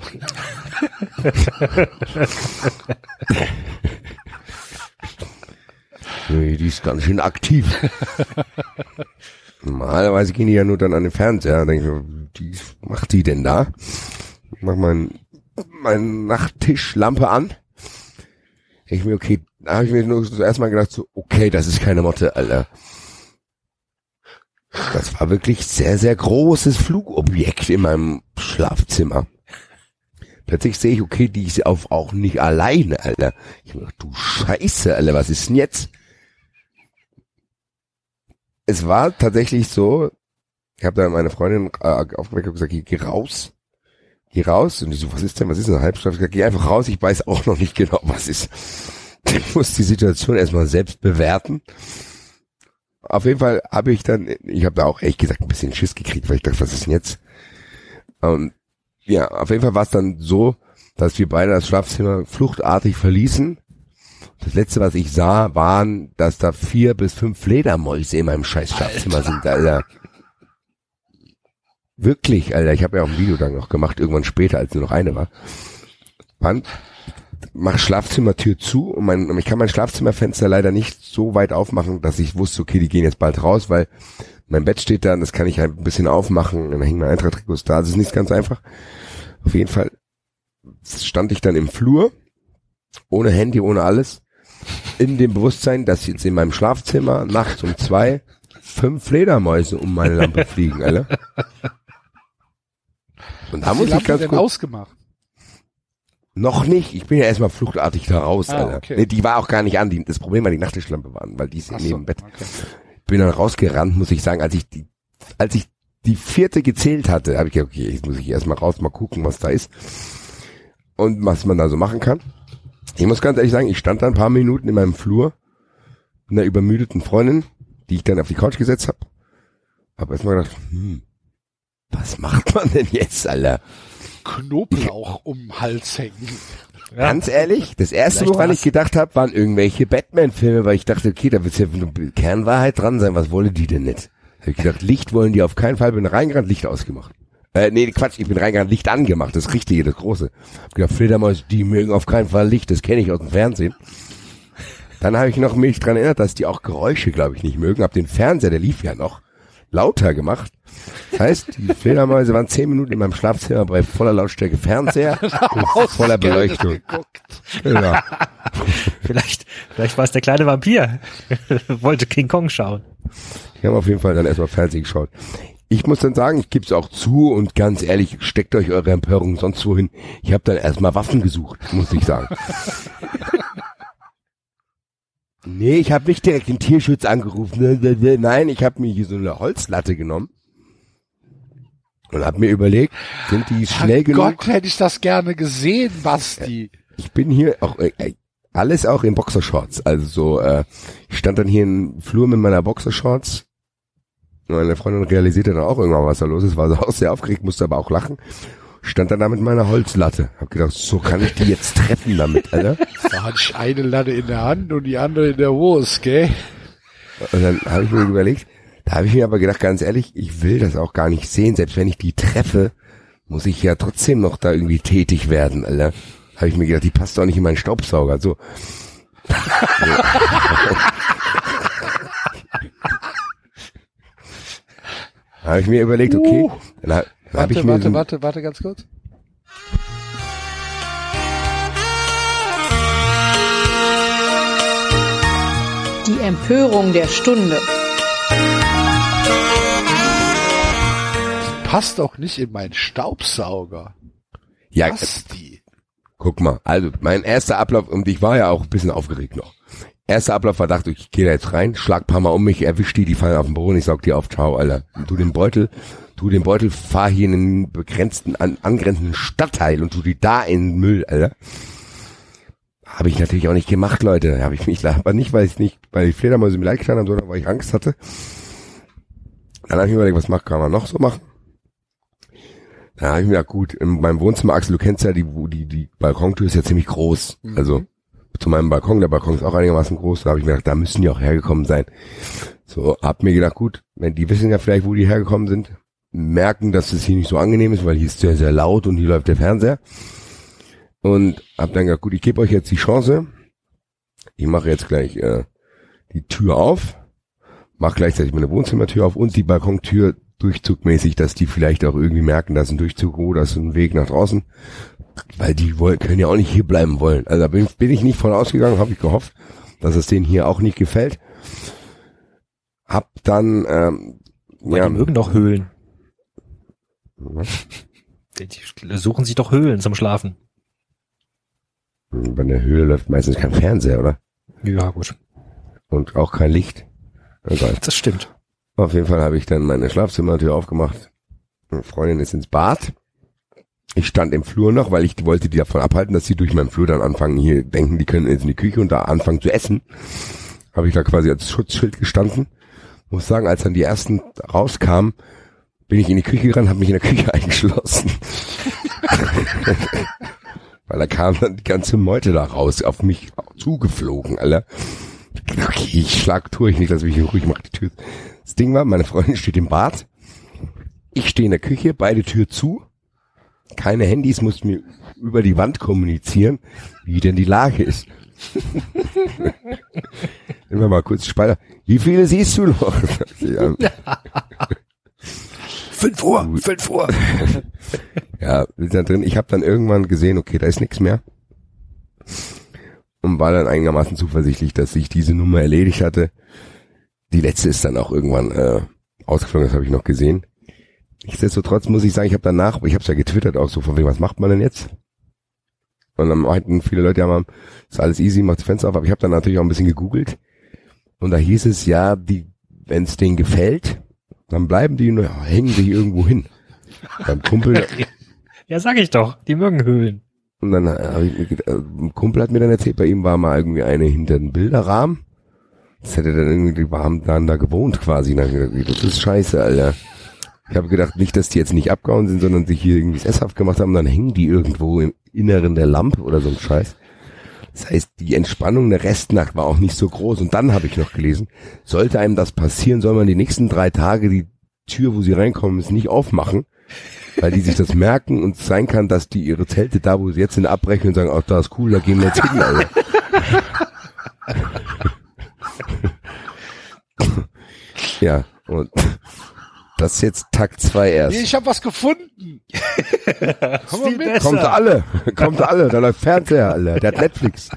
Nee, die ist ganz schön aktiv. Normalerweise gehen die ja nur dann an den Fernseher. Da denke ich mir, die was macht die denn da? Ich mach mein, mein Nachttischlampe an. Denke ich mir, okay, da habe ich mir nur zuerst mal gedacht, so, okay, das ist keine Motte, Alter. Das war wirklich sehr, sehr großes Flugobjekt in meinem Schlafzimmer. Plötzlich sehe ich, okay, die ist auf auch nicht alleine, Alter. Ich dachte, du Scheiße, Alter, was ist denn jetzt? Es war tatsächlich so, ich habe dann meine Freundin äh, aufgeweckt und gesagt, geh raus. Geh raus. Und ich so, was ist denn, was ist denn? Halbschlaf? Ich gesagt, geh einfach raus, ich weiß auch noch nicht genau, was ist. Ich muss die Situation erstmal selbst bewerten. Auf jeden Fall habe ich dann, ich habe da auch ehrlich gesagt ein bisschen Schiss gekriegt, weil ich dachte, was ist denn jetzt? Und ja, auf jeden Fall war es dann so, dass wir beide das Schlafzimmer fluchtartig verließen. Das letzte, was ich sah, waren, dass da vier bis fünf Fledermäuse in meinem scheiß Schlafzimmer Alter. sind, Alter. Wirklich, Alter. Ich habe ja auch ein Video dann noch gemacht, irgendwann später, als nur noch eine war. Mann, mach Schlafzimmertür zu und mein, ich kann mein Schlafzimmerfenster leider nicht so weit aufmachen, dass ich wusste, okay, die gehen jetzt bald raus, weil mein Bett steht da und das kann ich halt ein bisschen aufmachen und dann hängen meine Eintracht-Trikots da. Das ist nicht ganz einfach. Auf jeden Fall stand ich dann im Flur, ohne Handy, ohne alles, in dem Bewusstsein, dass jetzt in meinem Schlafzimmer nachts um zwei fünf Fledermäuse um meine Lampe fliegen, Alter. Und da muss ich ganz kurz ausgemacht. Noch nicht. Ich bin ja erstmal fluchtartig da raus, ah, Alter. Okay. Nee, die war auch gar nicht an. Die, das Problem war die Nachttischlampe waren, weil die ist Ach neben so, dem Bett. Okay. Bin dann rausgerannt, muss ich sagen, als ich die, als ich die vierte gezählt hatte, habe ich gedacht, okay, jetzt muss ich erstmal raus, mal gucken, was da ist. Und was man da so machen kann. Ich muss ganz ehrlich sagen, ich stand da ein paar Minuten in meinem Flur mit einer übermüdeten Freundin, die ich dann auf die Couch gesetzt habe. Hab erstmal gedacht, hm, was macht man denn jetzt, Alter? Knoblauch um den Hals hängen. Ja. Ganz ehrlich, das erste, woran ich gedacht habe, waren irgendwelche Batman-Filme, weil ich dachte, okay, da wird ja eine Kernwahrheit dran sein, was wollen die denn nicht? Hab ich gedacht, Licht wollen die auf keinen Fall, bin reingerannt, Licht ausgemacht. Äh, nee, Quatsch, ich bin reingerannt, Licht angemacht, das Richtige, das Große. Hab gedacht, Fledermäuse, die mögen auf keinen Fall Licht, das kenne ich aus dem Fernsehen. Dann habe ich noch mich dran erinnert, dass die auch Geräusche, glaube ich, nicht mögen. Hab den Fernseher, der lief ja noch, lauter gemacht. Das heißt, die Fledermäuse waren zehn Minuten in meinem Schlafzimmer bei voller Lautstärke Fernseher und voller Beleuchtung. Genau. Vielleicht, vielleicht war es der kleine Vampir. Wollte King Kong schauen. Die haben auf jeden Fall dann erstmal Fernsehen geschaut. Ich muss dann sagen, ich gebe es auch zu und ganz ehrlich, steckt euch eure Empörung sonst wohin. Ich habe dann erstmal Waffen gesucht, muss ich sagen. Nee, ich habe nicht direkt den Tierschutz angerufen. Nein, ich habe mir hier so eine Holzlatte genommen und habe mir überlegt, sind die schnell Ach genug? Gott, hätte ich das gerne gesehen, Basti. Ich bin hier auch äh, alles auch in Boxershorts. Also so, äh, ich stand dann hier im Flur mit meiner Boxershorts. Meine Freundin realisierte dann auch irgendwann, was da los ist, war so auch sehr aufgeregt, musste aber auch lachen. Stand dann da mit meiner Holzlatte. Hab gedacht, so kann ich die jetzt treffen damit, Alter. Da hatte ich eine Latte in der Hand und die andere in der Hose, gell? Und dann habe ich mir überlegt, da habe ich mir aber gedacht, ganz ehrlich, ich will das auch gar nicht sehen. Selbst wenn ich die treffe, muss ich ja trotzdem noch da irgendwie tätig werden, Alter. Habe ich mir gedacht, die passt doch nicht in meinen Staubsauger. So. Da habe ich mir überlegt, okay, dann habe hab Warte, ich mir warte, so, warte, warte ganz kurz. Die Empörung der Stunde. Passt auch nicht in meinen Staubsauger. ja, Basti. guck mal, also mein erster Ablauf, und ich war ja auch ein bisschen aufgeregt noch. Erster Ablauf war, dachte ich, ich gehe da jetzt rein, schlag ein paar Mal um mich, erwisch die, die fallen auf den Boden, ich saug die auf, ciao, Alter. Tu den Beutel, tu den Beutel, fahr hier in einen begrenzten, an, angrenzenden Stadtteil und tu die da in den Müll, Alter. Habe ich natürlich auch nicht gemacht, Leute. Habe ich mich, aber nicht, weil ich nicht, weil die Fledermäuse mir leid getan haben, sondern weil ich Angst hatte. Dann habe ich mir überlegt, was macht, kann man noch so machen? Dann habe ich mir gedacht, gut, in meinem Wohnzimmer, Axel, du kennst ja, die, die, die Balkontür ist ja ziemlich groß. Mhm. Also, zu meinem Balkon, der Balkon ist auch einigermaßen groß, da habe ich mir gedacht, da müssen die auch hergekommen sein. So, hab mir gedacht, gut, wenn die wissen ja vielleicht, wo die hergekommen sind, merken, dass es hier nicht so angenehm ist, weil hier ist sehr, sehr laut und hier läuft der Fernseher. Und hab dann gesagt, gut, ich gebe euch jetzt die Chance. Ich mache jetzt gleich äh, die Tür auf, mache gleichzeitig meine Wohnzimmertür auf und die Balkontür durchzugmäßig, dass die vielleicht auch irgendwie merken, da ist ein Durchzug, oh, da ist ein Weg nach draußen. Weil die wollen, können ja auch nicht hier bleiben wollen. Also da bin, bin ich nicht von ausgegangen, habe ich gehofft, dass es denen hier auch nicht gefällt. Hab dann, ähm, Weil ja, die mögen doch Höhlen. Was? Die suchen sich doch Höhlen zum Schlafen. Bei der Höhle läuft meistens kein Fernseher, oder? Ja, gut. Und auch kein Licht. Egal. Das stimmt. Auf jeden Fall habe ich dann meine Schlafzimmertür aufgemacht. Meine Freundin ist ins Bad. Ich stand im Flur noch, weil ich wollte die davon abhalten, dass sie durch meinen Flur dann anfangen, hier denken, die können jetzt in die Küche und da anfangen zu essen. Habe ich da quasi als Schutzschild gestanden. Muss sagen, als dann die ersten rauskamen, bin ich in die Küche gerannt, habe mich in der Küche eingeschlossen. Weil da kam dann die ganze Meute da raus, auf mich zugeflogen, Alter. Okay, ich schlag, tue ich nicht, lass mich ruhig, mach die Tür. Das Ding war, meine Freundin steht im Bad, ich stehe in der Küche, beide Tür zu, keine Handys, mussten mir über die Wand kommunizieren, wie denn die Lage ist. Immer mal kurz Spalter. Wie viele siehst du noch? Ja. Fünf Uhr, fünf Uhr. Ja, wir sind da drin. Ich habe dann irgendwann gesehen, okay, da ist nichts mehr. Und war dann einigermaßen zuversichtlich, dass sich diese Nummer erledigt hatte. Die letzte ist dann auch irgendwann äh, ausgeflogen, das habe ich noch gesehen. Nichtsdestotrotz muss ich sagen, ich habe danach, ich habe es ja getwittert auch so, von wegen, was macht man denn jetzt? Und dann meinten viele Leute, ja, man, ist alles easy, macht das Fenster auf, aber ich habe dann natürlich auch ein bisschen gegoogelt. Und da hieß es, ja, die, wenn es denen gefällt, dann bleiben die, hängen die irgendwo hin. Beim Kumpel. Ja, sag ich doch, die mögen Höhlen. Und dann habe ich mir gedacht, ein Kumpel hat mir dann erzählt, bei ihm war mal irgendwie eine hinter den Bilderrahmen. Das hätte dann irgendwie, die haben dann da gewohnt quasi. Und dann habe ich gedacht, das ist scheiße, Alter. Ich habe gedacht, nicht, dass die jetzt nicht abgehauen sind, sondern sich hier irgendwie sesshaft gemacht haben, dann hängen die irgendwo im Inneren der Lampe oder so ein Scheiß. Das heißt, die Entspannung der Restnacht war auch nicht so groß. Und dann habe ich noch gelesen, sollte einem das passieren, soll man die nächsten drei Tage die Tür, wo sie reinkommen, ist nicht aufmachen, weil die sich das merken und es sein kann, dass die ihre Zelte da, wo sie jetzt sind, abbrechen und sagen, ach, da ist cool, da gehen wir jetzt hin, Alter. Ja, und das ist jetzt Takt zwei erst. Nee, ich habe was gefunden. Komm mal mit. Kommt alle, kommt alle, da läuft Fernseher, Alter, der hat Netflix.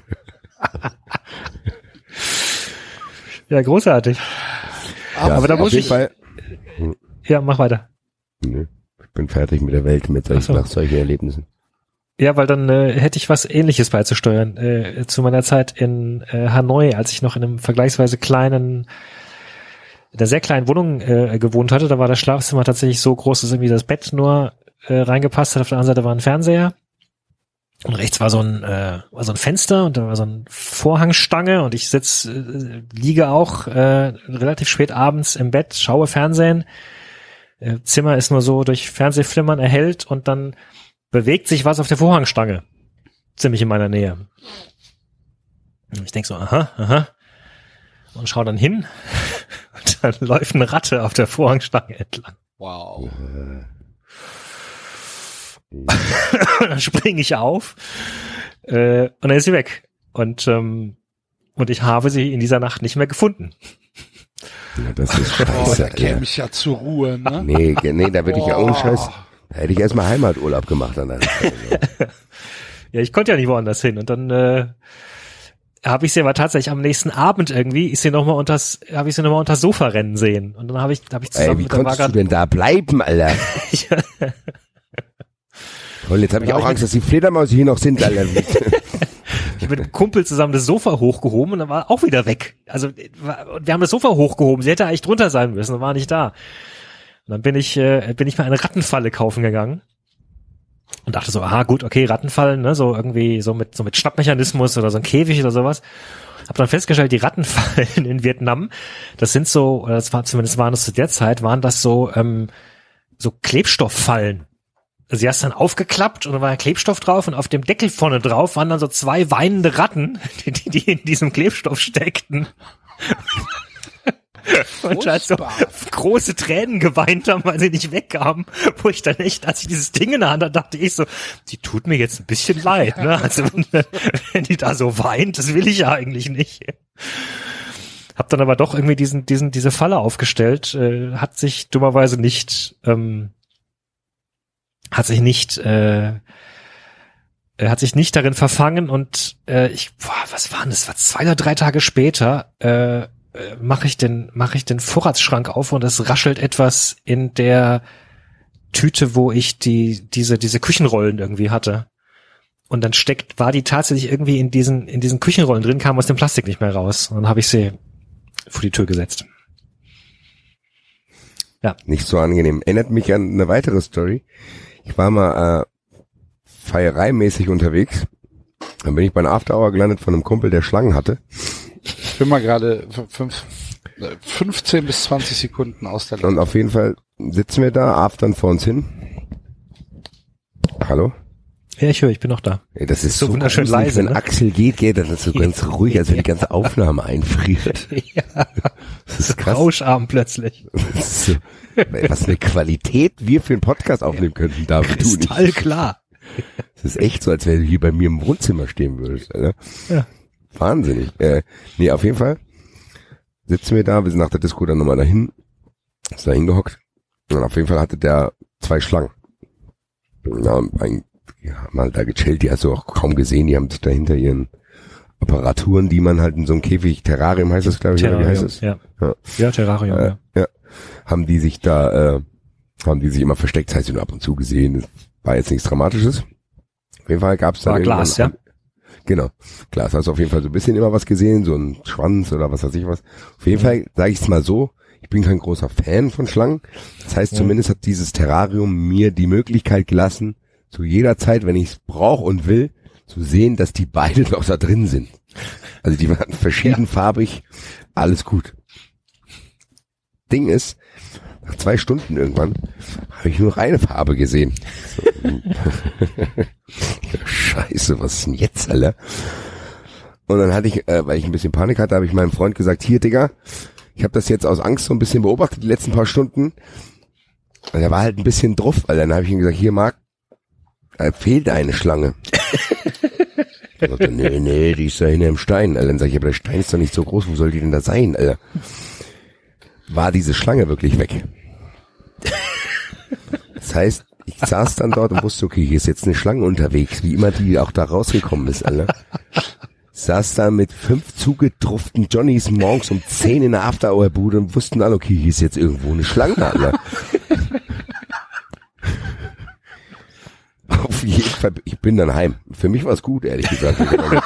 Ja, großartig. Ja, aber da muss ich... Fall, ja, mach weiter. Nee, ich bin fertig mit der Welt, mit solchen, so. nach solchen Erlebnissen. Ja, weil dann äh, hätte ich was Ähnliches beizusteuern. Äh, zu meiner Zeit in äh, Hanoi, als ich noch in einem vergleichsweise kleinen, in einer sehr kleinen Wohnung äh, gewohnt hatte, da war das Schlafzimmer tatsächlich so groß, dass irgendwie das Bett nur äh, reingepasst hat. Auf der anderen Seite war ein Fernseher. Und rechts war so ein äh, war so ein Fenster und da war so ein Vorhangstange und ich sitz, äh, liege auch äh, relativ spät abends im Bett, schaue Fernsehen. Äh, Zimmer ist nur so durch Fernsehflimmern erhellt und dann bewegt sich was auf der Vorhangstange. Ziemlich in meiner Nähe. Und ich denk so, aha, aha. Und schau dann hin und dann läuft eine Ratte auf der Vorhangstange entlang. Wow. Dann springe ich auf äh, und dann ist sie weg. Und ähm, und ich habe sie in dieser Nacht nicht mehr gefunden. Ja, das ist scheiße. Oh, da Alter. käme ich ja zur Ruhe, ne? Nee, nee, da würde ich ja ohne Oh. Scheiß, da hätte ich erstmal Heimaturlaub gemacht an deiner Stelle. Ja, ich konnte ja nicht woanders hin. Und dann äh, habe ich sie aber tatsächlich am nächsten Abend irgendwie, ist sie noch mal unters, habe ich sie noch mal unters Sofa rennen sehen. Und dann habe ich, habe ich zusammen Ey, wie mit der konntest du Margaret, denn da bleiben, Alter? Und jetzt habe ich auch Angst, dass die Fledermäuse hier noch sind, Alter. ich habe mit einem Kumpel zusammen das Sofa hochgehoben und dann war auch wieder weg. Also war- wir haben das Sofa hochgehoben. Sie hätte eigentlich drunter sein müssen und war nicht da. Und dann bin ich, äh, bin ich mir eine Rattenfalle kaufen gegangen. Und dachte so, aha, gut, okay, Ratten fallen, ne, so irgendwie so mit so mit Schnappmechanismus oder so ein Käfig oder sowas. Hab dann festgestellt, die Rattenfallen in Vietnam, das sind so, oder das war zumindest waren das zu der Zeit, waren das so ähm, so Klebstofffallen. Also sie hast dann aufgeklappt und da war ein Klebstoff drauf und auf dem Deckel vorne drauf waren dann so zwei weinende Ratten, die, die in diesem Klebstoff steckten. Und halt so große Tränen geweint haben, weil sie nicht wegkamen, wo ich dann echt, als ich dieses Ding in der Hand hatte, dachte ich so, die tut mir jetzt ein bisschen leid, ne? Also wenn, wenn die da so weint, das will ich ja eigentlich nicht. Hab dann aber doch irgendwie diesen, diesen, diese Falle aufgestellt, äh, hat sich dummerweise nicht, ähm, hat sich nicht, äh, hat sich nicht darin verfangen und äh, ich, boah, was war denn das? War zwei oder drei Tage später, äh, mache ich den mache ich den Vorratsschrank auf und es raschelt etwas in der Tüte, wo ich die diese diese Küchenrollen irgendwie hatte. Und dann steckt war die tatsächlich irgendwie in diesen in diesen Küchenrollen drin, kam aus dem Plastik nicht mehr raus. Und dann habe ich sie vor die Tür gesetzt. Ja. Nicht so angenehm. Erinnert mich an eine weitere Story. Ich war mal äh, feiereimäßig unterwegs. Dann bin ich bei einer After Hour gelandet von einem Kumpel, der Schlangen hatte. Ich bin mal gerade fünf, fünfzehn bis zwanzig Sekunden aus der Leitung. Und auf jeden Fall sitzen wir da, aftern vor uns hin. Hallo? Ja, ich höre, ich bin noch da. Ey, das ist, ist so, so wunderschön gruselig, leise. Wenn ne? Axel geht, geht das ist so ganz ruhig, als wenn die ganze Aufnahme einfriert. Ja. Das ist krass. Rauscharm plötzlich. Das ist so, was eine Qualität wir für einen Podcast aufnehmen könnten, David, du nicht. Kristall klar. Das ist echt so, als wenn du hier bei mir im Wohnzimmer stehen würdest, Alter. Ja. Wahnsinnig. Äh, nee, auf jeden Fall sitzen wir da, wir sind nach der Disco dann nochmal dahin, ist da hingehockt. Und auf jeden Fall hatte der zwei Schlangen. Ja, ein, die haben halt da gechillt, die hast du auch kaum gesehen, die haben sich da hinter ihren Apparaturen, die man halt in so einem Käfig, Terrarium heißt das, glaube ich, oder wie heißt es? Ja. Ja. ja, Terrarium, äh, ja. ja. Haben die sich da, äh, haben die sich immer versteckt, das heißt, nur ab und zu gesehen, das war jetzt nichts Dramatisches. Auf jeden Fall gab's da war Glas, ja? Genau. Klar, hast du auf jeden Fall so ein bisschen immer was gesehen, so ein Schwanz oder was weiß ich was. Auf jeden Fall sage ich es mal so, ich bin kein großer Fan von Schlangen. Das heißt, ja. Zumindest hat dieses Terrarium mir die Möglichkeit gelassen, zu jeder Zeit, wenn ich es brauche und will, zu sehen, dass die beide noch da drin sind. Also die waren verschiedenfarbig, alles gut. Ding ist, nach zwei Stunden irgendwann habe ich nur noch eine Farbe gesehen. Scheiße, was ist denn jetzt, Alter? Und dann hatte ich, äh, weil ich ein bisschen Panik hatte, habe ich meinem Freund gesagt, hier, Digga, ich habe das jetzt aus Angst so ein bisschen beobachtet, die letzten paar Stunden. Und er war halt ein bisschen drauf, weil dann habe ich ihm gesagt, hier, Marc, da fehlt eine Schlange. Er sagte, nee, nee, die ist da hinter dem Stein. Alter, dann sag ich, aber der Stein ist doch nicht so groß, wo soll die denn da sein, Alter? War diese Schlange wirklich weg? Das heißt, ich saß dann dort und wusste, okay, hier ist jetzt eine Schlange unterwegs, wie immer die auch da rausgekommen ist, Alter. Saß da mit fünf zugedrufften Johnnies morgens um zehn in der After-Hour-Bude und wussten alle, okay, hier ist jetzt irgendwo eine Schlange, Alter. Auf jeden Fall, ich bin dann heim. Für mich war es gut, ehrlich gesagt.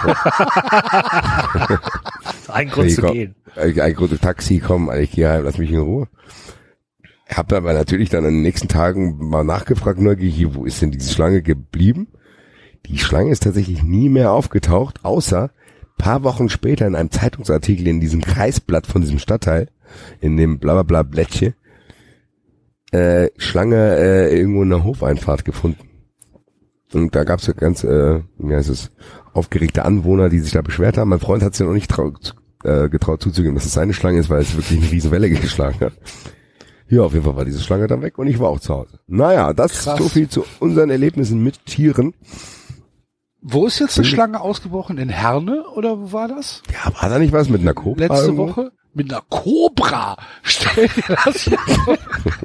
Ein Grund ich zu komm, gehen. Ein Grund, Taxi, komm, ich gehe heim, lass mich in Ruhe. Hab aber natürlich dann in den nächsten Tagen mal nachgefragt, neugierig, wo ist denn diese Schlange geblieben? Die Schlange ist tatsächlich nie mehr aufgetaucht, außer paar Wochen später in einem Zeitungsartikel in diesem Kreisblatt von diesem Stadtteil, in dem blablabla Blättchen, äh, Schlange äh, irgendwo in der Hofeinfahrt gefunden. Und da gab's ja ganz, äh, wie heißt es, aufgeregte Anwohner, die sich da beschwert haben. Mein Freund hat sich ja noch nicht trau- äh, getraut zuzugeben, dass es seine Schlange ist, weil es wirklich eine riesen Welle geschlagen hat. Ja, auf jeden Fall war diese Schlange dann weg und ich war auch zu Hause. Naja, das Krass. ist so viel zu unseren Erlebnissen mit Tieren. Wo ist jetzt eine Schlange ausgebrochen? In Herne oder wo war das? Ja, war da nicht was mit einer Kobra? Letzte irgendwo? Woche? Mit einer Kobra! Stell dir das vor.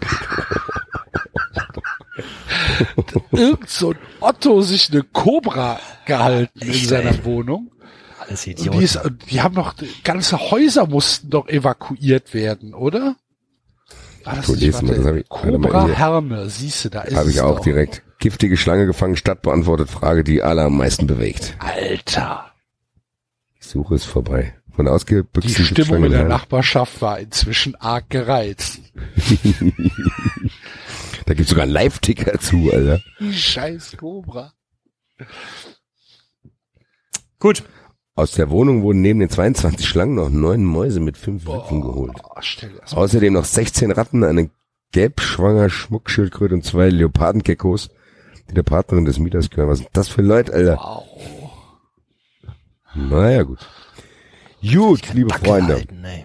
Irgend so ein Otto sich eine Kobra gehalten Echt, in seiner ey. Wohnung. Alles Idioten. Und die, ist, die haben noch, ganze Häuser mussten doch evakuiert werden, oder? War das nicht, warte, das hab ich, Kobra Herne, siehst du, da ist es Habe ich auch doch. direkt. Giftige Schlange gefangen, Stadt beantwortet, Frage, die alle am meisten bewegt. Alter. Die Suche ist vorbei. Von ausgebüchsten Die Stimmung in der Nachbarschaft war inzwischen arg gereizt. Da gibt's sogar einen Live-Ticker zu, Alter. Die scheiß Cobra. Gut. Aus der Wohnung wurden neben den zweiundzwanzig Schlangen noch neun Mäuse mit fünf Wölfen geholt. Stell dir das mal. Außerdem noch sechzehn Ratten, eine gelbschwanger Schmuckschildkröte und zwei Leopardengeckos, die der Partnerin des Mieters gehören. Was sind das für Leute, Alter? Wow. Naja, gut. Gut, liebe Freunde. Halten, ey.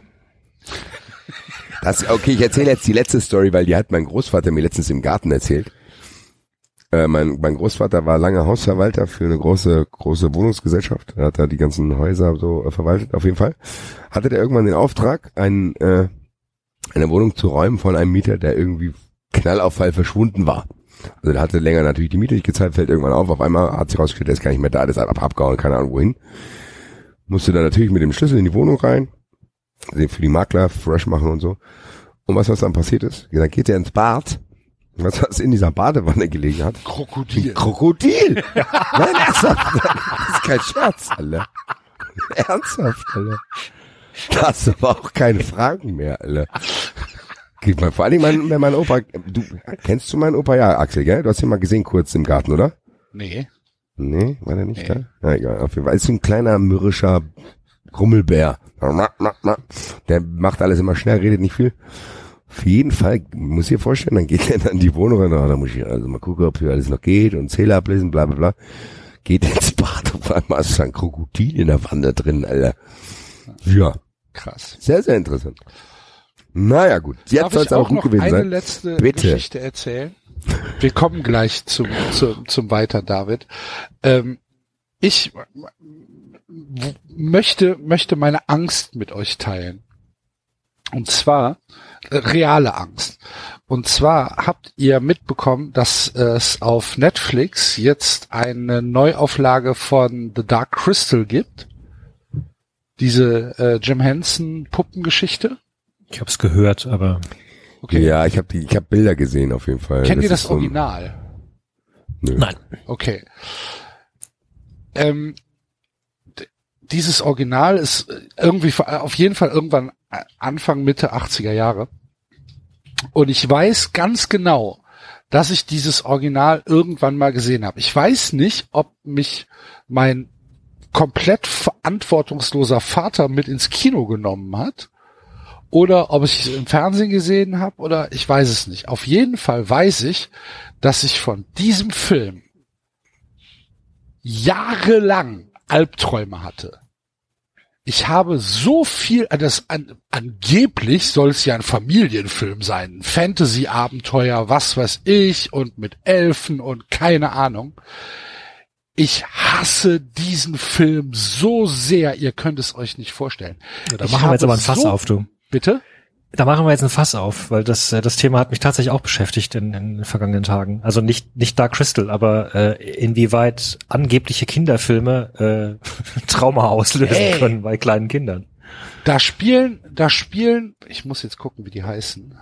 Das, okay, ich erzähle jetzt die letzte Story, weil die hat mein Großvater mir letztens im Garten erzählt. Äh, mein, mein Großvater war lange Hausverwalter für eine große, große Wohnungsgesellschaft. Er hat da die ganzen Häuser so äh, verwaltet, auf jeden Fall. Hatte der irgendwann den Auftrag, ein, äh, eine Wohnung zu räumen von einem Mieter, der irgendwie Knallauffall verschwunden war. Also der hatte länger natürlich die Miete nicht gezahlt, fällt irgendwann auf. Auf einmal hat sich rausgestellt, der ist gar nicht mehr da, der ist ab, abgehauen, keine Ahnung wohin. Musste dann natürlich mit dem Schlüssel in die Wohnung rein, den für die Makler fresh machen und so. Und was was dann passiert ist? Ja, dann geht er ins Bad. Was was in dieser Badewanne gelegen hat? Krokodil. Ein Krokodil! Nein, ernsthaft. Das ist kein Scherz, Alter. Ernsthaft, Alter. Da hast du aber auch keine Fragen mehr, Alter. Geht mal, vor allem, mein, wenn mein Opa, du, kennst du meinen Opa? Ja, Axel, gell? Du hast ihn mal gesehen kurz im Garten, oder? Nee. Nee, war der nicht Nee. da? Na egal, auf jeden Fall. Ist so ein kleiner, mürrischer Grummelbär. Der macht alles immer schnell, redet nicht viel. Auf jeden Fall, muss ich dir vorstellen, dann geht er dann in die Wohnung rein, da muss ich also mal gucken, ob hier alles noch geht und Zähler ablesen, bla bla bla. Geht ins Bad, auf einmal ist da ein Krokodil in der Wanne drin, Alter. Ja, Krass. sehr, sehr interessant. Naja, gut, jetzt Darf soll ich es auch auch gut noch gewesen eine sein. letzte Bitte. Geschichte erzählen? Wir kommen gleich zum, zum, zum Weiter, David. Ähm, ich w- möchte, möchte meine Angst mit euch teilen. Und zwar, äh, reale Angst. Und zwar habt ihr mitbekommen, dass es auf Netflix jetzt eine Neuauflage von The Dark Crystal gibt. Diese äh, Jim Henson Puppengeschichte. Ich habe es gehört, aber Okay. Ja, ich habe die, ich habe Bilder gesehen auf jeden Fall. Kennt ihr ist das so ein- Original? Nö. nein. Okay. Ähm, d- dieses Original ist irgendwie auf jeden Fall irgendwann Anfang, Mitte achtziger Jahre. Und ich weiß ganz genau, dass ich dieses Original irgendwann mal gesehen habe. Ich weiß nicht, ob mich mein komplett verantwortungsloser Vater mit ins Kino genommen hat oder ob ich es im Fernsehen gesehen habe oder ich weiß es nicht. Auf jeden Fall weiß ich, dass ich von diesem Film jahrelang Albträume hatte. Ich habe so viel, das an, angeblich soll es ja ein Familienfilm sein, ein Fantasy-Abenteuer, was weiß ich, und mit Elfen und keine Ahnung. Ich hasse diesen Film so sehr, ihr könnt es euch nicht vorstellen. Ja, da Ich machen wir jetzt habe aber ein Fass so- auf, du. Bitte? Da machen wir jetzt ein Fass auf, weil das äh, das Thema hat mich tatsächlich auch beschäftigt in, in den vergangenen Tagen. Also nicht nicht Dark Crystal, aber äh, inwieweit angebliche Kinderfilme äh, Trauma auslösen Hey. können bei kleinen Kindern. Da spielen, da spielen, ich muss jetzt gucken, wie die heißen.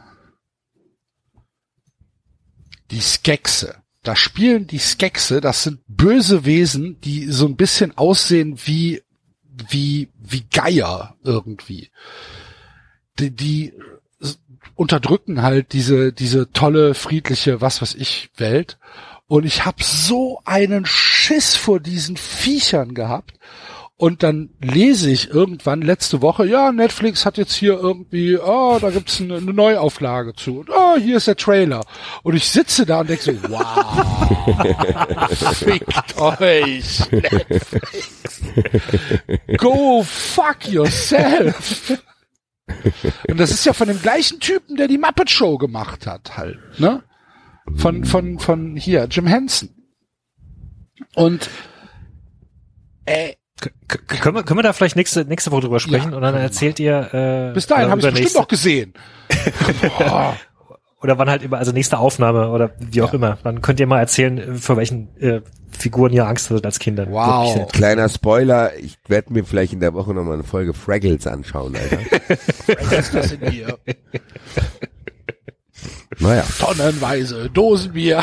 Die Skexe. Da spielen die Skexe, das sind böse Wesen, die so ein bisschen aussehen wie, wie, wie Geier irgendwie. Die, die unterdrücken halt diese, diese tolle, friedliche, was weiß ich, Welt. Und ich habe so einen Schiss vor diesen Viechern gehabt. Und dann lese ich irgendwann letzte Woche, ja, Netflix hat jetzt hier irgendwie, oh, da gibt's eine, eine Neuauflage zu. Und oh, hier ist der Trailer. Und ich sitze da und denke so, wow, fickt euch, Netflix. Go fuck yourself. Und das ist ja von dem gleichen Typen, der die Muppet Show gemacht hat, halt, ne? Von, von, von hier, Jim Henson. Und, äh, K k- können wir können wir da vielleicht nächste nächste Woche drüber sprechen Ja, und dann können wir erzählt ihr äh, bis dahin oder habe ich bestimmt übernächste- noch gesehen. Boah. oder wann halt immer, also nächste Aufnahme oder wie auch Ja. immer. Dann könnt ihr mal erzählen, für welchen äh, Figuren ihr Angst hattet als Kinder. Wow. Würde mich sehr- Kleiner Spoiler, ich werde mir vielleicht in der Woche nochmal eine Folge Fraggles anschauen, Alter. Was ist das in hier? Naja. Tonnenweise Dosenbier.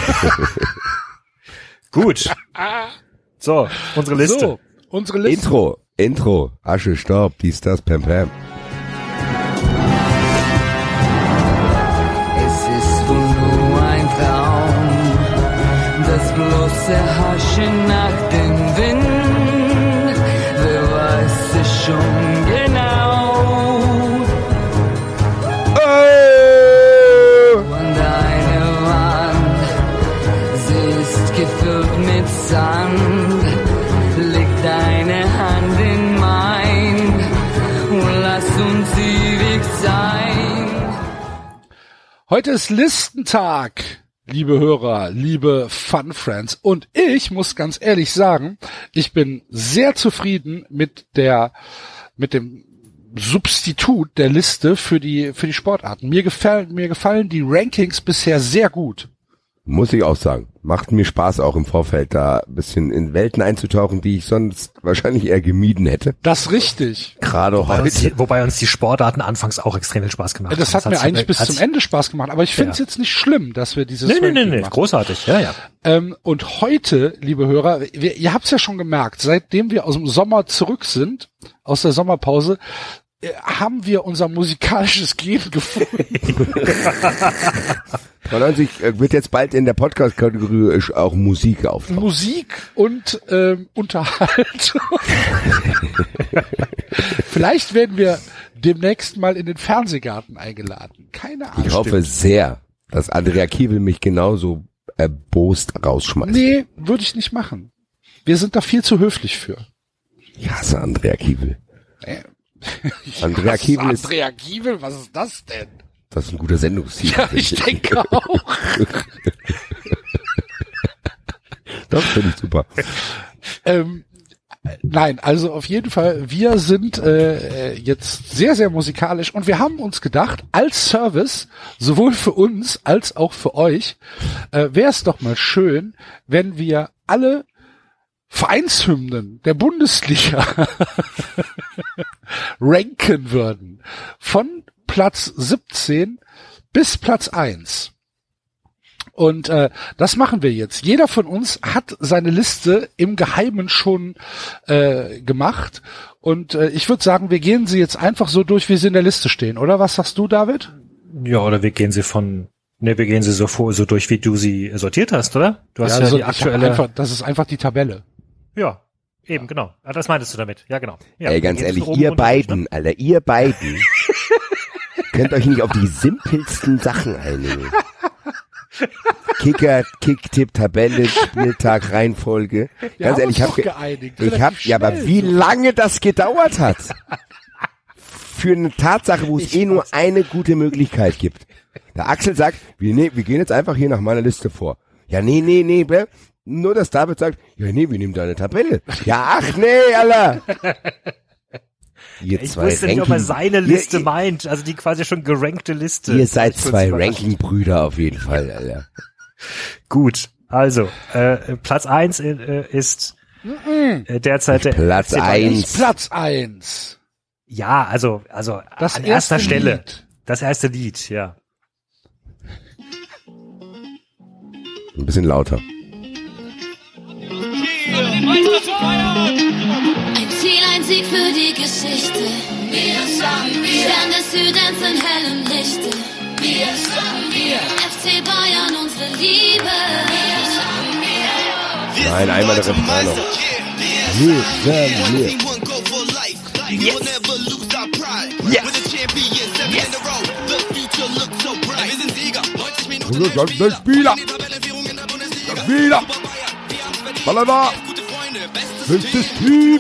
Gut. So, unsere Liste. So, unsere Liste. Intro, Intro, Asche, Staub, dies, das, Pam, Pam. Es ist wohl nur bloß erhaschen nach dem Wind. Wer weiß es schon genau. Oh! Und eine Wand, sie ist gefüllt mit Sand. Leg deine Hand in mein und lass uns ewig sein. Heute ist Listentag, liebe Hörer, liebe Fun Friends. Und ich muss ganz ehrlich sagen, ich bin sehr zufrieden mit der, mit dem Substitut der Liste für die, für die Sportarten. Mir gefallen, mir gefallen die Rankings bisher sehr gut. Muss ich auch sagen. Macht mir Spaß auch im Vorfeld, da ein bisschen in Welten einzutauchen, die ich sonst wahrscheinlich eher gemieden hätte. Das ist richtig. Gerade Wobei uns, heute. die, wobei uns die Sportarten anfangs auch extrem viel Spaß gemacht haben. Das hat mir eigentlich bis als, zum Ende Spaß gemacht, aber ich finde es Ja. jetzt nicht schlimm, dass wir dieses Nee, nee, nee, Ranking nee, machen. großartig. Ja, ja. Ähm, und heute, liebe Hörer, wir, ihr habt es ja schon gemerkt, seitdem wir aus dem Sommer zurück sind, aus der Sommerpause, äh, haben wir unser musikalisches Gen gefunden. neunzig wird jetzt bald in der Podcast-Kategorie auch Musik auftauchen. Musik und ähm, Unterhaltung. Vielleicht werden wir demnächst mal in den Fernsehgarten eingeladen. Keine Ahnung. Ich hoffe sehr, dass Andrea Kiewel mich genauso erbost rausschmeißt. Nee, würde ich nicht machen. Wir sind da viel zu höflich für. Ich hasse Andrea Kiewel. Äh, Andrea was, Kiewel ist, Andrea Kiewel, was ist das denn? das ist ein guter Sendungstitel. Ja, ich denke auch. Das finde ich super. ähm, nein, also auf jeden Fall, wir sind äh, jetzt sehr, sehr musikalisch und wir haben uns gedacht, als Service, sowohl für uns als auch für euch, äh, wäre es doch mal schön, wenn wir alle Vereinshymnen der Bundesliga ranken würden. Von Platz siebzehn bis Platz eins. Und äh, das machen wir jetzt. Jeder von uns hat seine Liste im Geheimen schon äh, gemacht. Und äh, ich würde sagen, wir gehen sie jetzt einfach so durch, wie sie in der Liste stehen. Oder was sagst du, David? Ja, oder wir gehen sie von, ne, wir gehen sie so vor, so durch, wie du sie sortiert hast, oder? Du hast ja, so, die ich hab aktuelle. einfach, das ist einfach die Tabelle. Ja, eben, genau. Ah, das meintest du damit. Ja, genau. Ja, Ey, ganz wir gehen ehrlich, so oben ihr und durch, beiden, ne? Alter, ihr beiden könnt euch nicht auf die simpelsten Sachen einigen. Kicker, Kicktipp, Tabelle, Spieltag, Reihenfolge. Wir Ganz haben ehrlich, ich uns habe doch geeinigt. ich hab, relativ ja, aber schnell wie so. lange das gedauert hat. Für eine Tatsache, wo es eh nur eine gute Möglichkeit gibt. Der Axel sagt, wir, nee, wir gehen jetzt einfach hier nach meiner Liste vor. Ja, nee, nee, nee, bäh. Nur, dass David sagt, ja, nee, wir nehmen deine Tabelle. Ja, ach, nee, Alter. Ihr Ich zwei wusste nicht, ob er Ranking- seine Liste ihr, meint, also die quasi schon gerankte Liste. Ihr seid Ich bin zwei überrascht. Ranking-Brüder auf jeden Fall, Alter. Gut, also äh, Platz eins äh, ist äh, derzeit der Platz F C Bayern. eins. Platz eins. Ja, also also Das an erster erste Stelle. Lied. Das erste Lied, ja. Ein bisschen lauter. Ein Ziel, ein Sieg für die Geschichte. Wir sagen wir. Stern des Südens in hellem Lichte. Wir sagen wir. F C Bayern, unsere Liebe. Wir sagen wir. Nein, einmal der Refrain noch. Wir sagen wir. Yes. Yes. Und dann der Spieler. Der Spieler. Ballada. Höchstes Team.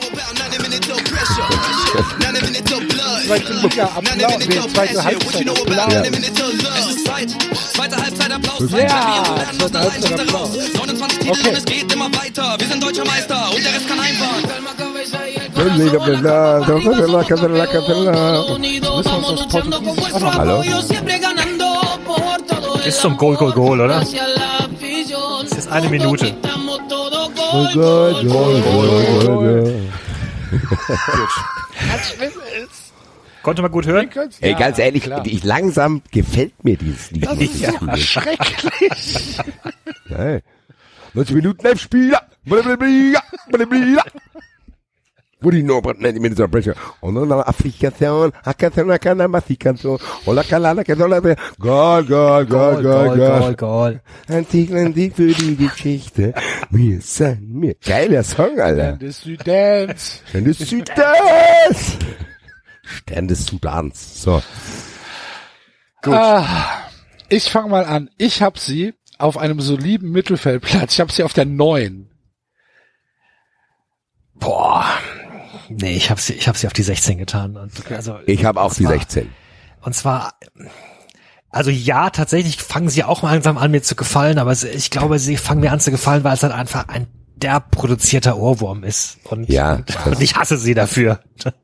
Zweite Liga, Applaus. Nee, zweite Halbzeit, Applaus. Ja. Zweite Halbzeit Applaus. Ja, zweite Halbzeit Applaus. neunundzwanzig Titel Okay. und es geht immer weiter. Wir sind deutscher Meister und der Rest kann einfahren. Müssen wir uns das Portugiesisch auch noch Hallo? Ist zum Goal, Goal, Goal, oder? Es ist eine Minute. Oh Gott, oh Gott, oh Gott. Konnte man gut hören? Ey, Ja, ganz ehrlich, klar. ich langsam gefällt mir dieses Lied. Das ist so erschrecklich. Hey. neunzig Minuten elf Spieler. Blablabla. Blablabla. Woody Norbert nennt ihn mit dieser Brecher. Und dann Afrikation, Hakation, Hakana, Mafikation, und Lakalala, Kasola, Goal, Goal, Goal, Goal, Goal, Goal. Ein Sieg, ein Sieg für die Geschichte. Mir sein, mir. Geiler Song, Alter. Stern des Südens. Stern des Südens. Stern des Sudans. So. Gut. Ah, ich fange mal an. Ich habe sie auf einem soliden Mittelfeldplatz. Ich habe sie auf der neun. Boah. Nee, ich habe sie, ich habe sie auf die sechzehn getan. Und also, ich habe auch die war, sechzehn. Und zwar, also ja, tatsächlich fangen sie auch langsam an, mir zu gefallen, aber ich glaube, sie fangen mir an zu gefallen, weil es halt einfach ein derb produzierter Ohrwurm ist. Und, ja, und ich hasse sie dafür.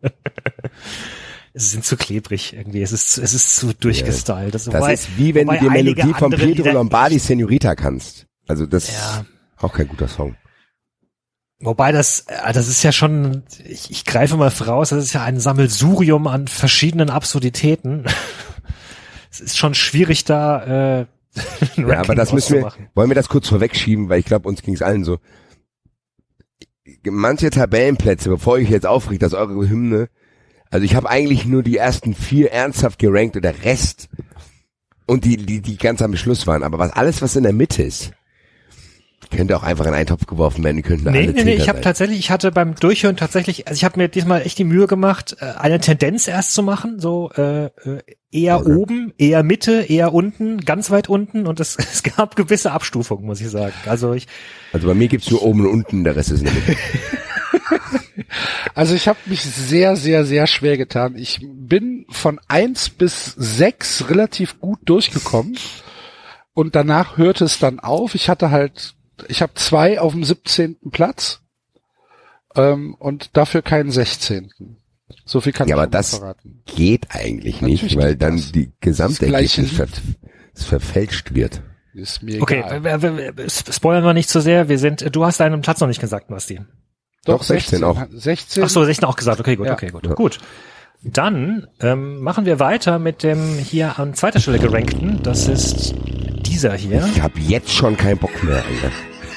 Es sind zu klebrig irgendwie. Es ist, es ist zu durchgestylt. Das, das wobei, ist wie wenn du die Melodie von Pietro Lombardi Senorita kannst. Also das ja. ist auch kein guter Song. Wobei das, das ist ja schon, ich, ich greife mal voraus, das ist ja ein Sammelsurium an verschiedenen Absurditäten. Es ist schon schwierig da, äh, ein ja, aber das müssen wir, wollen wir das kurz vorwegschieben, weil ich glaube, uns ging es allen so. Manche Tabellenplätze, bevor ich jetzt aufrege, dass eure Hymne, also ich habe eigentlich nur die ersten vier ernsthaft gerankt und der Rest und die, die, die ganz am Schluss waren. Aber was alles, was in der Mitte ist, könnte auch einfach in einen Topf geworfen werden. Die könnten nee, alle nee, nee, ich habe tatsächlich, ich hatte beim Durchhören tatsächlich, also ich habe mir diesmal echt die Mühe gemacht, eine Tendenz erst zu machen, so äh, eher okay. oben, eher Mitte, eher unten, ganz weit unten und es, es gab gewisse Abstufungen, muss ich sagen. Also ich. Also bei mir gibt's nur oben und unten, der Rest ist in der Mitte. Also ich habe mich sehr, sehr, sehr schwer getan. Ich bin von eins bis sechs relativ gut durchgekommen und danach hörte es dann auf. Ich hatte halt, ich habe zwei auf dem siebzehnten Platz ähm, und dafür keinen sechzehnten So viel kann ja, ich aber das verraten. Geht eigentlich nicht, Natürlich weil dann das. die Gesamtergebnis ver verfälscht wird. Ist mir okay, egal. Spoilern wir nicht zu sehr. Wir sind, du hast deinen Platz noch nicht gesagt, Basti. Doch, Doch sechzehn auch. sechzehn Ach so, sechzehn auch gesagt. Okay, gut, ja. okay, gut. Ja. Gut. Dann ähm, machen wir weiter mit dem hier an zweiter Stelle gerankten. Das ist dieser hier. Ich habe jetzt schon keinen Bock mehr, Alter.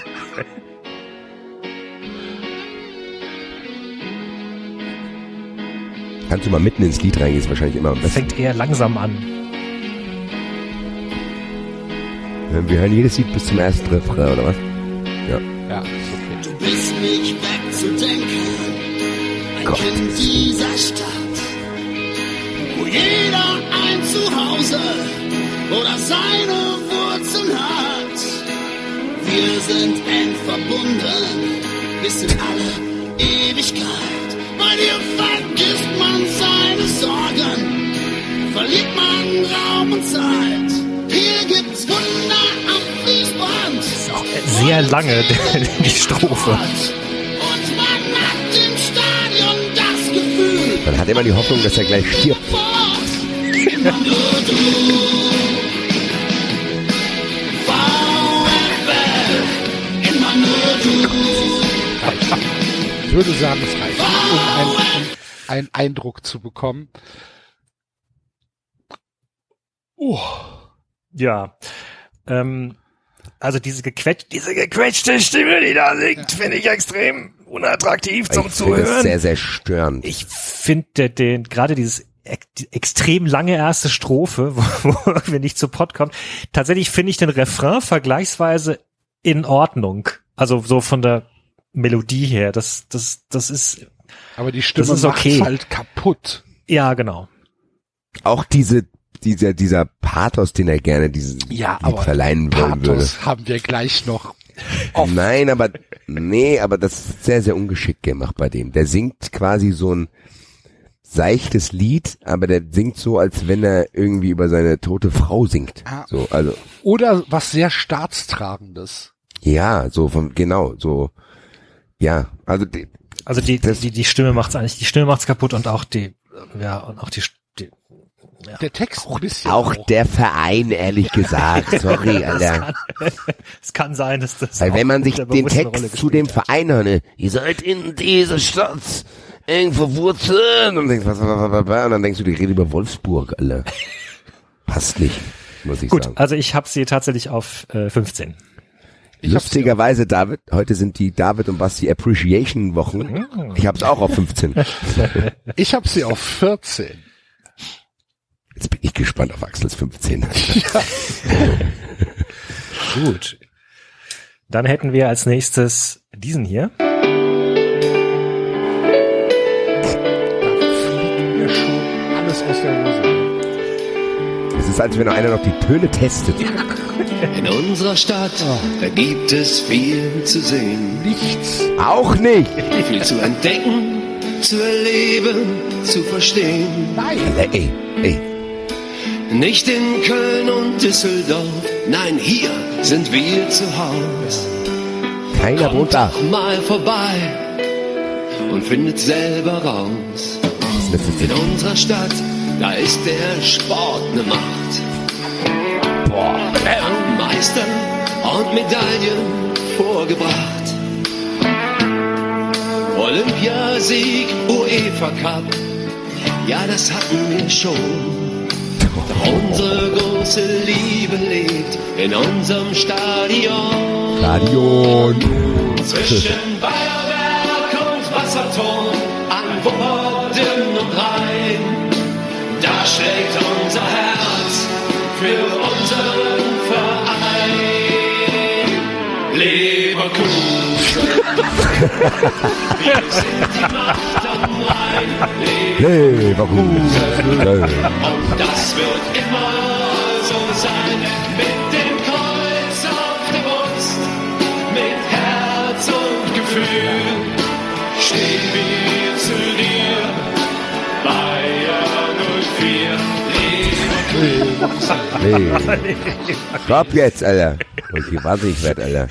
Kannst du mal mitten ins Lied reingehen, ist wahrscheinlich immer am besten. Fängt eher langsam an. Wir hören jedes Lied bis zum ersten Refrain, oder was? Ja. Ja, ist okay. Du bist nicht wegzudenken, ein Gott. Kind dieser Stadt, wo jeder ein Zuhause oder seine Wurzeln hat. Wir sind eng verbunden bis in alle Ewigkeit. Bei dir vergisst man seine Sorgen, verliert man Raum und Zeit. Hier gibt's Wunder am Fließband. Sehr lange, die Strophe. Und man hat im Stadion das Gefühl, Man hat immer die Hoffnung, dass er gleich stirbt. immer nur du. VfL, immer nur du. Ich würde sagen, es reicht, um einen, um einen Eindruck zu bekommen. Oh. Ja. Ähm, also diese gequetschte, diese gequetschte Stimme, die da singt, ja. finde ich extrem unattraktiv zum Ich finde Zuhören. das sehr, sehr störend. Ich finde den, gerade dieses die extrem lange erste Strophe, wo, wo wir nicht zu Pott kommt, tatsächlich finde ich den Refrain vergleichsweise in Ordnung. Also so von der Melodie her, das, das, das ist, aber die Stimme das ist okay. macht's halt kaputt. Ja, genau. Auch diese, dieser, dieser Pathos, den er gerne diesen Ja, Lied aber verleihen wollen würde. Pathos haben wir gleich noch. Oft. Nein, aber, nee, aber das ist sehr, sehr ungeschickt gemacht bei dem. Der singt quasi so ein seichtes Lied, aber der singt so, als wenn er irgendwie über seine tote Frau singt. Ah. So, also. Oder was sehr Staatstragendes. Ja, so von, genau, so, ja, also, die, Also die, das, die, die Stimme macht's eigentlich, die Stimme macht's kaputt und auch die, ja, und auch die, die ja. Der Text ein bisschen auch, auch. der Verein, ehrlich gesagt, sorry, Alter. Es kann, kann sein, dass das Weil wenn man sich den Text zu dem hat. Verein hört, ne, ihr seid in dieser Stadt irgendwo Wurzeln und denkst, was, was, was, was, und dann denkst du, die reden über Wolfsburg, Alter. Passt nicht, muss ich Gut, sagen. also ich habe sie tatsächlich auf äh, fünfzehn. Ich Lustigerweise, David, heute sind die David und Basti Appreciation Wochen. Mm. Ich hab's auch auf fünfzehn. Ich habe sie auf vierzehn. Jetzt bin ich gespannt auf Axels fünfzehn. Ja. Gut. Dann hätten wir als nächstes diesen hier. Da fliegt mir schon alles aus der Hose. Es ist, als wenn noch einer noch die Töne testet. In unserer Stadt, da gibt es viel zu sehen. Nichts. Auch nicht. Viel zu entdecken, zu erleben, zu verstehen. Nein. Ey, ey. Nicht in Köln und Düsseldorf, nein, hier sind wir zu Haus. Keiner wohnt da. Kommt doch mal vorbei und findet selber raus. In unserer Stadt, da ist der Sport ne Macht. Boah, Meister und Medaillen vorgebracht. Olympiasieg, UEFA Cup, ja, das hatten wir schon. Doch unsere große Liebe lebt in unserem Stadion. Stadion. Zwischen Bayerwerk und Wasserturm, an Wupperden und Rhein, da schlägt unser Herz für unseren Verein. Leverkusen, wir sind die Macht am Rhein. Leverkusen. Und das wird immer so sein, mit dem Kreuz auf der Brust, mit Herz und Gefühl, stehen wir zu dir, Bayern null vier, Leverkusen. Nee. Stopp jetzt, Alter. Okay, warte, ich werd, Alter.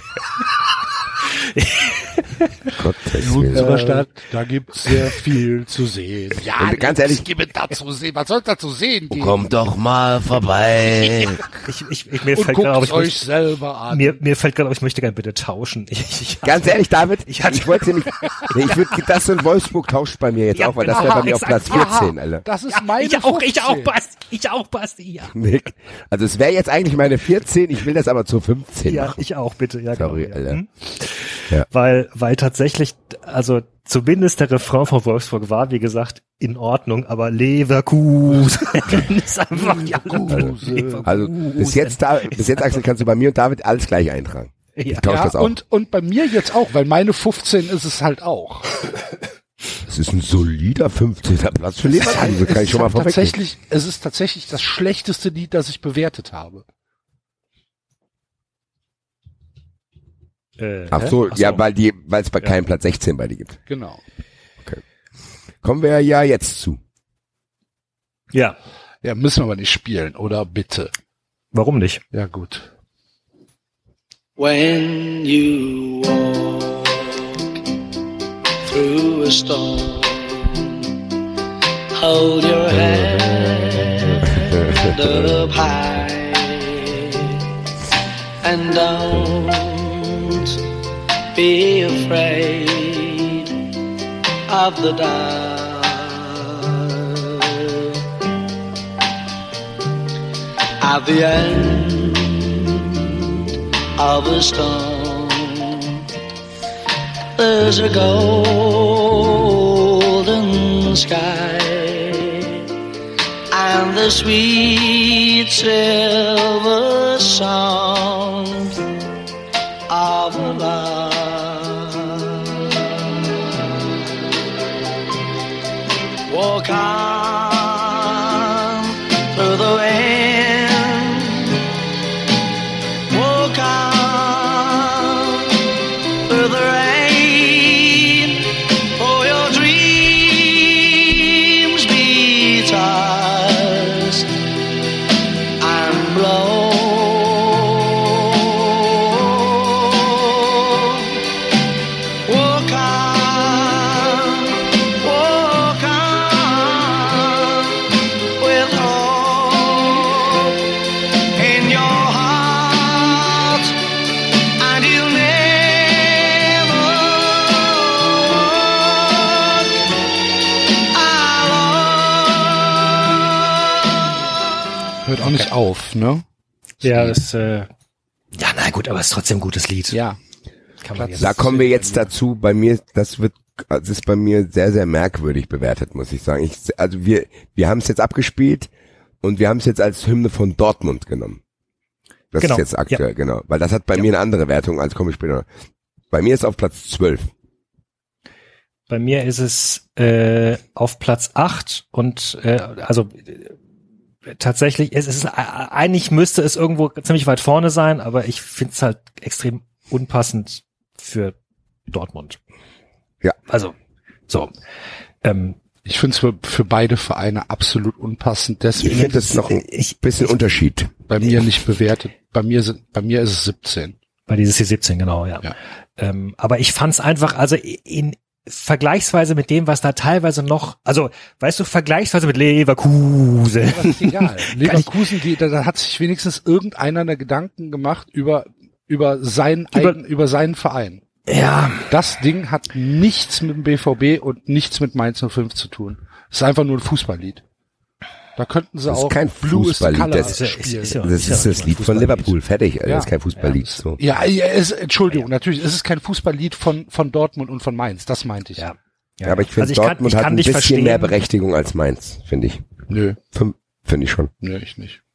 Gottes In Willen. unserer Stadt, da gibt's sehr viel zu sehen. Ja, Und ganz ehrlich, es gibt da zu sehen. Was soll da zu sehen geben? Kommt doch mal vorbei. Ich, ich, ich, mir Und fällt guckt gerade auf, ich euch möchte, selber an. mir, mir fällt gerade auf, ich möchte gerne bitte tauschen. Ich, ich, Ganz ehrlich, David, Ich ich, hatte- ich wollte nicht, nee, ich würde, das und Wolfsburg tauscht bei mir jetzt Ja, auch, weil das aha, wäre bei mir auf exakt. Platz vierzehn, Alter. Das ist meine ich auch, ich auch, fünfzehn. Basti, ich auch, Basti, ja. Nick. Also es wäre jetzt eigentlich meine vierzehn, ich will das aber zu fünfzehn Ja, machen. ich auch, bitte, ja, Sorry, genau, ja. Alter. Hm? Ja. Weil, weil tatsächlich, also zumindest der Refrain von Wolfsburg war, wie gesagt, in Ordnung, aber Leverkusen ist einfach ja, Leverkusen. Also bis jetzt, da, bis jetzt, Axel, kannst du bei mir und David alles gleich eintragen. Ja. Ich tausche Ja, das auch. und, und bei mir jetzt auch, weil meine fünfzehn ist es halt auch. Es ist ein solider fünfzehnter Platz für Leverkusen, kann ich schon mal ist vorwegnehmen. tatsächlich, es ist tatsächlich das schlechteste Lied, das ich bewertet habe. Äh, Ach hä? so, Ach ja, weil die, weil es bei Ja. keinem Platz sechzehn bei dir gibt. Genau. Kommen wir ja jetzt zu. Ja, Ja, müssen wir aber nicht spielen, oder bitte? warum nicht? Ja, gut. When you walk through a storm, hold your head up high and don't be afraid of the dark. At the end of a storm, there's a golden sky and the sweet silver sound of a lark. Walk on through the wind, walk on through the rain, for your dreams be tossed and blown. Walk on, walk on with hope in your heart, and you'll never walk alone. Hört auch nicht auf, ne? Ja, das, äh, ja, na gut, aber es ist trotzdem ein gutes Lied. Ja. Kann man Platz- jetzt. Da kommen wir jetzt dazu. Bei mir, das wird es ist bei mir sehr, sehr merkwürdig bewertet, muss ich sagen. Ich, also wir, wir haben es jetzt abgespielt und wir haben es jetzt als Hymne von Dortmund genommen. Das genau. ist jetzt aktuell, ja. genau. Weil das hat bei ja. mir eine andere Wertung, als komme ich später noch. Bei mir ist auf Platz zwölf. Bei mir ist es äh, auf Platz acht und äh, also äh, tatsächlich, es ist äh, eigentlich müsste es irgendwo ziemlich weit vorne sein, aber ich finde es halt extrem unpassend für Dortmund. Ja. Also, so. Ähm, ich finde es für, für beide Vereine absolut unpassend. Deswegen ich finde das noch ein ich, bisschen ich, Unterschied. Bei mir nicht bewertet. Bei mir sind, bei mir ist es siebzehn. Bei dieses hier siebzehn, genau, ja. ja. Ähm, aber ich fand es einfach, also in vergleichsweise mit dem, was da teilweise noch, also, weißt du, vergleichsweise mit Leverkusen. Ja, das ist egal. Leverkusen, die, da, da hat sich wenigstens irgendeiner eine Gedanken gemacht über, über seinen über, eigen, über seinen Verein. Ja. Das Ding hat nichts mit dem B V B und nichts mit Mainz null fünf zu tun. Es ist einfach nur ein Fußballlied. Da könnten sie das auch ist kein Blue is the Color das ist, spielen. Ist, ist, das ist das Lied von Liverpool, fertig. Ja. Das ist kein Fußballlied. Ja, so. ja, ja es, Entschuldigung, ja. natürlich, es ist kein Fußballlied von von Dortmund und von Mainz, das meinte ich. Ja, ja, aber ich finde, also Dortmund kann, hat ein bisschen verstehen. mehr Berechtigung als Mainz, finde ich. Nö. Finde ich schon. Nö, ich nicht.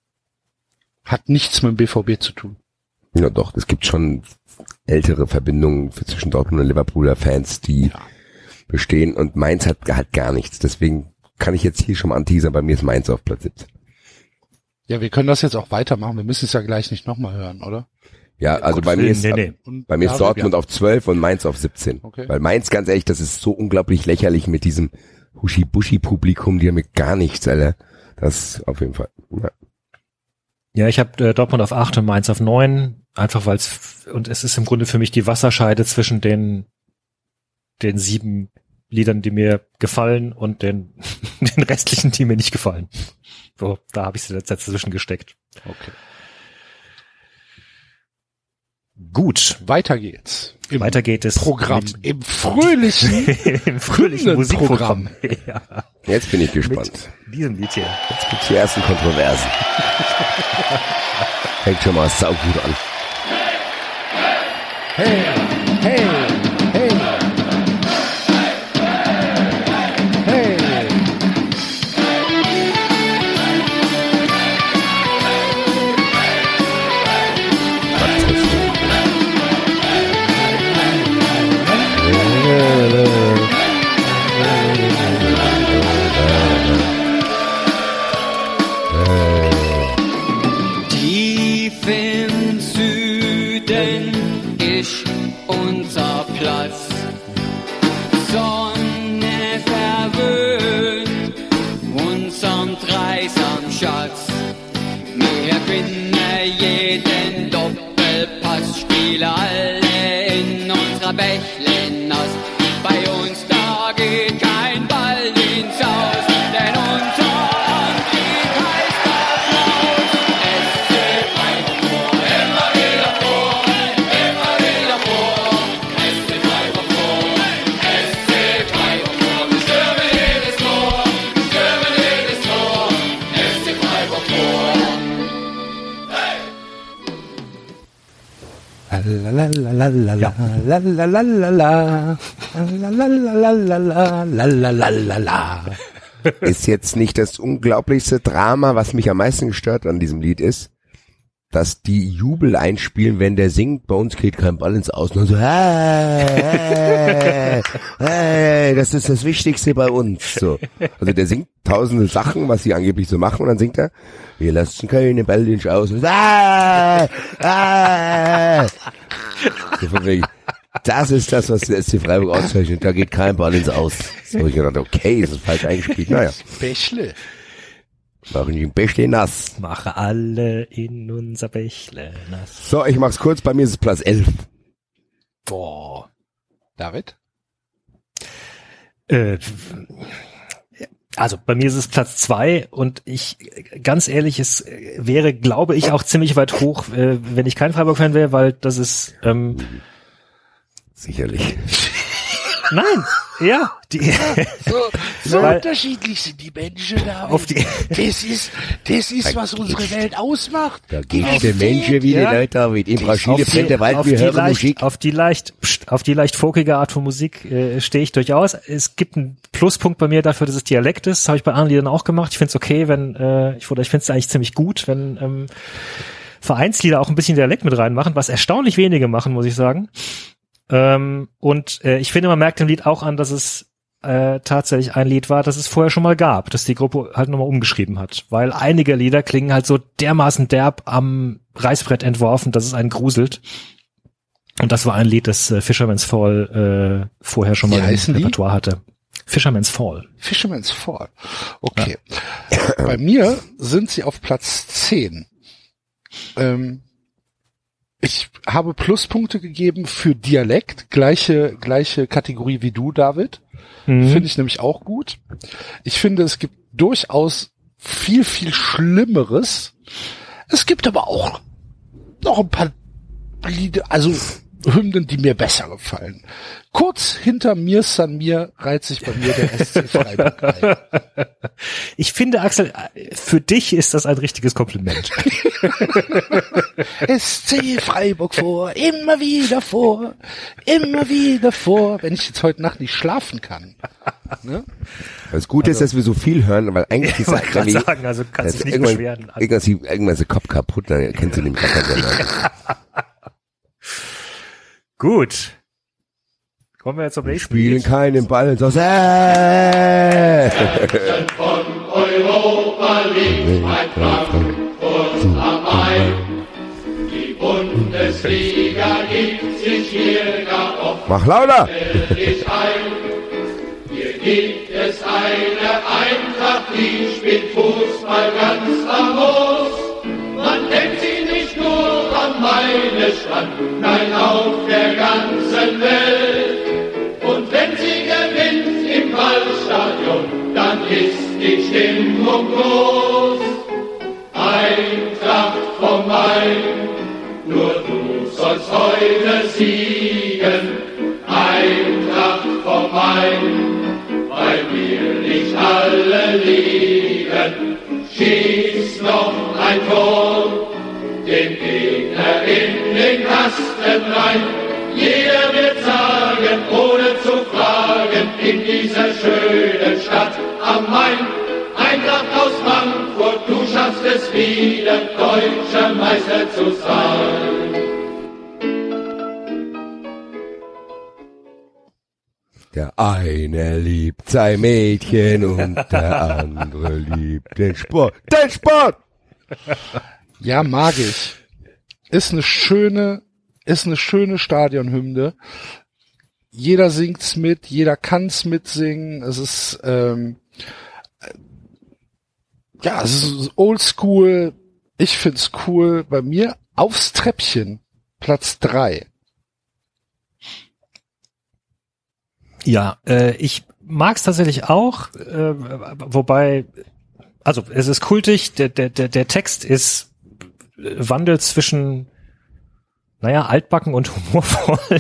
Hat nichts mit dem B V B zu tun. Ja doch, es gibt schon ältere Verbindungen zwischen Dortmund und Liverpooler Fans, die ja. bestehen und Mainz hat halt gar nichts, deswegen kann ich jetzt hier schon mal anteasern, bei mir ist Mainz auf Platz siebzehn. Ja, wir können das jetzt auch weitermachen. Wir müssen es ja gleich nicht nochmal hören, oder? Ja, also bei mir ist, nee, nee. bei mir ist Dortmund auf zwölf und Mainz auf siebzehn. Okay. Weil Mainz, ganz ehrlich, das ist so unglaublich lächerlich mit diesem Huschi-Buschi-Publikum, die haben mit gar nichts, Alter. Das auf jeden Fall. Ja, ja ich habe äh, Dortmund auf acht und Mainz auf neun, einfach weil es, und es ist im Grunde für mich die Wasserscheide zwischen den, den sieben Liedern, die mir gefallen und den, den restlichen, die mir nicht gefallen. So, da habe ich sie jetzt dazwischen gesteckt. Okay. Gut. Weiter geht's. Im Weiter geht es. Programm. Im fröhlichen, im fröhlichen Musikprogramm. Ja. Jetzt bin ich gespannt. Mit diesem Lied hier. Jetzt gibt's die ersten Kontroversen. Fängt schon mal saugut an. Hey, hey, hey. Tief im Süden ist unser Platz. Sonne verwöhnt unseren dreisam Schatz. Wir gewinnen jeden Doppelpass, spielen alle in unserer Bächle-Nass. Bei uns da geht kein Ball ins Haus, denn unser Antrieb heißt Applaus. S C Freiburg vor, immer wieder vor, immer wieder vor. S C Freiburg vor, S C Freiburg vor. Wir stürmen jedes Tor, wir stürmen jedes Tor. S C Freiburg vor. Hey! Ist jetzt nicht das unglaublichste Drama, was mich am meisten gestört an diesem Lied ist, dass die Jubel einspielen, wenn der singt, bei uns geht kein Ball ins Außen und so, hey, hey, das ist das Wichtigste bei uns. So. Also der singt tausende Sachen, was sie angeblich so machen, und dann singt er, wir lassen keine Ball ins Außen. Ah, ah. So von wegen, das ist das, was der S C Freiburg auszeichnet, da geht kein Ball ins Aus. So hab ich gedacht, okay, ist das falsch eingespielt, naja. Bächle. Machen die Bächle nass. Mache alle in unser Bächle nass. So, ich mach's kurz, bei mir ist es Platz elf. Boah. David? Äh, also bei mir ist es Platz zwei und ich, ganz ehrlich, es wäre, glaube ich, auch ziemlich weit hoch, äh, wenn ich kein Freiburg-Fan wäre, weil das ist ähm, sicherlich. Nein, ja, die, so, so Weil- unterschiedlich sind die Menschen da. Auf die- das ist, das ist, was unsere Welt ausmacht. Da gibt's die Menschen wie die Ja. Leute da mit im auf Brasilien brennt der Wald, auf wir die hören leicht, Musik. auf die leicht, pst, auf die leicht folkige Art von Musik äh, stehe ich durchaus. Es gibt einen Pluspunkt bei mir dafür, dass es Dialekt ist. Das habe ich bei anderen Liedern auch gemacht. Ich finde es okay, wenn äh, ich oder ich finde es eigentlich ziemlich gut, wenn ähm, Vereinslieder auch ein bisschen Dialekt mit reinmachen, was erstaunlich wenige machen, muss ich sagen. Ähm, und äh, ich finde, man merkt dem Lied auch an, dass es äh, tatsächlich ein Lied war, das es vorher schon mal gab, das die Gruppe halt nochmal umgeschrieben hat. Weil einige Lieder klingen halt so dermaßen derb am Reißbrett entworfen, dass es einen gruselt. Und das war ein Lied, das äh, Fisherman's Fall äh, vorher schon Wie mal im heißen die? Repertoire hatte. Fisherman's Fall. Fisherman's Fall. Okay. Ja. Bei mir sind sie auf Platz zehn. Ähm, ich habe Pluspunkte gegeben für Dialekt, gleiche, gleiche Kategorie wie du, David. Mhm. Finde ich nämlich auch gut. Ich finde, es gibt durchaus viel, viel Schlimmeres. Es gibt aber auch noch ein paar Lieder, also Hymnen, die mir besser gefallen. Kurz hinter Mir San Mir reiht sich bei mir der S C Freiburg ein. Ich finde, Axel, für dich ist das ein richtiges Kompliment. S C Freiburg vor, immer wieder vor, immer wieder vor, wenn ich jetzt heute Nacht nicht schlafen kann. Ne? Das Gute ist, dass wir so viel hören, weil eigentlich ist Ich wollte gerade sagen, also kannst dich nicht irgendwann, beschweren. irgendwann ist, die, irgendwann ist der Kopf kaputt, dann kennst du den gar keinen mehr. Gut. Kommen wir jetzt zum nächsten Spielen Lied. keinen Ball, sonst äh. Von Europa liegt ein Frankfurt am Main. Die Bundesliga gibt sich hier gar oft Mach lauter! wirklich ein. Hier gibt es eine Eintracht, die spielt Fußball ganz famos. Man kennt sie nicht nur am Main-Strand, nein, auf der ganzen Welt. Und wenn sie gewinnt im Waldstadion, dann ist die Stimmung groß. Eintracht vom Main, nur du sollst heute siegen. Eintracht vom Main, weil wir nicht alle liegen. Schieß noch ein Tor, den Gegner in den Kasten rein. Jeder wird sagen, ohne zu fragen, in dieser schönen Stadt am Main. Eintracht aus Frankfurt, du schaffst es wieder, deutscher Meister zu sein. Der eine liebt sein Mädchen und der andere liebt den Sport. Den Sport! Ja, mag ich. Ist eine schöne, ist eine schöne Stadionhymne. Jeder singt's mit, jeder kann's mitsingen. Es ist, ähm, ja, es ist oldschool. Ich find's cool. Bei mir aufs Treppchen, Platz drei. Ja, äh, ich mag's tatsächlich auch, äh, wobei, also es ist kultig, der, der, der, der Text ist äh, wandelt zwischen, naja, altbacken und humorvoll.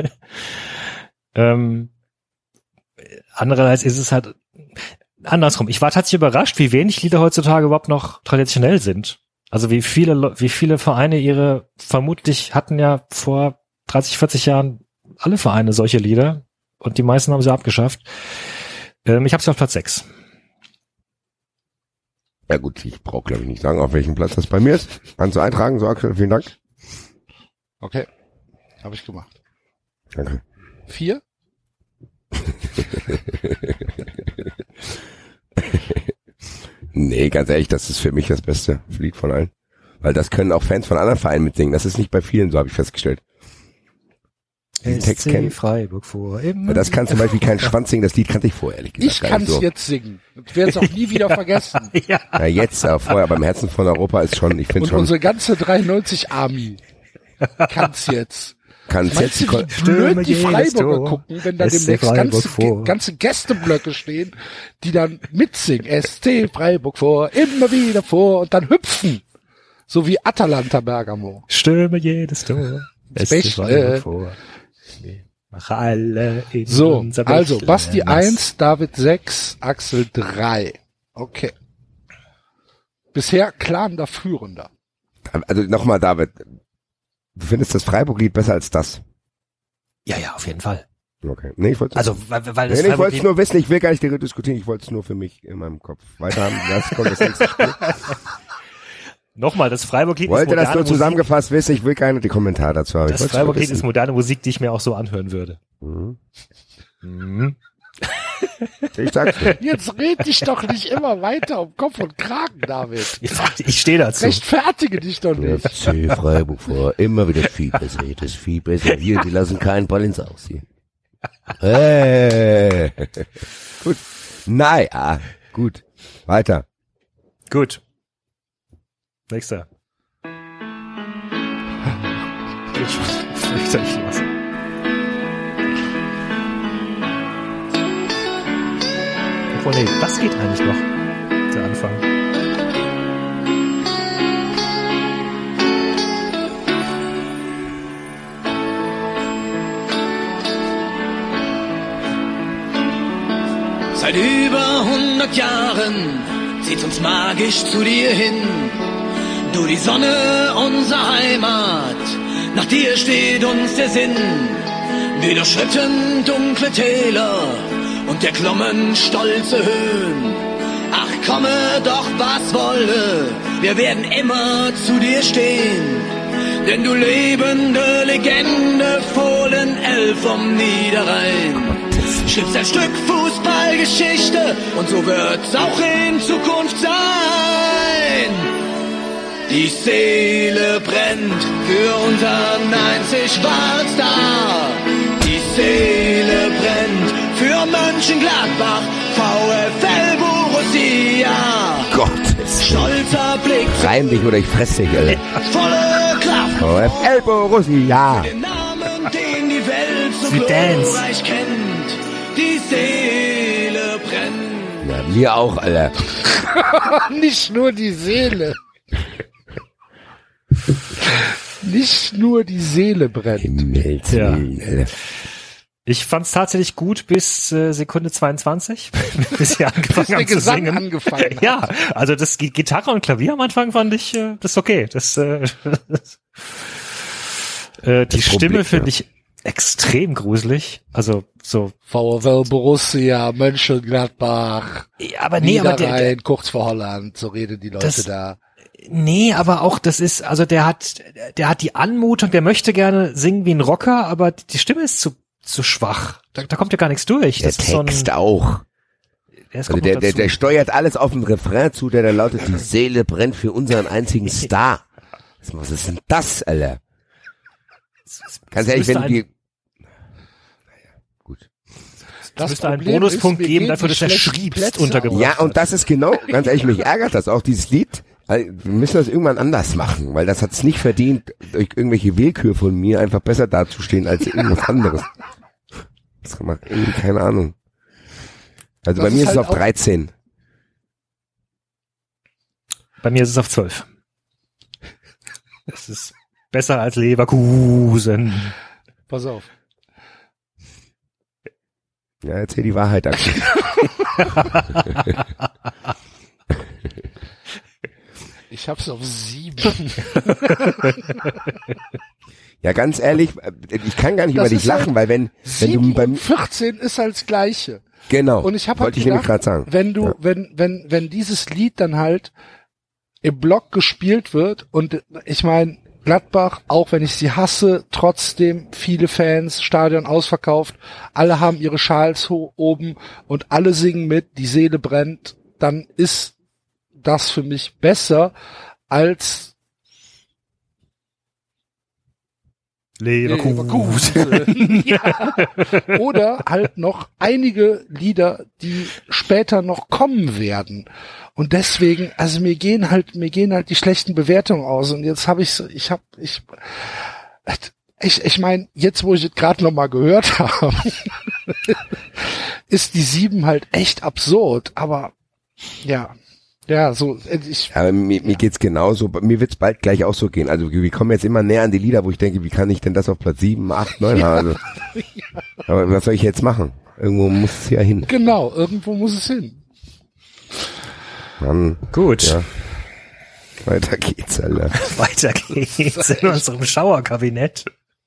ähm, andererseits ist es halt andersrum. Ich war tatsächlich überrascht, wie wenig Lieder heutzutage überhaupt noch traditionell sind. Also wie viele, Le- wie viele Vereine ihre, vermutlich hatten ja vor dreißig, vierzig Jahren alle Vereine solche Lieder. Und die meisten haben sie abgeschafft. Ähm, ich habe sie auf Platz sechs. Ja gut, ich brauche glaube ich nicht sagen, auf welchem Platz das bei mir ist. Kannst du eintragen, so Axel, vielen Dank. Okay. Habe ich gemacht. Danke. Vier? Nee, ganz ehrlich, das ist für mich das beste Lied von allen. Weil das können auch Fans von anderen Vereinen mitsingen. Das ist nicht bei vielen so, habe ich festgestellt. Den Text kennen. Freiburg vor. Ja, das kann zum Beispiel kein Schwanz singen, das Lied kannte ich vorher, ehrlich gesagt. Ich gar kann's nicht so. jetzt singen. Ich werde es auch nie wieder vergessen. Ja. Ja, jetzt, aber vorher, beim Herzen von Europa ist schon, ich finde Und schon, unsere ganze dreiundneunzig Army kann's jetzt. kann's Meinst jetzt, du, wie blöd die Freiburger gucken, wenn da S C demnächst Freiburg ganze, vor. ganze Gästeblöcke stehen, die dann mitsingen. S C Freiburg vor, immer wieder vor und dann hüpfen. So wie Atalanta Bergamo. Stürme jedes Tor. S C Beste. Freiburg vor. Mache alle in So, unser also Bächle Basti nass. eins, David sechs, Axel drei. Okay. Bisher klagender Führender. Also nochmal, David, du findest das Freiburg-Lied besser als das? Ja, ja, auf jeden Fall. Okay. Nee, ich wollte Also, weil, weil das nee, nee, ich wollte es Freiburg-Lied- nur wissen, ich will gar nicht darüber diskutieren, ich wollte es nur für mich in meinem Kopf weiter haben. Das kommt das nächste Spiel. Nochmal, das Freiburg-Lied ist Wollte das moderne nur Musik. zusammengefasst wissen, ich will keine die Kommentare dazu haben. Ich Das wollt's nur Freiburg-Lied ist wissen. moderne Musik, die ich mir auch so anhören würde. Mhm. Mhm. Ich sag's dir. Jetzt red dich doch nicht immer weiter um Kopf und Kragen, David. Ich stehe dazu. Rechtfertige dich doch nicht. F C Freiburg vor, immer wieder viel besser, das viel besser. Wir, die lassen keinen Ball ins Aus hier. Hey. Gut. Naja, gut. Weiter. Gut. Nächster. Ich fürchterlich los. Obwohl, nee, das geht eigentlich noch. Der Anfang. Seit über hundert Jahren zieht uns magisch zu dir hin. Du die Sonne unserer Heimat, nach dir steht uns der Sinn. Wir durchschritten dunkle Täler und erklommen stolze Höhen. Ach komme doch was wolle, wir werden immer zu dir stehen. Denn du lebende Legende, Fohlenelf vom Niederrhein. Schriebst ein Stück Fußballgeschichte und so wird's auch in Zukunft sein. Die Seele brennt für unseren einzig wahren Star. Die Seele brennt für Mönchengladbach, VfL Borussia. Gottes Stolzer Blick, reim dich oder ich fress dich, Alter. volle Kraft. VfL Borussia. Den Namen, den die Welt so Sie dance. glorreich kennt. Die Seele brennt. Ja, mir auch, Alter. Nicht nur die Seele. Nicht nur die Seele brennt. Himmels Ja. Willen, Alter. Ich fand's tatsächlich gut bis äh, Sekunde zweiundzwanzig, bis sie angefangen der haben zu Gesang singen. angefangen hat. Ja, also das Gi- Gitarre und Klavier am Anfang fand ich, äh, das ist okay. Das, äh, äh, die Das Stimme Problem, finde ja. ich extrem gruselig. Also so, VfL Borussia, Mönchengladbach, ja, aber nee, aber der, der, Niederrhein, kurz vor Holland, so reden die Leute Das- da. nee, aber auch das ist, also der hat, der hat die Anmutung, der möchte gerne singen wie ein Rocker, aber die Stimme ist zu zu schwach. Da, da kommt ja gar nichts durch. Der Das ist so ein, Text auch. das Also kommt der, noch der, dazu. der steuert alles auf den Refrain zu, der da lautet, die Seele brennt für unseren einzigen Star. Was ist denn das, Alter? Ganz ehrlich, müsste wenn du ein- die... Naja, gut. Es müsste einen Bonuspunkt geben dafür, dass er schriebst untergebracht Ja, und das ist genau, ganz ehrlich, mich ärgert das auch, dieses Lied. Also, wir müssen das irgendwann anders machen, weil das hat es nicht verdient, durch irgendwelche Willkür von mir einfach besser dazustehen als irgendwas anderes. Das kann man irgendwie, keine Ahnung. Also Das bei mir ist ist es halt auf auch- dreizehn. Bei mir ist es auf zwölf. Es ist besser als Leverkusen. Pass auf. Ja, erzähl die Wahrheit, Axel. Ich hab's auf sieben. Ja, ganz ehrlich, ich kann gar nicht Das über dich ist halt lachen, weil wenn, wenn du sieben beim, und vierzehn ist halt das Gleiche. genau, Und ich habe halt wollte ich nämlich gedacht, gerade sagen. wenn du, Ja. wenn, wenn, wenn dieses Lied dann halt im Block gespielt wird und ich meine, Gladbach, auch wenn ich sie hasse, trotzdem viele Fans, Stadion ausverkauft, alle haben ihre Schals ho- oben und alle singen mit, die Seele brennt, dann ist das für mich besser als Leverkusen. ja. Oder halt noch einige Lieder, die später noch kommen werden. Und deswegen, also mir gehen halt, mir gehen halt die schlechten Bewertungen aus. Und jetzt habe ich so, ich habe, ich, ich, ich meine, jetzt wo ich es gerade noch mal gehört habe, ist die sieben halt echt absurd. Aber ja, Ja, so, ich. Aber mir, mir geht's genauso, mir wird's bald gleich auch so gehen. Also wir kommen jetzt immer näher an die Lieder, wo ich denke, wie kann ich denn das auf Platz sieben, acht, neun haben? Also, Ja. aber was soll ich jetzt machen? Irgendwo muss es ja hin. Genau, irgendwo muss es hin. Mann, gut. Ja. Weiter geht's, Alter. Weiter geht's in unserem Schauerkabinett.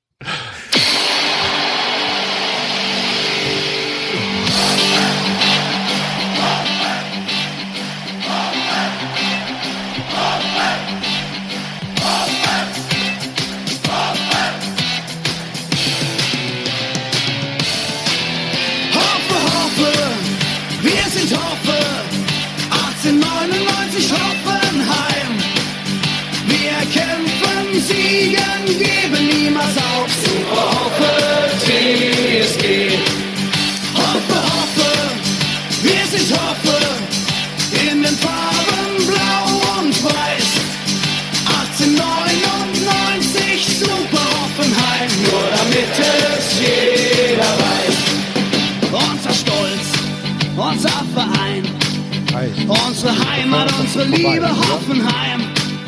achtzehnhundertneunundneunzig Hoffenheim. Wir kämpfen, siegen, geben niemals auf. Super Hoffe, T S G. Hoffe, Hoffe, wir sind Hoffe. In den Farben blau und weiß. achtzehnhundertneunundneunzig Super Hoffenheim. Nur damit es jeder weiß. Unser Stolz, unser Verein. Unsere Heimat, unsere Liebe, Hoffenheim.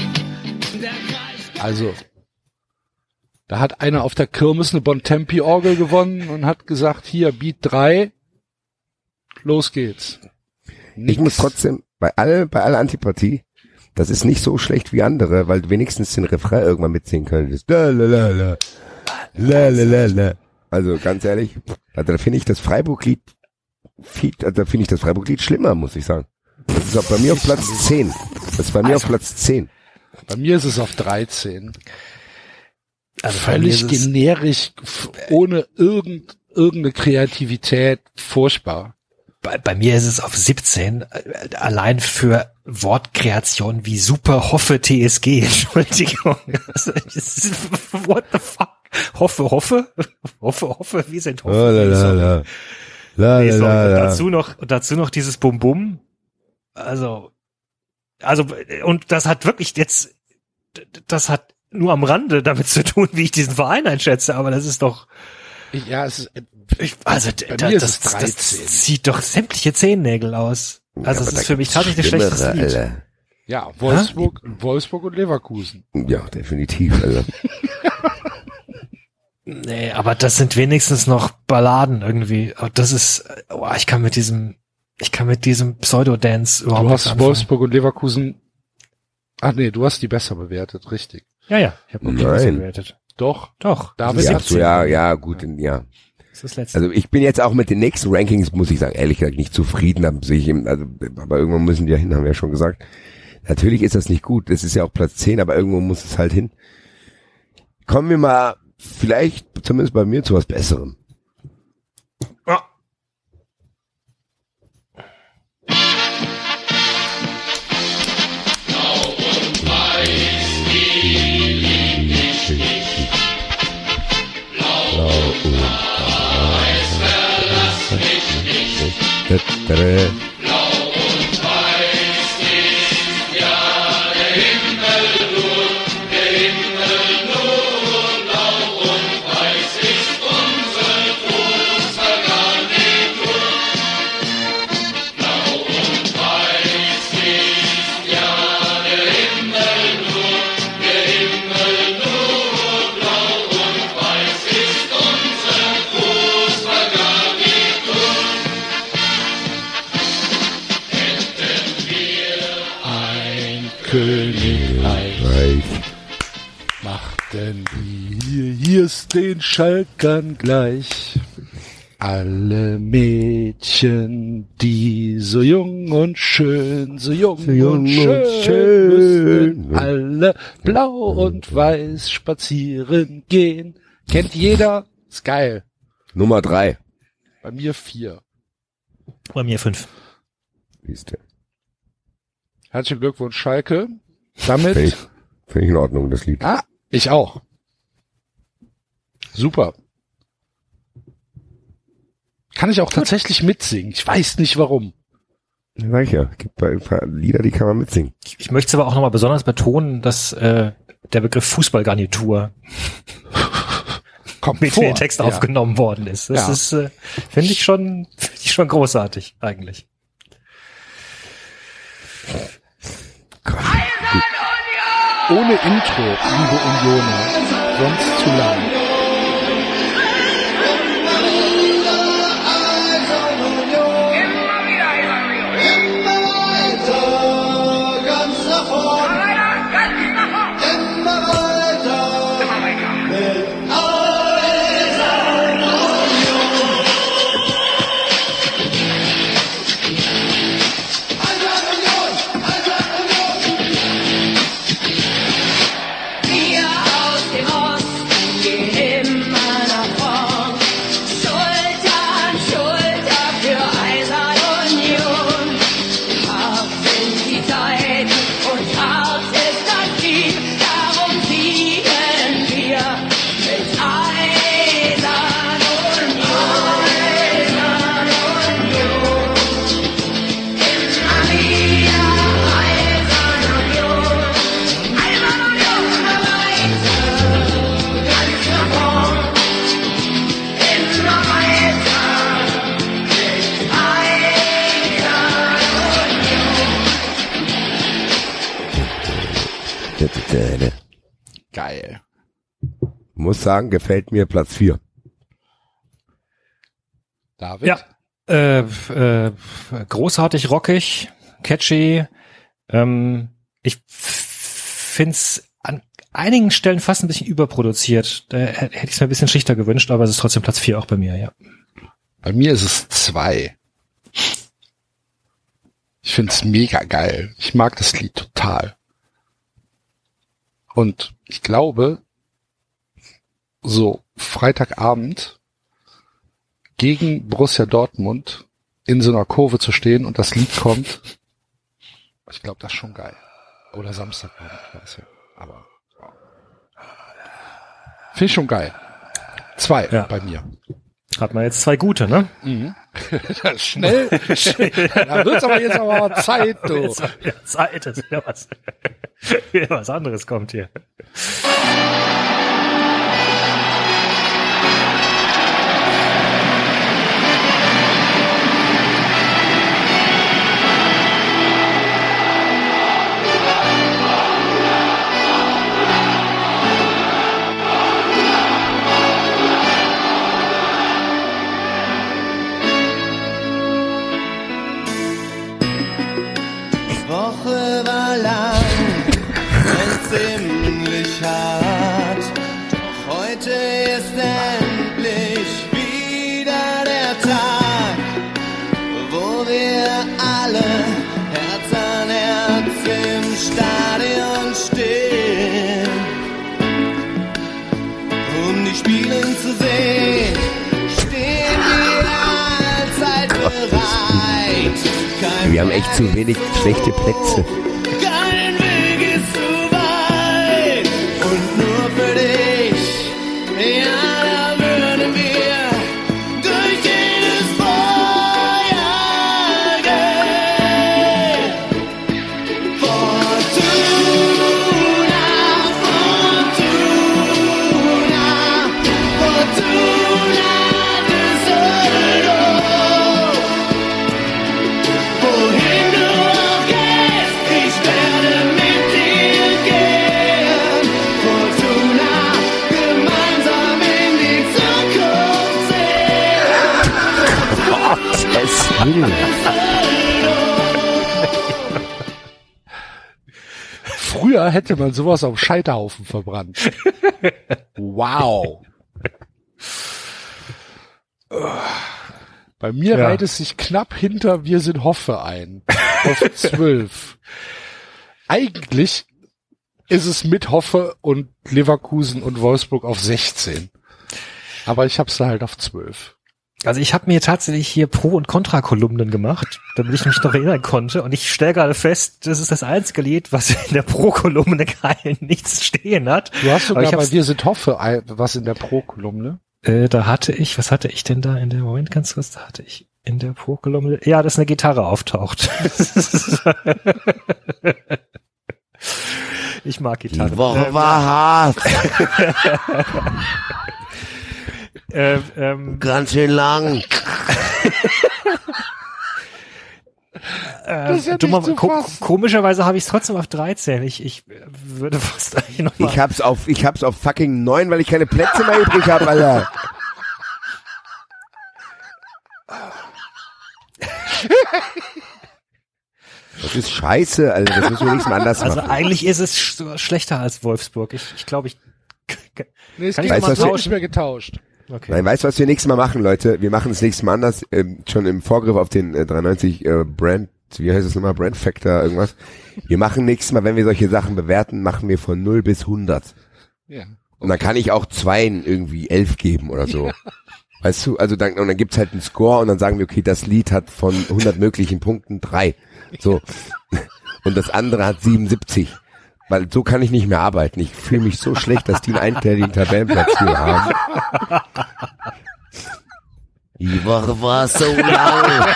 Also, da hat einer auf der Kirmes eine Bontempi-Orgel gewonnen und hat gesagt, hier, Beat drei, los geht's. Nix. Ich muss trotzdem, bei all, bei aller Antipathie, das ist nicht so schlecht wie andere, weil du wenigstens den Refrain irgendwann mitsingen könntest. La, la, la, la. La, la, la, la. Also, ganz ehrlich, da finde ich das Freiburg-Lied, da finde ich das Freiburg-Lied schlimmer, muss ich sagen. Das ist auch bei mir auf Platz zehn. Das ist bei mir also, auf Platz zehn. Bei mir ist es auf dreizehn. Also völlig generisch, ohne irgend, irgendeine Kreativität, furchtbar. Bei, bei mir ist es auf siebzehn, allein für Wortkreation wie Super Hoffe T S G, Entschuldigung. What the fuck? Hoffe, Hoffe? Hoffe, Hoffe, wie sind Hoffe? Oh, la, la, la. La, nee, la, so, la, la. dazu noch, dazu noch dieses Bum-Bum. Also, also, und das hat wirklich jetzt, das hat nur am Rande damit zu tun, wie ich diesen Verein einschätze, aber das ist doch, ja, es ist, ich, also, bei da, mir das, ist es dreizehn. das zieht doch sämtliche Zehennägel aus. Also, Ja, es ist für mich tatsächlich ein schlechtes Lied. Alter. ja, Wolfsburg, Wolfsburg und Leverkusen. Ja, definitiv, Alter. Nee, aber das sind wenigstens noch Balladen irgendwie. Das ist, oh, ich kann mit diesem, ich kann mit diesem Pseudo-Dance überhaupt Du nichts hast anfangen. Wolfsburg und Leverkusen, ach nee, du hast die besser bewertet, richtig. Ja, ja, ich habe Nein. besser bewertet. Doch, Doch, David Ja, hat so, ja, ja, gut, ja. das ist das Letzte. Also ich bin jetzt auch mit den nächsten Rankings, muss ich sagen, ehrlich gesagt nicht zufrieden, da sehe ich eben, also, aber irgendwo müssen die ja hin, haben wir ja schon gesagt. Natürlich ist das nicht gut, das ist ja auch Platz zehn, aber irgendwo muss es halt hin. Kommen wir mal, vielleicht, zumindest bei mir, zu was Besserem. Ja. Königreich machten wir hier ist den Schalkern gleich. Alle Mädchen, die so jung und schön, so jung, So jung und schön, und schön. müssten alle blau und weiß spazieren gehen. Kennt jeder? Ist geil. Nummer drei. Bei mir vier. Bei mir fünf. Siehst du. Herzlichen Glückwunsch, Schalke. Damit. Finde ich, find ich in Ordnung, das Lied. Ah, ich auch. Super. Kann ich auch tatsächlich mitsingen. Ich weiß nicht warum. Sag ich ja. Es gibt ein paar Lieder, die kann man mitsingen. Ich, ich möchte es aber auch nochmal besonders betonen, dass äh, der Begriff Fußballgarnitur Kommt mit vor. in den Text Ja. aufgenommen worden ist. Das Ja. ist, äh, finde ich schon, finde ich schon großartig eigentlich. ohne Intro, liebe Unioner, sonst zu lang. Geil. Muss sagen, gefällt mir Platz vier. David? Ja, äh, äh, großartig, rockig, catchy. Ähm, ich find's an einigen Stellen fast ein bisschen überproduziert. Da hätte ich es mir ein bisschen schlichter gewünscht, aber es ist trotzdem Platz vier auch bei mir, ja. Bei mir ist es zwei. Ich find's mega geil. Ich mag das Lied total. Und ich glaube, so Freitagabend gegen Borussia Dortmund in so einer Kurve zu stehen und das Lied kommt, ich glaube, das ist schon geil. Oder Samstag, ich weiß ja. Aber finde ich schon geil. Zwei ja. bei mir. Hat man jetzt zwei gute, ne? Mhm. Schnell. Da wird's aber jetzt aber Zeit, du. Jetzt wieder Zeit, dass wieder was, wieder was anderes kommt hier. Woche war lang und ziemlich hart, doch heute ist endlich wieder der Tag, wo wir alle Herz an Herz im Stadion stehen, um die Spiele zu sehen, stehen wir allzeit bereit. Kein Wir haben echt zu wenig schlechte Plätze. Kein Weg ist zu weit und nur für dich, ja, da würden wir durch jedes Feuer gehen. Fortuna, Fortuna, Fortuna Düsseldorf. Wohin du auch gehst, ich werde mit dir gehen. Fortuna, gemeinsam in die Zukunft sehen. Früher hätte man sowas auf Scheiterhaufen verbrannt. Wow. Bei mir Ja. reiht es sich knapp hinter Wir sind Hoffe ein. Auf zwölf. Eigentlich ist es mit Hoffe und Leverkusen und Wolfsburg auf sechzehn. Aber ich hab's da halt auf zwölf. Also ich habe mir tatsächlich hier Pro- und Kontra-Kolumnen gemacht, damit ich mich noch erinnern konnte. Und ich stelle gerade fest, das ist das einzige Lied, was in der Pro-Kolumne kein nichts stehen hat. Du hast sogar Aber ich bei hab's- Wir sind Hoffe ein- was in der Pro-Kolumne. Äh, da hatte ich, was hatte ich denn da in der, Moment ganz kurz, da hatte ich in der Pro-Kolumne, ja, dass eine Gitarre auftaucht. Ich mag Gitarre. Die Woche war hart. Ähm, ähm, Ganz schön lang. äh, Das ist ja dummer, nicht zu ko- fassen. komischerweise habe ich es trotzdem auf dreizehn. Ich, ich würde fast eigentlich noch mal Ich hab's auf, ich hab's auf fucking neun, weil ich keine Plätze mehr übrig habe, Alter. Das ist scheiße, Alter. Das müssen wir nächstes Mal anders Also machen. eigentlich ist es sch- sogar schlechter als Wolfsburg. Ich, ich glaube, ich Nee, es kann geht ich Weißt mal du, so was nicht mehr getauscht. Okay. Nein, weißt du, was wir nächstes Mal machen, Leute? Wir machen das nächste Mal anders, ähm, schon im Vorgriff auf den äh, dreiundneunzig äh, Brand, wie heißt das nochmal, Brand Factor, irgendwas. Wir machen nächstes Mal, wenn wir solche Sachen bewerten, machen wir von null bis hundert. Ja. Und dann kann ich auch zweien irgendwie elf geben oder so. Weißt du, also dann, und dann gibt's halt einen Score und dann sagen wir, okay, das Lied hat von hundert möglichen Punkten drei. So. Und das andere hat siebenundsiebzig. Weil so kann ich nicht mehr arbeiten. Ich fühle mich so schlecht, dass die einen einteiligen Tabellenplatz hier haben. Die Woche war so lang.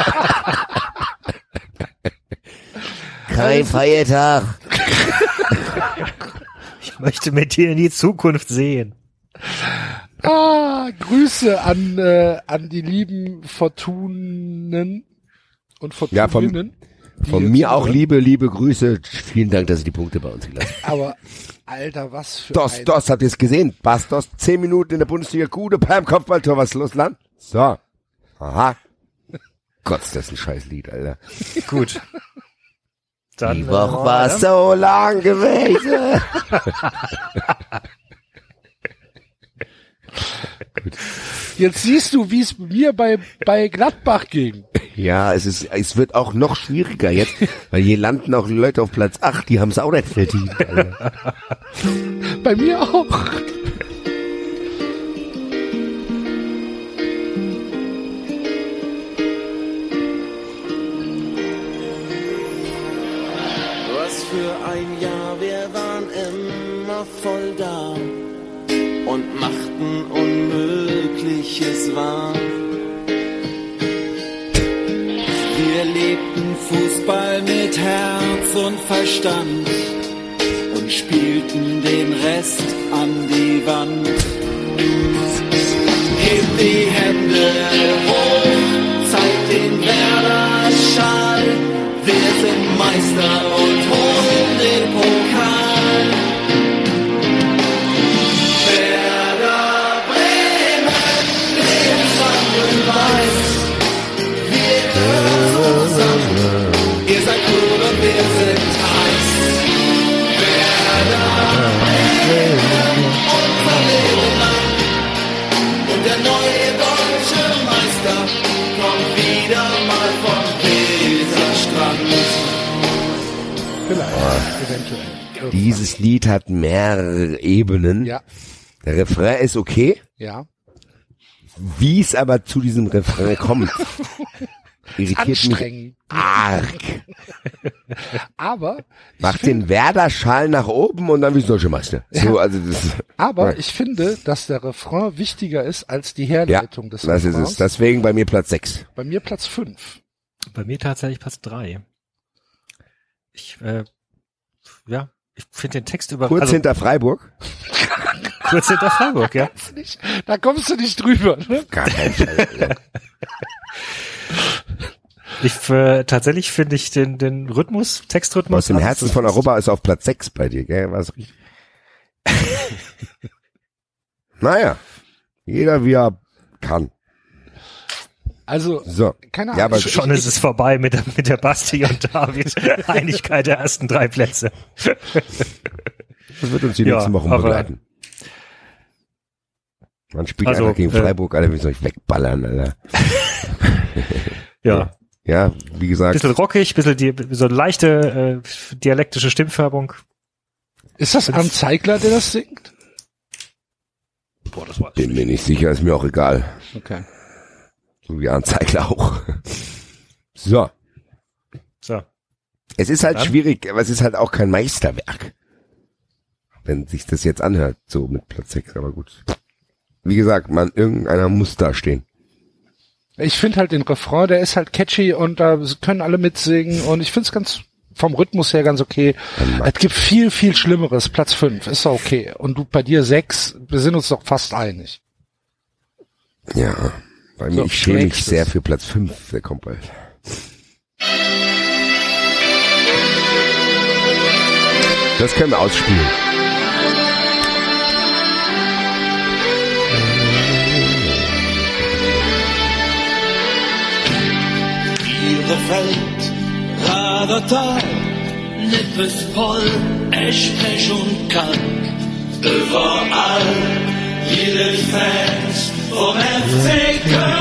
Kein Feiertag. Ich möchte mit dir in die Zukunft sehen. Ah, Grüße an, äh, an die lieben Fortunen und Ja, von, Fortuninnen. die von hier mir auch zuhören. liebe, liebe Grüße. Vielen Dank, dass Sie die Punkte bei uns gelassen haben. Aber, Alter, was für Dos, ein... Dos, habt ihr es gesehen? Bastos, zehn Minuten in der Bundesliga, gute beim Kopfballtor, was ist los, Land? So. Aha. Gott, ist das ein scheiß Lied, Alter. Gut. Dann, Die Woche äh, war ja. so lang gewesen. Jetzt siehst du, wie es mir bei, bei Gladbach ging. Ja, es ist, es wird auch noch schwieriger jetzt, weil hier landen auch Leute auf Platz acht, die haben es auch nicht verdient, Alter. Bei mir auch. Was für ein Jahr, wir waren immer voll da und machten Unmögliches wahr. Wir lebten Fußball mit Herz und Verstand und spielten den Rest an die Wand. Hebt die Hände hoch, zeigt den Werder-Schal. Wir sind Meister und holen den Pokal. Werder Bremen, grün-weiß. Wir gehören zusammen. Ihr seid gut und wir sind heiß. Werder Bremen, unser Leben lang. Und der neue deutsche Meister kommt wieder mal vom Weserstrand. Vielleicht, eventuell. Dieses Lied hat mehrere Ebenen. Ja. Der Refrain ist okay. Ja. Wie es aber zu diesem Refrain kommt, irritiert mich Anstrengend. arg. Aber, ich Macht find, den Werder-Schal nach oben und dann wie deutsche Meister. So, also das, aber ja. ich finde, dass der Refrain wichtiger ist als die ja, Herleitung des das ist Refrains. es. Deswegen bei mir Platz sechs. Bei mir Platz fünf. Bei mir tatsächlich Platz drei. Ich, äh, ja, ich finde den Text über... Kurz also, hinter Freiburg. kurz hinter Freiburg, ja. Nicht, da kommst du nicht drüber, ne? Gar kein Fall. Ich, äh, tatsächlich finde ich den, den Rhythmus, Textrhythmus... Aus dem Herzen von Europa ist auf Platz sechs bei dir, gell? War's richtig? Naja, jeder wie er kann. Also, So. keine Ahnung. Ja, aber ich, Schon ist es vorbei mit der, mit der Basti und David Einigkeit der ersten drei Plätze. Das wird uns die Ja, nächsten Wochen aber- begleiten. Man spielt Also, einfach gegen äh, Freiburg, Alter, wie soll ich wegballern, Alter. Ja. Ja, wie gesagt. Bisschen rockig, bisschen die, so leichte äh, dialektische Stimmfärbung. ist das Arndt Zeigler, der das singt? Boah, das war Bin mir nicht sicher, ist mir auch egal. Okay. So wie Anzeigler auch. So. So. Es ist halt Dann? schwierig, aber es ist halt auch kein Meisterwerk. Wenn sich das jetzt anhört, so mit Platz sechs, aber gut. Wie gesagt, man, irgendeiner muss da stehen. Ich finde halt den Refrain, der ist halt catchy und da können alle mitsingen und ich finde es ganz vom Rhythmus her ganz okay. Es gibt viel, viel Schlimmeres. Platz fünf ist doch okay. Und du bei dir sechs, wir sind uns doch fast einig. Ja, bei mir, So, ich schäme mich nächstes. sehr für Platz fünf, der kommt bald. Das können wir ausspielen. Bielefeld, Radertal, Nippes voll, Eschpech und Kalk. Überall, jedes Fans vom F C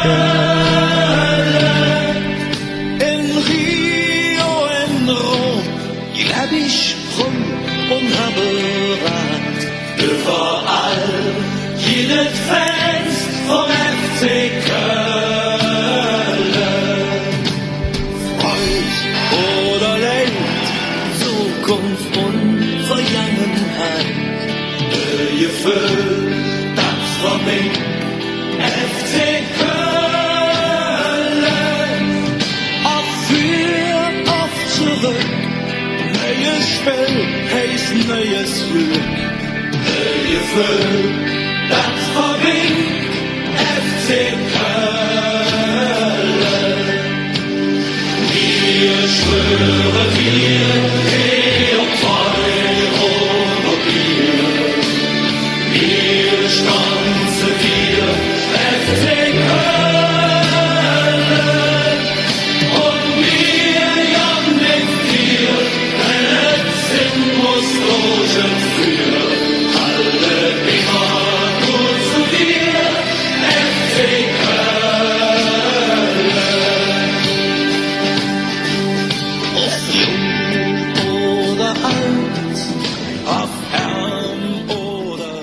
Köln. In Rio, in Rom, leb ich rum und habe Rat. Überall, jedes Fans vom F C Köln. Freud oder Leid, Zukunft und Vergangenheit. Gefühl, das von mir F C Köln. Oft für, oft zurück. Neues Spiel heißt neues Glück. Gefühl, das von mir F C Köln. Wir schwören, wir gehen um Euro und Bier. Wir stanzen wir F C Köln und wir jagen mit dir, denn es sind muss Logen für alle immer nur zu dir, F C Köln. Ob jung oder alt, ob arm oder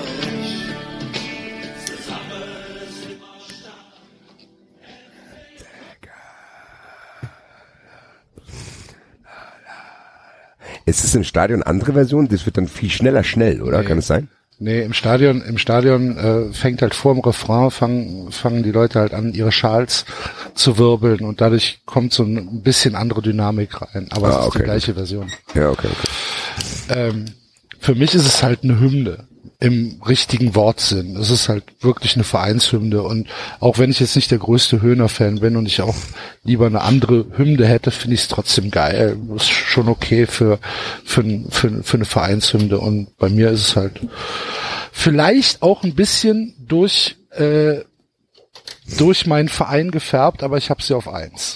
Ist es im Stadion andere Version? Das wird dann viel schneller schnell, oder? Nee. Kann es sein? Nee, im Stadion, im Stadion äh, fängt halt vor dem Refrain, fangen, fangen die Leute halt an, ihre Schals zu wirbeln und dadurch kommt so ein bisschen andere Dynamik rein. Aber Ah, es ist okay, die gleiche okay. Version. Ja, okay, okay. Ähm, für mich ist es halt eine Hymne im richtigen Wortsinn. Es ist halt wirklich eine Vereinshymne und auch wenn ich jetzt nicht der größte Höhner-Fan bin und ich auch lieber eine andere Hymne hätte, finde ich es trotzdem geil. Ist schon okay für, für, für, für eine Vereinshymne und bei mir ist es halt vielleicht auch ein bisschen durch, äh, durch meinen Verein gefärbt, aber ich habe sie auf eins.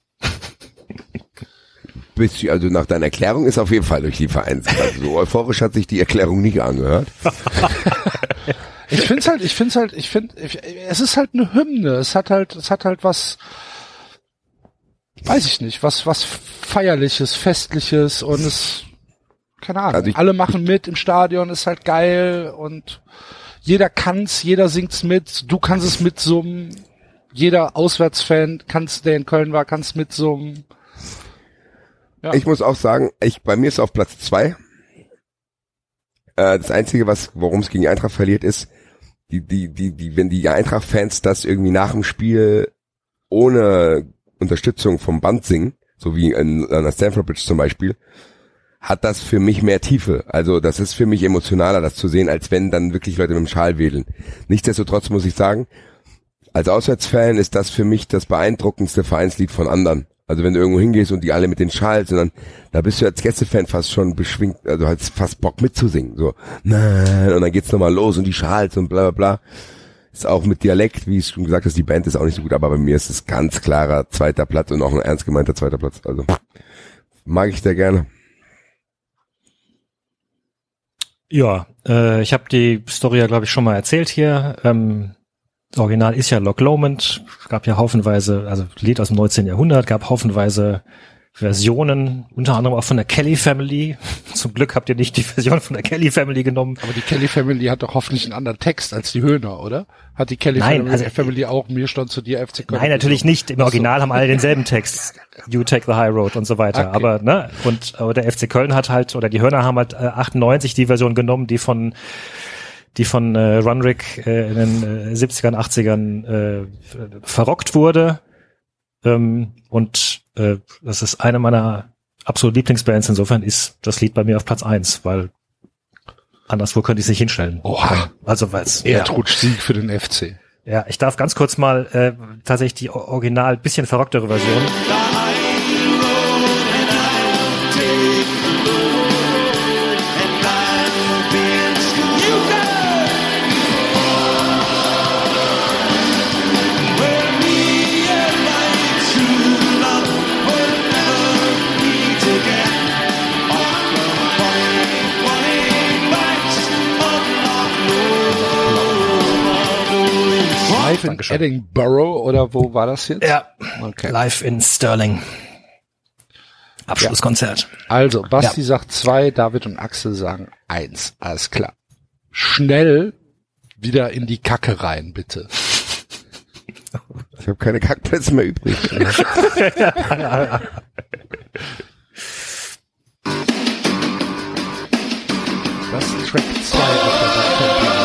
Bist du, also nach deiner Erklärung ist auf jeden Fall durch die Vereins. Also so euphorisch hat sich die Erklärung nicht angehört. Ich find's halt, ich find's halt, ich find, es ist halt eine Hymne. Es hat halt, es hat halt was, weiß ich nicht, was, was Feierliches, Festliches und es, keine Ahnung, Also ich, alle machen mit im Stadion, ist halt geil und jeder kann's, jeder singt's mit, du kannst es mitsummen, jeder Auswärtsfan kann's, der in Köln war, kann's mitsummen. Ja. Ich muss auch sagen, ich, bei mir ist es auf Platz zwei. Äh, das Einzige, was, worum es gegen die Eintracht verliert, ist, die, die, die, die, wenn die Eintracht-Fans das irgendwie nach dem Spiel ohne Unterstützung vom Band singen, so wie in, an der Stamford Bridge zum Beispiel, hat das für mich mehr Tiefe. Also das ist für mich emotionaler, das zu sehen, als wenn dann wirklich Leute mit dem Schal wedeln. Nichtsdestotrotz muss ich sagen, als Auswärtsfan ist das für mich das beeindruckendste Vereinslied von anderen. Also wenn du irgendwo hingehst und die alle mit den Schals, und dann, da bist du als Gästefan fast schon beschwingt, also hast fast Bock mitzusingen, so, nein, und dann geht's nochmal los und die Schals und bla, bla, bla. Ist auch mit Dialekt, wie ich schon gesagt habe, die Band ist auch nicht so gut, aber bei mir ist es ganz klarer zweiter Platz und auch ein ernst gemeinter zweiter Platz, also, mag ich sehr gerne. Ja, äh, ich habe die Story ja, glaube ich, schon mal erzählt hier, ähm, das Original ist ja Loch Lomond, gab ja haufenweise, also Lied aus dem neunzehnten Jahrhundert, gab haufenweise Versionen, unter anderem auch von der Kelly Family. Zum Glück habt ihr nicht die Version von der Kelly Family genommen. Aber die Kelly Family hat doch hoffentlich einen anderen Text als die Höhner, oder? Hat die Kelly Nein, Family, also, Family auch Mir stand zu dir F C Köln? Nein, natürlich nicht. Im Original haben alle denselben Text. You take the high road und so weiter. Okay. Aber, ne, und, aber der F C Köln hat halt, oder die Höhner haben halt äh, achtundneunzig die Version genommen, die von die von äh, Runrick äh, in den äh, siebzigern, achtzigern äh, verrockt wurde. Ähm, und äh, das ist eine meiner absoluten Lieblingsbands. Insofern ist das Lied bei mir auf Platz eins, weil anderswo könnte ich es nicht hinstellen. Oha. Also weil's Erdrutsch-Sieg für den F C. Ja, ich darf ganz kurz mal äh, tatsächlich die original bisschen verrocktere Version. live in Dankeschön. Edinburgh oder wo war das jetzt? Ja, okay. Live in Stirling. Abschlusskonzert. Also, Basti Ja. sagt zwei, David und Axel sagen eins. Alles klar. Schnell wieder in die Kacke rein, bitte. Ich habe keine Kackplätze mehr übrig. Das ist Track zwei auf der Backcountry.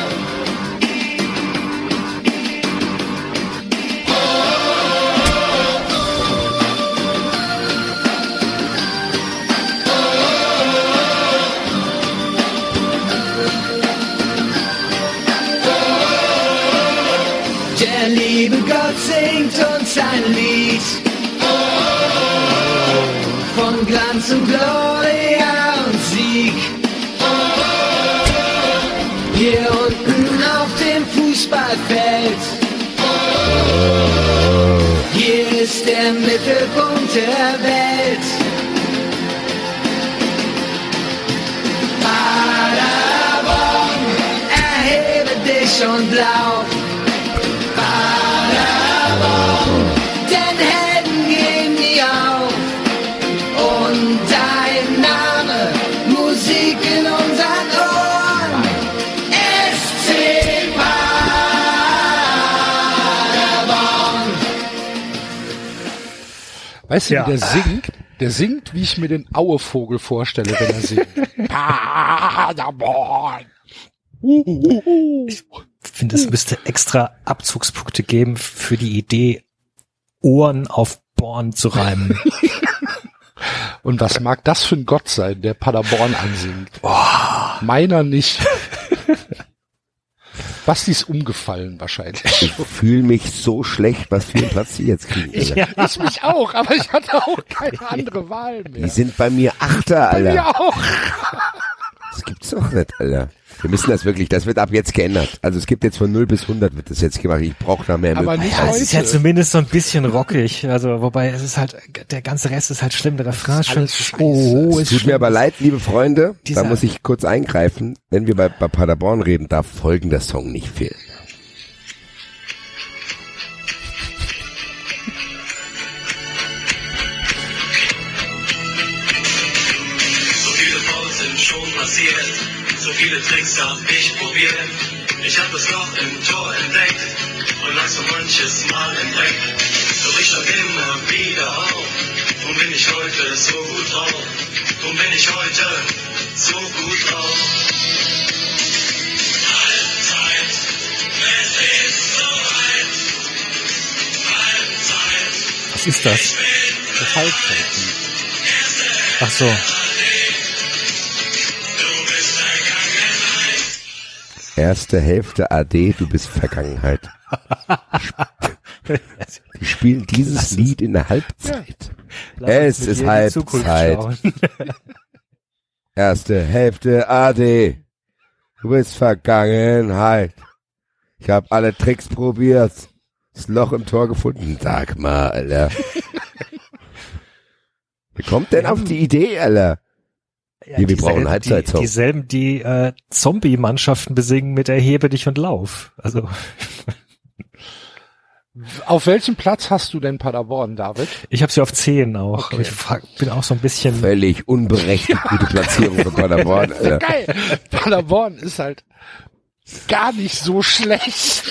Der liebe Gott singt uns ein Lied von Glanz und Gloria und Sieg. Hier unten auf dem Fußballfeld, hier ist der Mittelpunkt der Welt. Paderborn, erhebe dich und lauf. Paderborn, denn Helden gehen nie auf. Und dein Name, Musik in unseren Ohren. S C Paderborn. Weißt du, Ja. wie der singt? Der singt, wie ich mir den Auevogel vorstelle, wenn er singt. Paderborn. Ich finde, es müsste extra Abzugspunkte geben für die Idee, Ohren auf Born zu reimen. Und was mag das für ein Gott sein, der Paderborn ansingt? Meiner nicht. Basti ist umgefallen wahrscheinlich. Ich fühle mich so schlecht, was für einen Platz die jetzt kriegen. Ich, Alter. ich mich auch, aber ich hatte auch keine andere Wahl mehr. Die sind bei mir Achter, Bei mir Alter. auch. Das gibt's doch nicht, Alter. Wir müssen das wirklich, das wird ab jetzt geändert. Also es gibt jetzt von null bis hundert wird das jetzt gemacht. Ich brauche da mehr Aber nicht Ja, es ist ja heute. zumindest so ein bisschen rockig. Also, wobei es ist halt, der ganze Rest ist halt schlimm. Der Refrain ist schön. alles scheiße. Oh, Es ist tut mir schlimm. aber leid, liebe Freunde, Dieser- da muss ich kurz eingreifen. Wenn wir bei, bei Paderborn reden, darf folgender Song nicht fehlen. So viele Fouls sind schon passiert, so viele Tricks hab ich probiert. Ich hab das Loch im Tor entdeckt und lag so manches Mal im Dreck. Doch ich stand immer wieder auf. Drum bin ich heute so gut drauf. Drum bin ich heute so gut drauf. Halbzeit, es ist soweit. Halbzeit. Was ist das? Das Halbzeiten. Ach so. Erste Hälfte A D, du bist Vergangenheit. Die spielen dieses Lied in der Halbzeit. Lass Es uns mit ist dir in die Zukunft Halbzeit. schauen. Erste Hälfte A D, du bist Vergangenheit. Ich habe alle Tricks probiert. Das Loch im Tor gefunden. Sag mal, Alter. Wer kommt denn auf die Idee, Alter? Ja, Hier, wir dieselben, brauchen einen Halbzeitsong. Die, dieselben, die äh, Zombie-Mannschaften besingen mit Erhebe dich und lauf. Also Auf welchem Platz hast du denn Paderborn, David? ich habe sie auf zehn auch. Okay. Aber ich frag, bin auch so ein bisschen. Völlig unberechtigt gute Platzierung von Paderborn, Alter. Geil. Paderborn ist halt gar nicht so schlecht.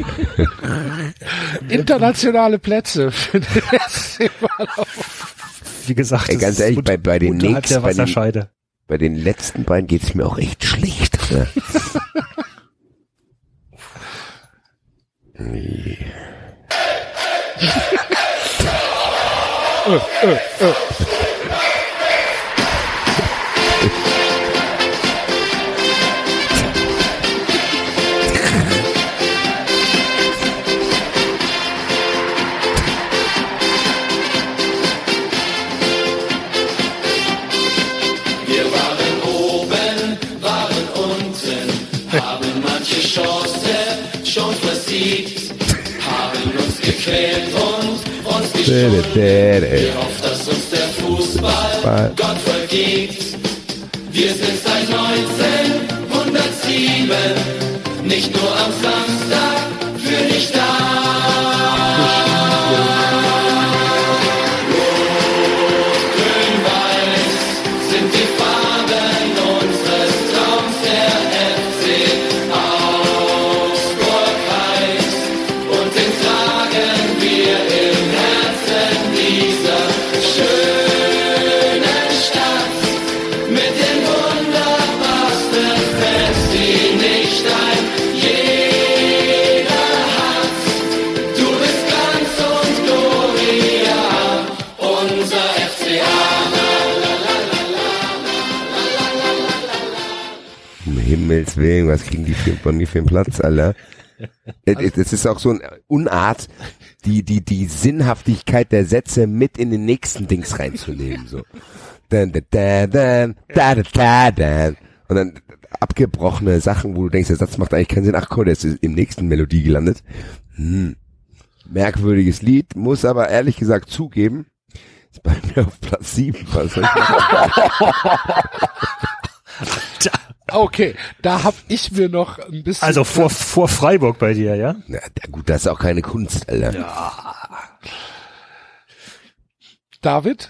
Internationale Plätze für den S C Paderborn. Wie gesagt, Ey, ganz ehrlich, bei, bei den unterhalb nächsten, der bei den, Wasserscheide. bei den letzten beiden geht's mir auch echt schlecht. Alter. Nee. Äh, äh, äh. Wir waren oben, waren unten, haben manche Chance schon versiegt, haben uns gequält und uns geschunden. Wir hoffen, dass uns der Fußball Gott vergibt. Wir sind seit neunzehnhundertsieben nicht nur am Samstag für dich da. Um Himmels Willen, was kriegen die für, bei mir für einen Platz, Alter? Es ist auch so eine Unart, die, die, die Sinnhaftigkeit der Sätze mit in den nächsten Dings reinzunehmen, so. Dann, da, da, da, da, da, da. Und dann abgebrochene Sachen, wo du denkst, der Satz macht eigentlich keinen Sinn. Ach komm, der ist im nächsten Melodie gelandet. Hm. Merkwürdiges Lied, muss aber ehrlich gesagt zugeben, ist bei mir auf Platz sieben. Was soll ich Okay, da hab ich mir noch ein bisschen... Also vor, vor Freiburg bei dir, ja? Ja, gut, das ist auch keine Kunst, Alter. Ja. David?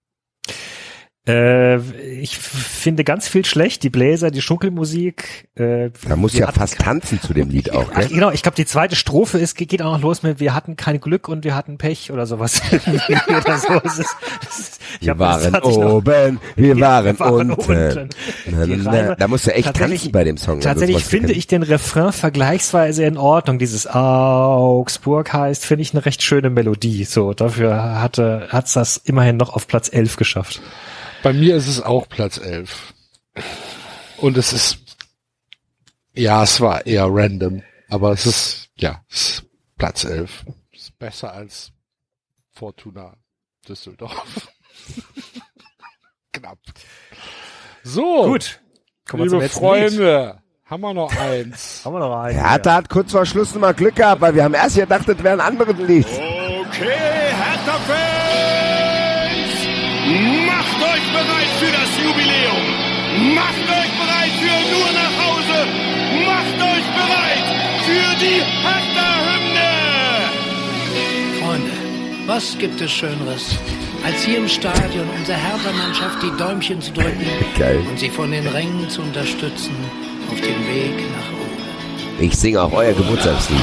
Äh, ich finde ganz viel schlecht, die Bläser, die Schuckelmusik. Äh, da muss ja fast tanzen zu dem Lied auch, Ach, ne? Genau, ich glaube, die zweite Strophe ist, geht auch noch los mit, wir hatten kein Glück und wir hatten Pech oder sowas. oder so. Es ist, es ist, ich wir hab, waren noch, oben, wir waren, waren unten. unten. Na, na, na, da musst du echt tanzen bei dem Song. Tatsächlich finde ich den Refrain vergleichsweise in Ordnung. Dieses Augsburg heißt, finde ich eine recht schöne Melodie. So, dafür hatte, hat's das immerhin noch auf Platz elf geschafft. Bei mir ist es auch Platz elf. Und es ist, ja, es war eher random, aber es ist, ja, es ist Platz elf. Es ist besser als Fortuna Düsseldorf. Knapp. So. Gut. Liebe Freunde, haben wir noch eins. haben wir noch eins. Ja, da hat kurz vor Schluss nochmal Glück gehabt, weil wir haben erst gedacht, das wäre ein anderes Lied. Okay, Hertha-Fans, macht euch bereit für das Jubiläum. Macht euch bereit für nur nach Hause. Macht euch bereit für die Hertha-Hymne. Freunde, was gibt es Schöneres, als hier im Stadion unserer Hertha-Mannschaft die Däumchen zu drücken Geil. und sie von den Rängen zu unterstützen auf dem Weg nach oben. Ich singe auch euer Geburtstagslied.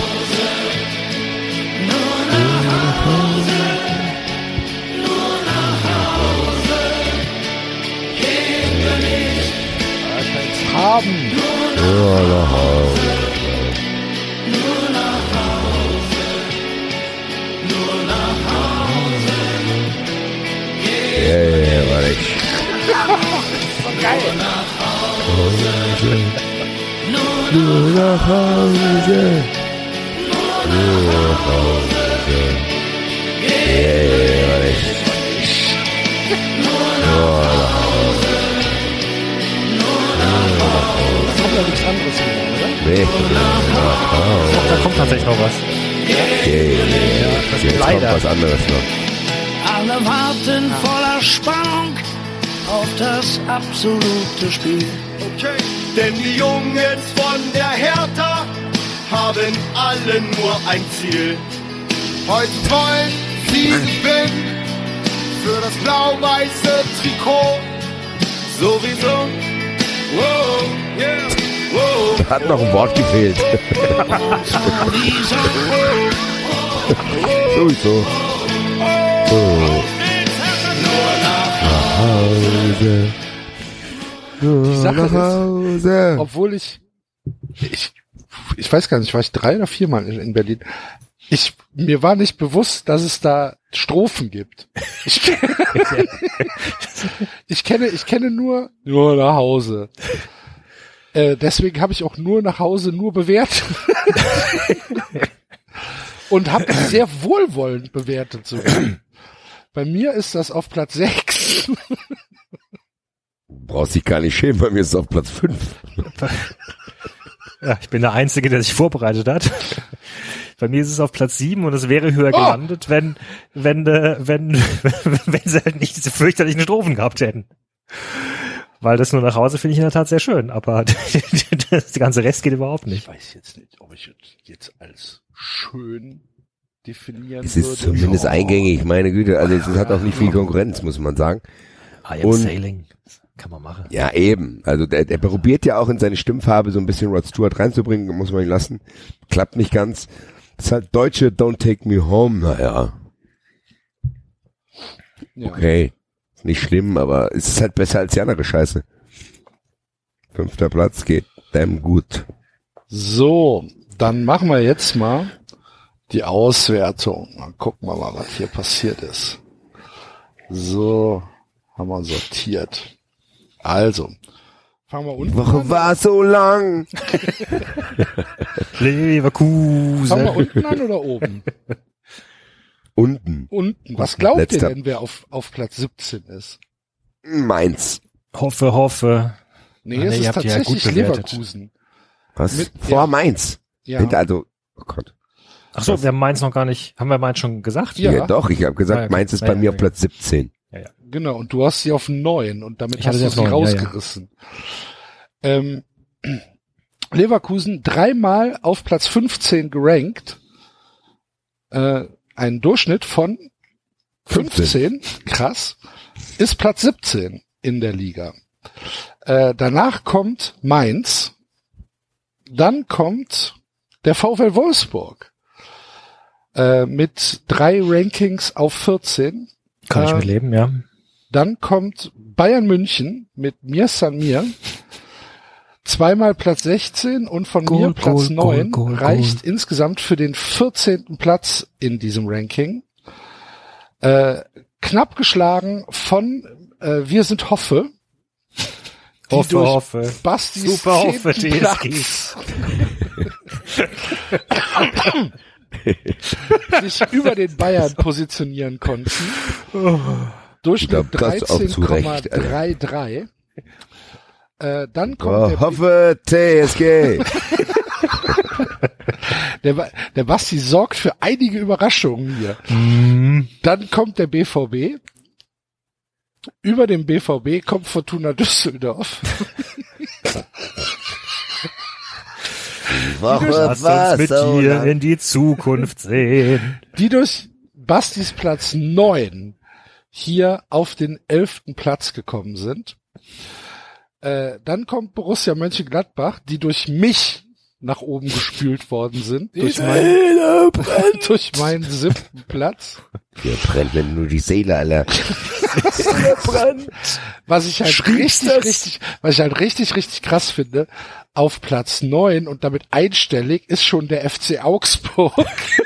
Haben. Nur nach Hause. Nur nach Hause. Nur nach Hause. Ja, ja, warte ich. Geil. Nur nach Hause. Nur nach Hause. Nur nach Hause. Ja, ja, warte ich. Nur nach Hause. Ja, nichts anderes mehr, oder? Nee, Doch, da kommt tatsächlich noch was. Okay, ja, jetzt leider. kommt was anderes noch. Alle warten voller Spannung auf das absolute Spiel. Okay, denn die Jungs von der Hertha haben alle nur ein Ziel. Heute wollen sie gewinnen für das blau-weiße Trikot. Sowieso. Wow, yeah, wow. Da hat noch ein Wort gefehlt. Sowieso. Oh. Nach Hause. Nur Die Sache nach Hause. ist, obwohl ich, ich, ich weiß gar nicht, war ich drei oder viermal in, in Berlin. Ich, mir war nicht bewusst, dass es da Strophen gibt. Ich, ich kenne, ich kenne nur, nur nach Hause. Äh, deswegen habe ich auch nur nach Hause nur bewertet. Und habe es sehr wohlwollend bewertet sogar. Bei mir ist das auf Platz sechs. Brauchst dich gar nicht schämen, bei mir ist es auf Platz fünf. Ja, ich bin der Einzige, der sich vorbereitet hat. Bei mir ist es auf Platz sieben und es wäre höher Oh. gelandet, wenn, wenn, äh, wenn, wenn sie halt nicht diese fürchterlichen Strophen gehabt hätten. Weil das nur nach Hause finde ich in der Tat sehr schön, aber das, der ganze Rest geht überhaupt nicht. Ich weiß jetzt nicht, ob ich jetzt als schön definieren Es ist würde. zumindest Oh. eingängig, meine Güte. Also es hat auch nicht viel Konkurrenz, muss man sagen. I am Und- sailing. Kann man machen. Ja, eben. Also der, der probiert ja auch in seine Stimmfarbe so ein bisschen Rod Stewart reinzubringen, muss man ihn lassen. Klappt nicht ganz. Das ist halt deutsche Don't Take Me Home, naja. Ja. Okay. Ist nicht schlimm, aber es ist halt besser als die andere Scheiße. Fünfter Platz geht damn gut. So, dann machen wir jetzt mal die Auswertung. Mal gucken wir mal, was hier passiert ist. So, haben wir sortiert. Also, Fangen wir unten Die Woche an. war so lang. Leverkusen. Fangen wir unten an oder oben? Unten. Unten. Was glaubt Letzter. ihr denn, wer auf, auf Platz siebzehn ist? Mainz. Hoffe, hoffe. Nee, Ah, es nee, ihr ist habt die ja tatsächlich gut bewertet. Leverkusen. Was? Mit- Vor ja. Mainz. Ja. Hinter, also, oh Gott. Ach so, wir haben Mainz noch gar nicht. Haben wir Mainz schon gesagt? Ja. Ja, doch, ich habe gesagt, Ah, ja, Mainz ist ja, bei ja, mir ja, auf Platz siebzehn. Ja, ja. Genau, und du hast sie auf neun und damit Ich hatte hast sie du auf sie neun, ja, ja. rausgerissen. Ähm, Leverkusen dreimal auf Platz fünfzehn gerankt. Äh, ein Durchschnitt von fünfzehn, krass, ist Platz siebzehn in der Liga. Äh, danach kommt Mainz, dann kommt der VfL Wolfsburg äh, mit drei Rankings auf vierzehn. Kann ich Äh, mit leben, ja. Dann kommt Bayern München mit Mir San Mir. Zweimal Platz sechzehn und von Goal, mir Platz Goal, neun Goal, Goal, reicht Goal. insgesamt für den vierzehnten Platz in diesem Ranking. Äh, knapp geschlagen von äh, Wir sind Hoffe. die Hoffe, durch Hoffe. Bastis Super Hoffe, zehnten T S G. Platz sich über den Bayern positionieren konnten. Durchschnitt Ich glaub, das auch dreizehn zu Komma Recht, Alter. dreiunddreißig. Äh, dann kommt Oh, der, hoffe T S G. der, Ba- der Basti sorgt für einige Überraschungen hier. Mhm. Dann kommt der B V B. Über dem B V B kommt Fortuna Düsseldorf. Woche Lass war uns mit so dir lang. in die Zukunft sehen. Die durch Bastis Platz neun hier auf den elften Platz gekommen sind. Äh, dann kommt Borussia Mönchengladbach, die durch mich nach oben gespült worden sind. Durch, mein, durch meinen siebten Platz. Hier brennt mir nur die Seele, Alter. Was ich halt Schrieb's richtig, das? richtig, was ich halt richtig, richtig krass finde, auf Platz neun und damit einstellig ist schon der F C Augsburg.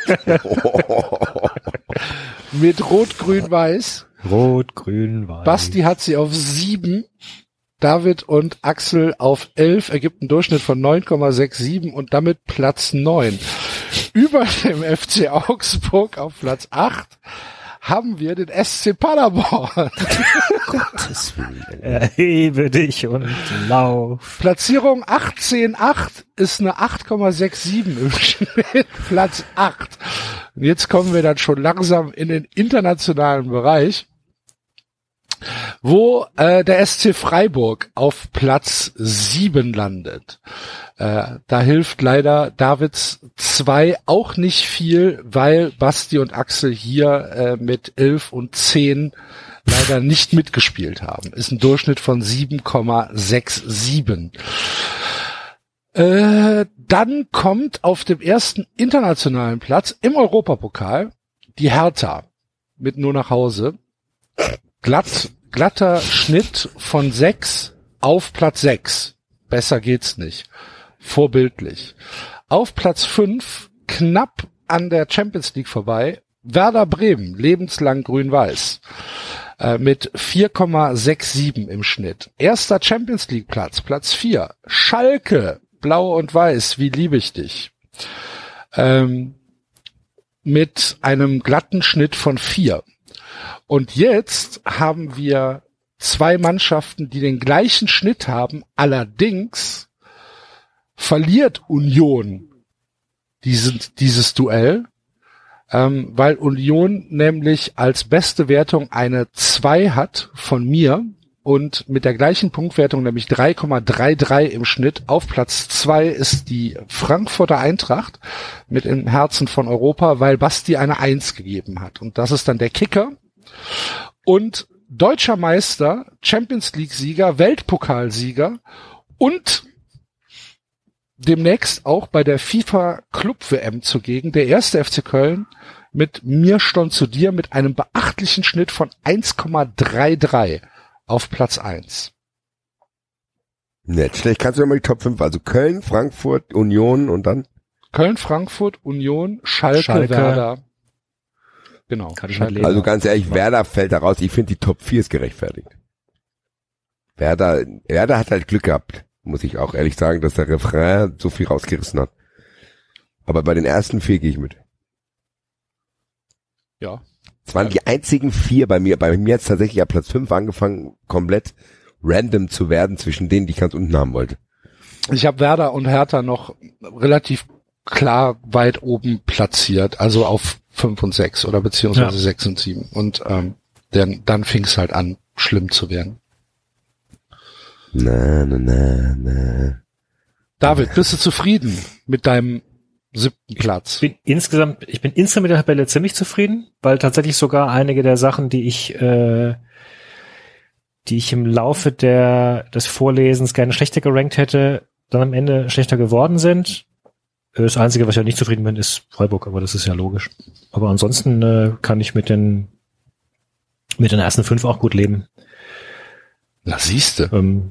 Mit Rot, Grün, Weiß. Rot, Grün, Weiß. Basti hat sie auf sieben, David und Axel auf elf, ergibt einen Durchschnitt von neun Komma siebenundsechzig und damit Platz neun. Über dem F C Augsburg auf Platz acht haben wir den S C Paderborn. Gottes Willen. Erhebe dich und lauf. Platzierung achtzehn Komma acht ist eine acht Komma siebenundsechzig im Schnitt. Platz acht. Und jetzt kommen wir dann schon langsam in den internationalen Bereich, wo äh, der S C Freiburg auf Platz sieben landet. Äh, da hilft leider Davids zwei auch nicht viel, weil Basti und Axel hier äh, mit elf und zehn leider nicht mitgespielt haben. Ist ein Durchschnitt von sieben Komma siebenundsechzig. Äh, dann kommt auf dem ersten internationalen Platz im Europapokal die Hertha mit nur nach Hause. Glatt, glatter Schnitt von sechs auf Platz sechs. Besser geht's nicht. Vorbildlich. Auf Platz fünf, knapp an der Champions League vorbei, Werder Bremen, lebenslang grün-weiß, äh, mit vier Komma siebenundsechzig im Schnitt. Erster Champions League Platz, Platz vier, Schalke, blau und weiß, wie liebe ich dich, ähm, mit einem glatten Schnitt von vier. Und jetzt haben wir zwei Mannschaften, die den gleichen Schnitt haben, allerdings verliert Union diesen, dieses Duell, ähm, weil Union nämlich als beste Wertung eine zwei hat von mir und mit der gleichen Punktwertung, nämlich drei Komma dreiunddreißig im Schnitt. Auf Platz zwei ist die Frankfurter Eintracht mit im Herzen von Europa, weil Basti eine eins gegeben hat. Und das ist dann der Kicker. Und deutscher Meister, Champions League Sieger, Weltpokalsieger und demnächst auch bei der FIFA Club W M zugegen, der erste F C Köln mit Mir stund zu dir mit einem beachtlichen Schnitt von eins Komma dreiunddreißig auf Platz eins. Nicht schlecht. Kannst du ja mal die Top fünf, also Köln, Frankfurt, Union und dann? Köln, Frankfurt, Union, Schalke, Schalke. Werder. Genau. Kann ich Schalke. mit leben. Also ganz ehrlich, Werder fällt da raus. Ich finde, die Top vier ist gerechtfertigt. Werder, Werder hat halt Glück gehabt, muss ich auch ehrlich sagen, dass der Refrain so viel rausgerissen hat. Aber bei den ersten vier gehe ich mit. Ja. Es waren die einzigen vier bei mir. Bei mir hat es tatsächlich ab Platz fünf angefangen, komplett random zu werden zwischen denen, die ich ganz unten haben wollte. Ich habe Werder und Hertha noch relativ klar weit oben platziert, also auf fünf und sechs oder beziehungsweise sechs und sieben. Und ähm, dann, dann fing es halt an, schlimm zu werden. Na, na, na, na. David, bist du zufrieden mit deinem siebten Platz? Ich bin insgesamt, ich bin insgesamt mit der Tabelle ziemlich zufrieden, weil tatsächlich sogar einige der Sachen, die ich, äh, die ich im Laufe der des Vorlesens gerne schlechter gerankt hätte, dann am Ende schlechter geworden sind. Das Einzige, was ich ja nicht zufrieden bin, ist Freiburg, aber das ist ja logisch. Aber ansonsten äh, kann ich mit den mit den ersten fünf auch gut leben. Na, siehste. Ähm,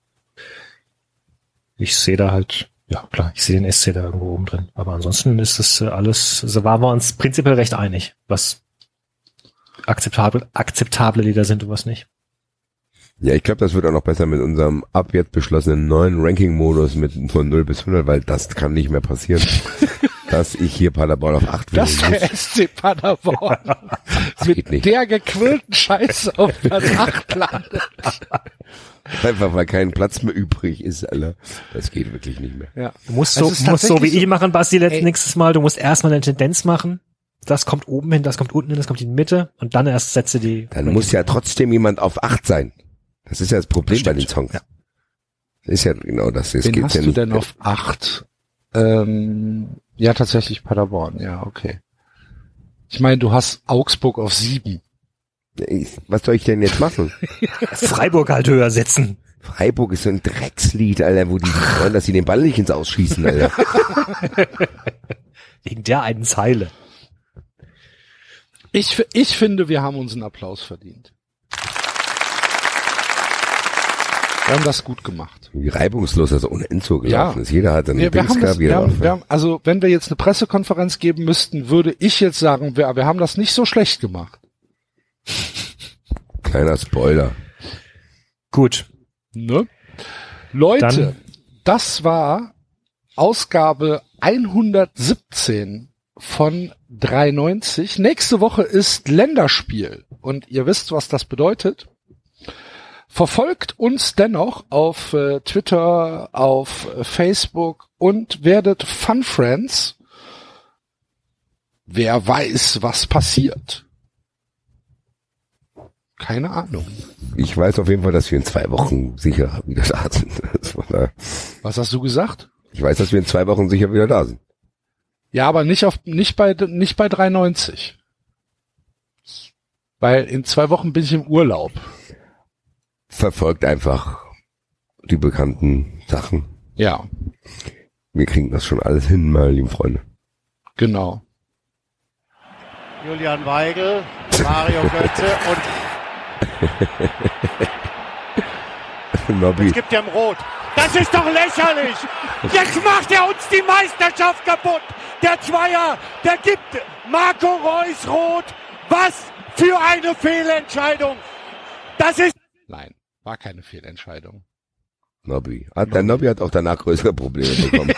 ich sehe da halt, ja klar, ich sehe den S C da irgendwo oben drin. Aber ansonsten ist das äh, alles, so waren wir uns prinzipiell recht einig, was akzeptabel, akzeptable Lieder sind und was nicht. Ja, ich glaube, das wird auch noch besser mit unserem ab jetzt beschlossenen neuen Ranking-Modus mit von null bis hundert, weil das kann nicht mehr passieren, dass ich hier Paderborn auf acht will. Das ist der S C Paderborn. Das mit geht nicht. der gequillten Scheiße auf Platz acht landet. Einfach, weil kein Platz mehr übrig ist, Alter. Das geht wirklich nicht mehr. Ja. Du musst Das so, ist musst so wie tatsächlich ich so- machen, Basti, letzt- Ey. nächstes Mal. Du musst erstmal eine Tendenz machen. Das kommt oben hin, das kommt unten hin, das kommt in die Mitte und dann erst setze die. Dann muss ja trotzdem jemand auf acht sein. Das ist ja das Problem bei den Songs. Ja. Das ist ja genau das. Es Wen geht hast ja du nicht. denn auf acht? Ähm, ja, tatsächlich Paderborn. Ja, okay. Ich meine, du hast Augsburg auf sieben. Ich- Was soll ich denn jetzt machen? Freiburg halt höher setzen. Freiburg ist so ein Dreckslied, Alter, wo die wollen, dass sie den Ball nicht ins Ausschießen, Alter. Wegen der einen Zeile. Ich, ich finde, wir haben uns einen Applaus verdient. Wir haben das gut gemacht. Wie reibungslos das ohne Enzo gelaufen Ja. ist. Jeder hat einen Wir, wir Dings haben das, gehabt, wir jeder haben, war- wir haben, also wenn wir jetzt eine Pressekonferenz geben müssten, würde ich jetzt sagen, wir, wir haben das nicht so schlecht gemacht. Kleiner Spoiler. Gut. Ne? Leute, Dann- das war Ausgabe hundertsiebzehn von dreiundneunzig. Nächste Woche ist Länderspiel und ihr wisst, was das bedeutet. Verfolgt uns dennoch auf äh, Twitter, auf äh, Facebook und werdet Fun Friends. Wer weiß, was passiert? Keine Ahnung. Ich weiß auf jeden Fall, dass wir in zwei Wochen sicher wieder da sind. Das war da. Was hast du gesagt? Ich weiß, dass wir in zwei Wochen sicher wieder da sind. Ja, aber nicht auf, nicht bei, nicht bei dreiundneunzig. Weil in zwei Wochen bin ich im Urlaub. Verfolgt einfach die bekannten Sachen. Ja, Wir kriegen das schon alles hin, meine lieben Freunde. genau. Julian Weigel, Mario Götze und Nobby. es gibt ja im Rot. Das ist doch lächerlich! Jetzt macht er uns die Meisterschaft kaputt! Der Zweier, der gibt Marco Reus rot! Was für eine Fehlentscheidung! Das ist... Nein, war keine Fehlentscheidung. Nobby. Hat, der Nobby hat auch danach größere Probleme bekommen.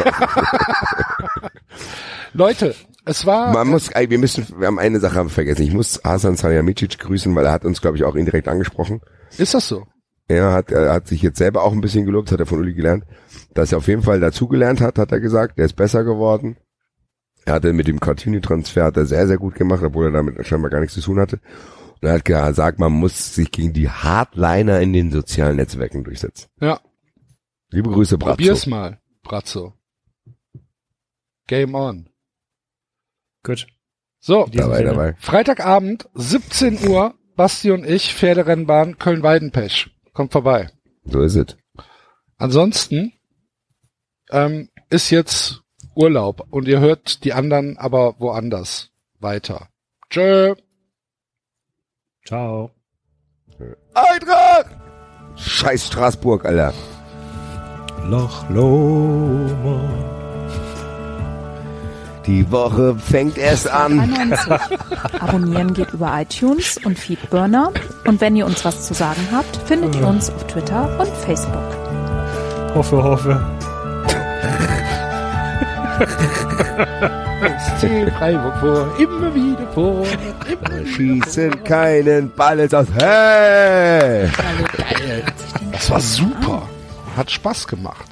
Leute, es war... Man muss, ey, wir müssen, wir haben eine Sache vergessen. Ich muss Hasan Salihamidzic grüßen, weil er hat uns, glaube ich, auch indirekt angesprochen. Ist das so? Er hat, er hat sich jetzt selber auch ein bisschen gelobt, hat er von Uli gelernt, dass er auf jeden Fall dazugelernt hat, hat er gesagt. Der ist besser geworden. Er hatte mit dem Coutinho-Transfer hat er sehr, sehr gut gemacht, obwohl er damit scheinbar gar nichts zu tun hatte. Und er hat gesagt, man muss sich gegen die Hardliner in den sozialen Netzwerken durchsetzen. Ja. Liebe Grüße, Brazzo. Probier's mal, Brazzo. Game on. Gut. So, Dabei, dabei. Freitagabend, siebzehn Uhr, Basti und ich, Pferderennbahn Köln-Weidenpech. Kommt vorbei. So ist es. Ansonsten ähm, ist jetzt Urlaub und ihr hört die anderen aber woanders weiter. Tschö. Ciao. Eintracht! Scheiß Straßburg, Alter. Loch Lomond. Die Woche fängt erst an. dreiundneunzig. Abonnieren geht über iTunes und Feedburner. Und wenn ihr uns was zu sagen habt, findet ihr uns auf Twitter und Facebook. Hoffe, hoffe. S C Freiburg vor, immer wieder vor, immer schießen keinen Ball ins Aus. Hey! Das war super. Hat Spaß gemacht.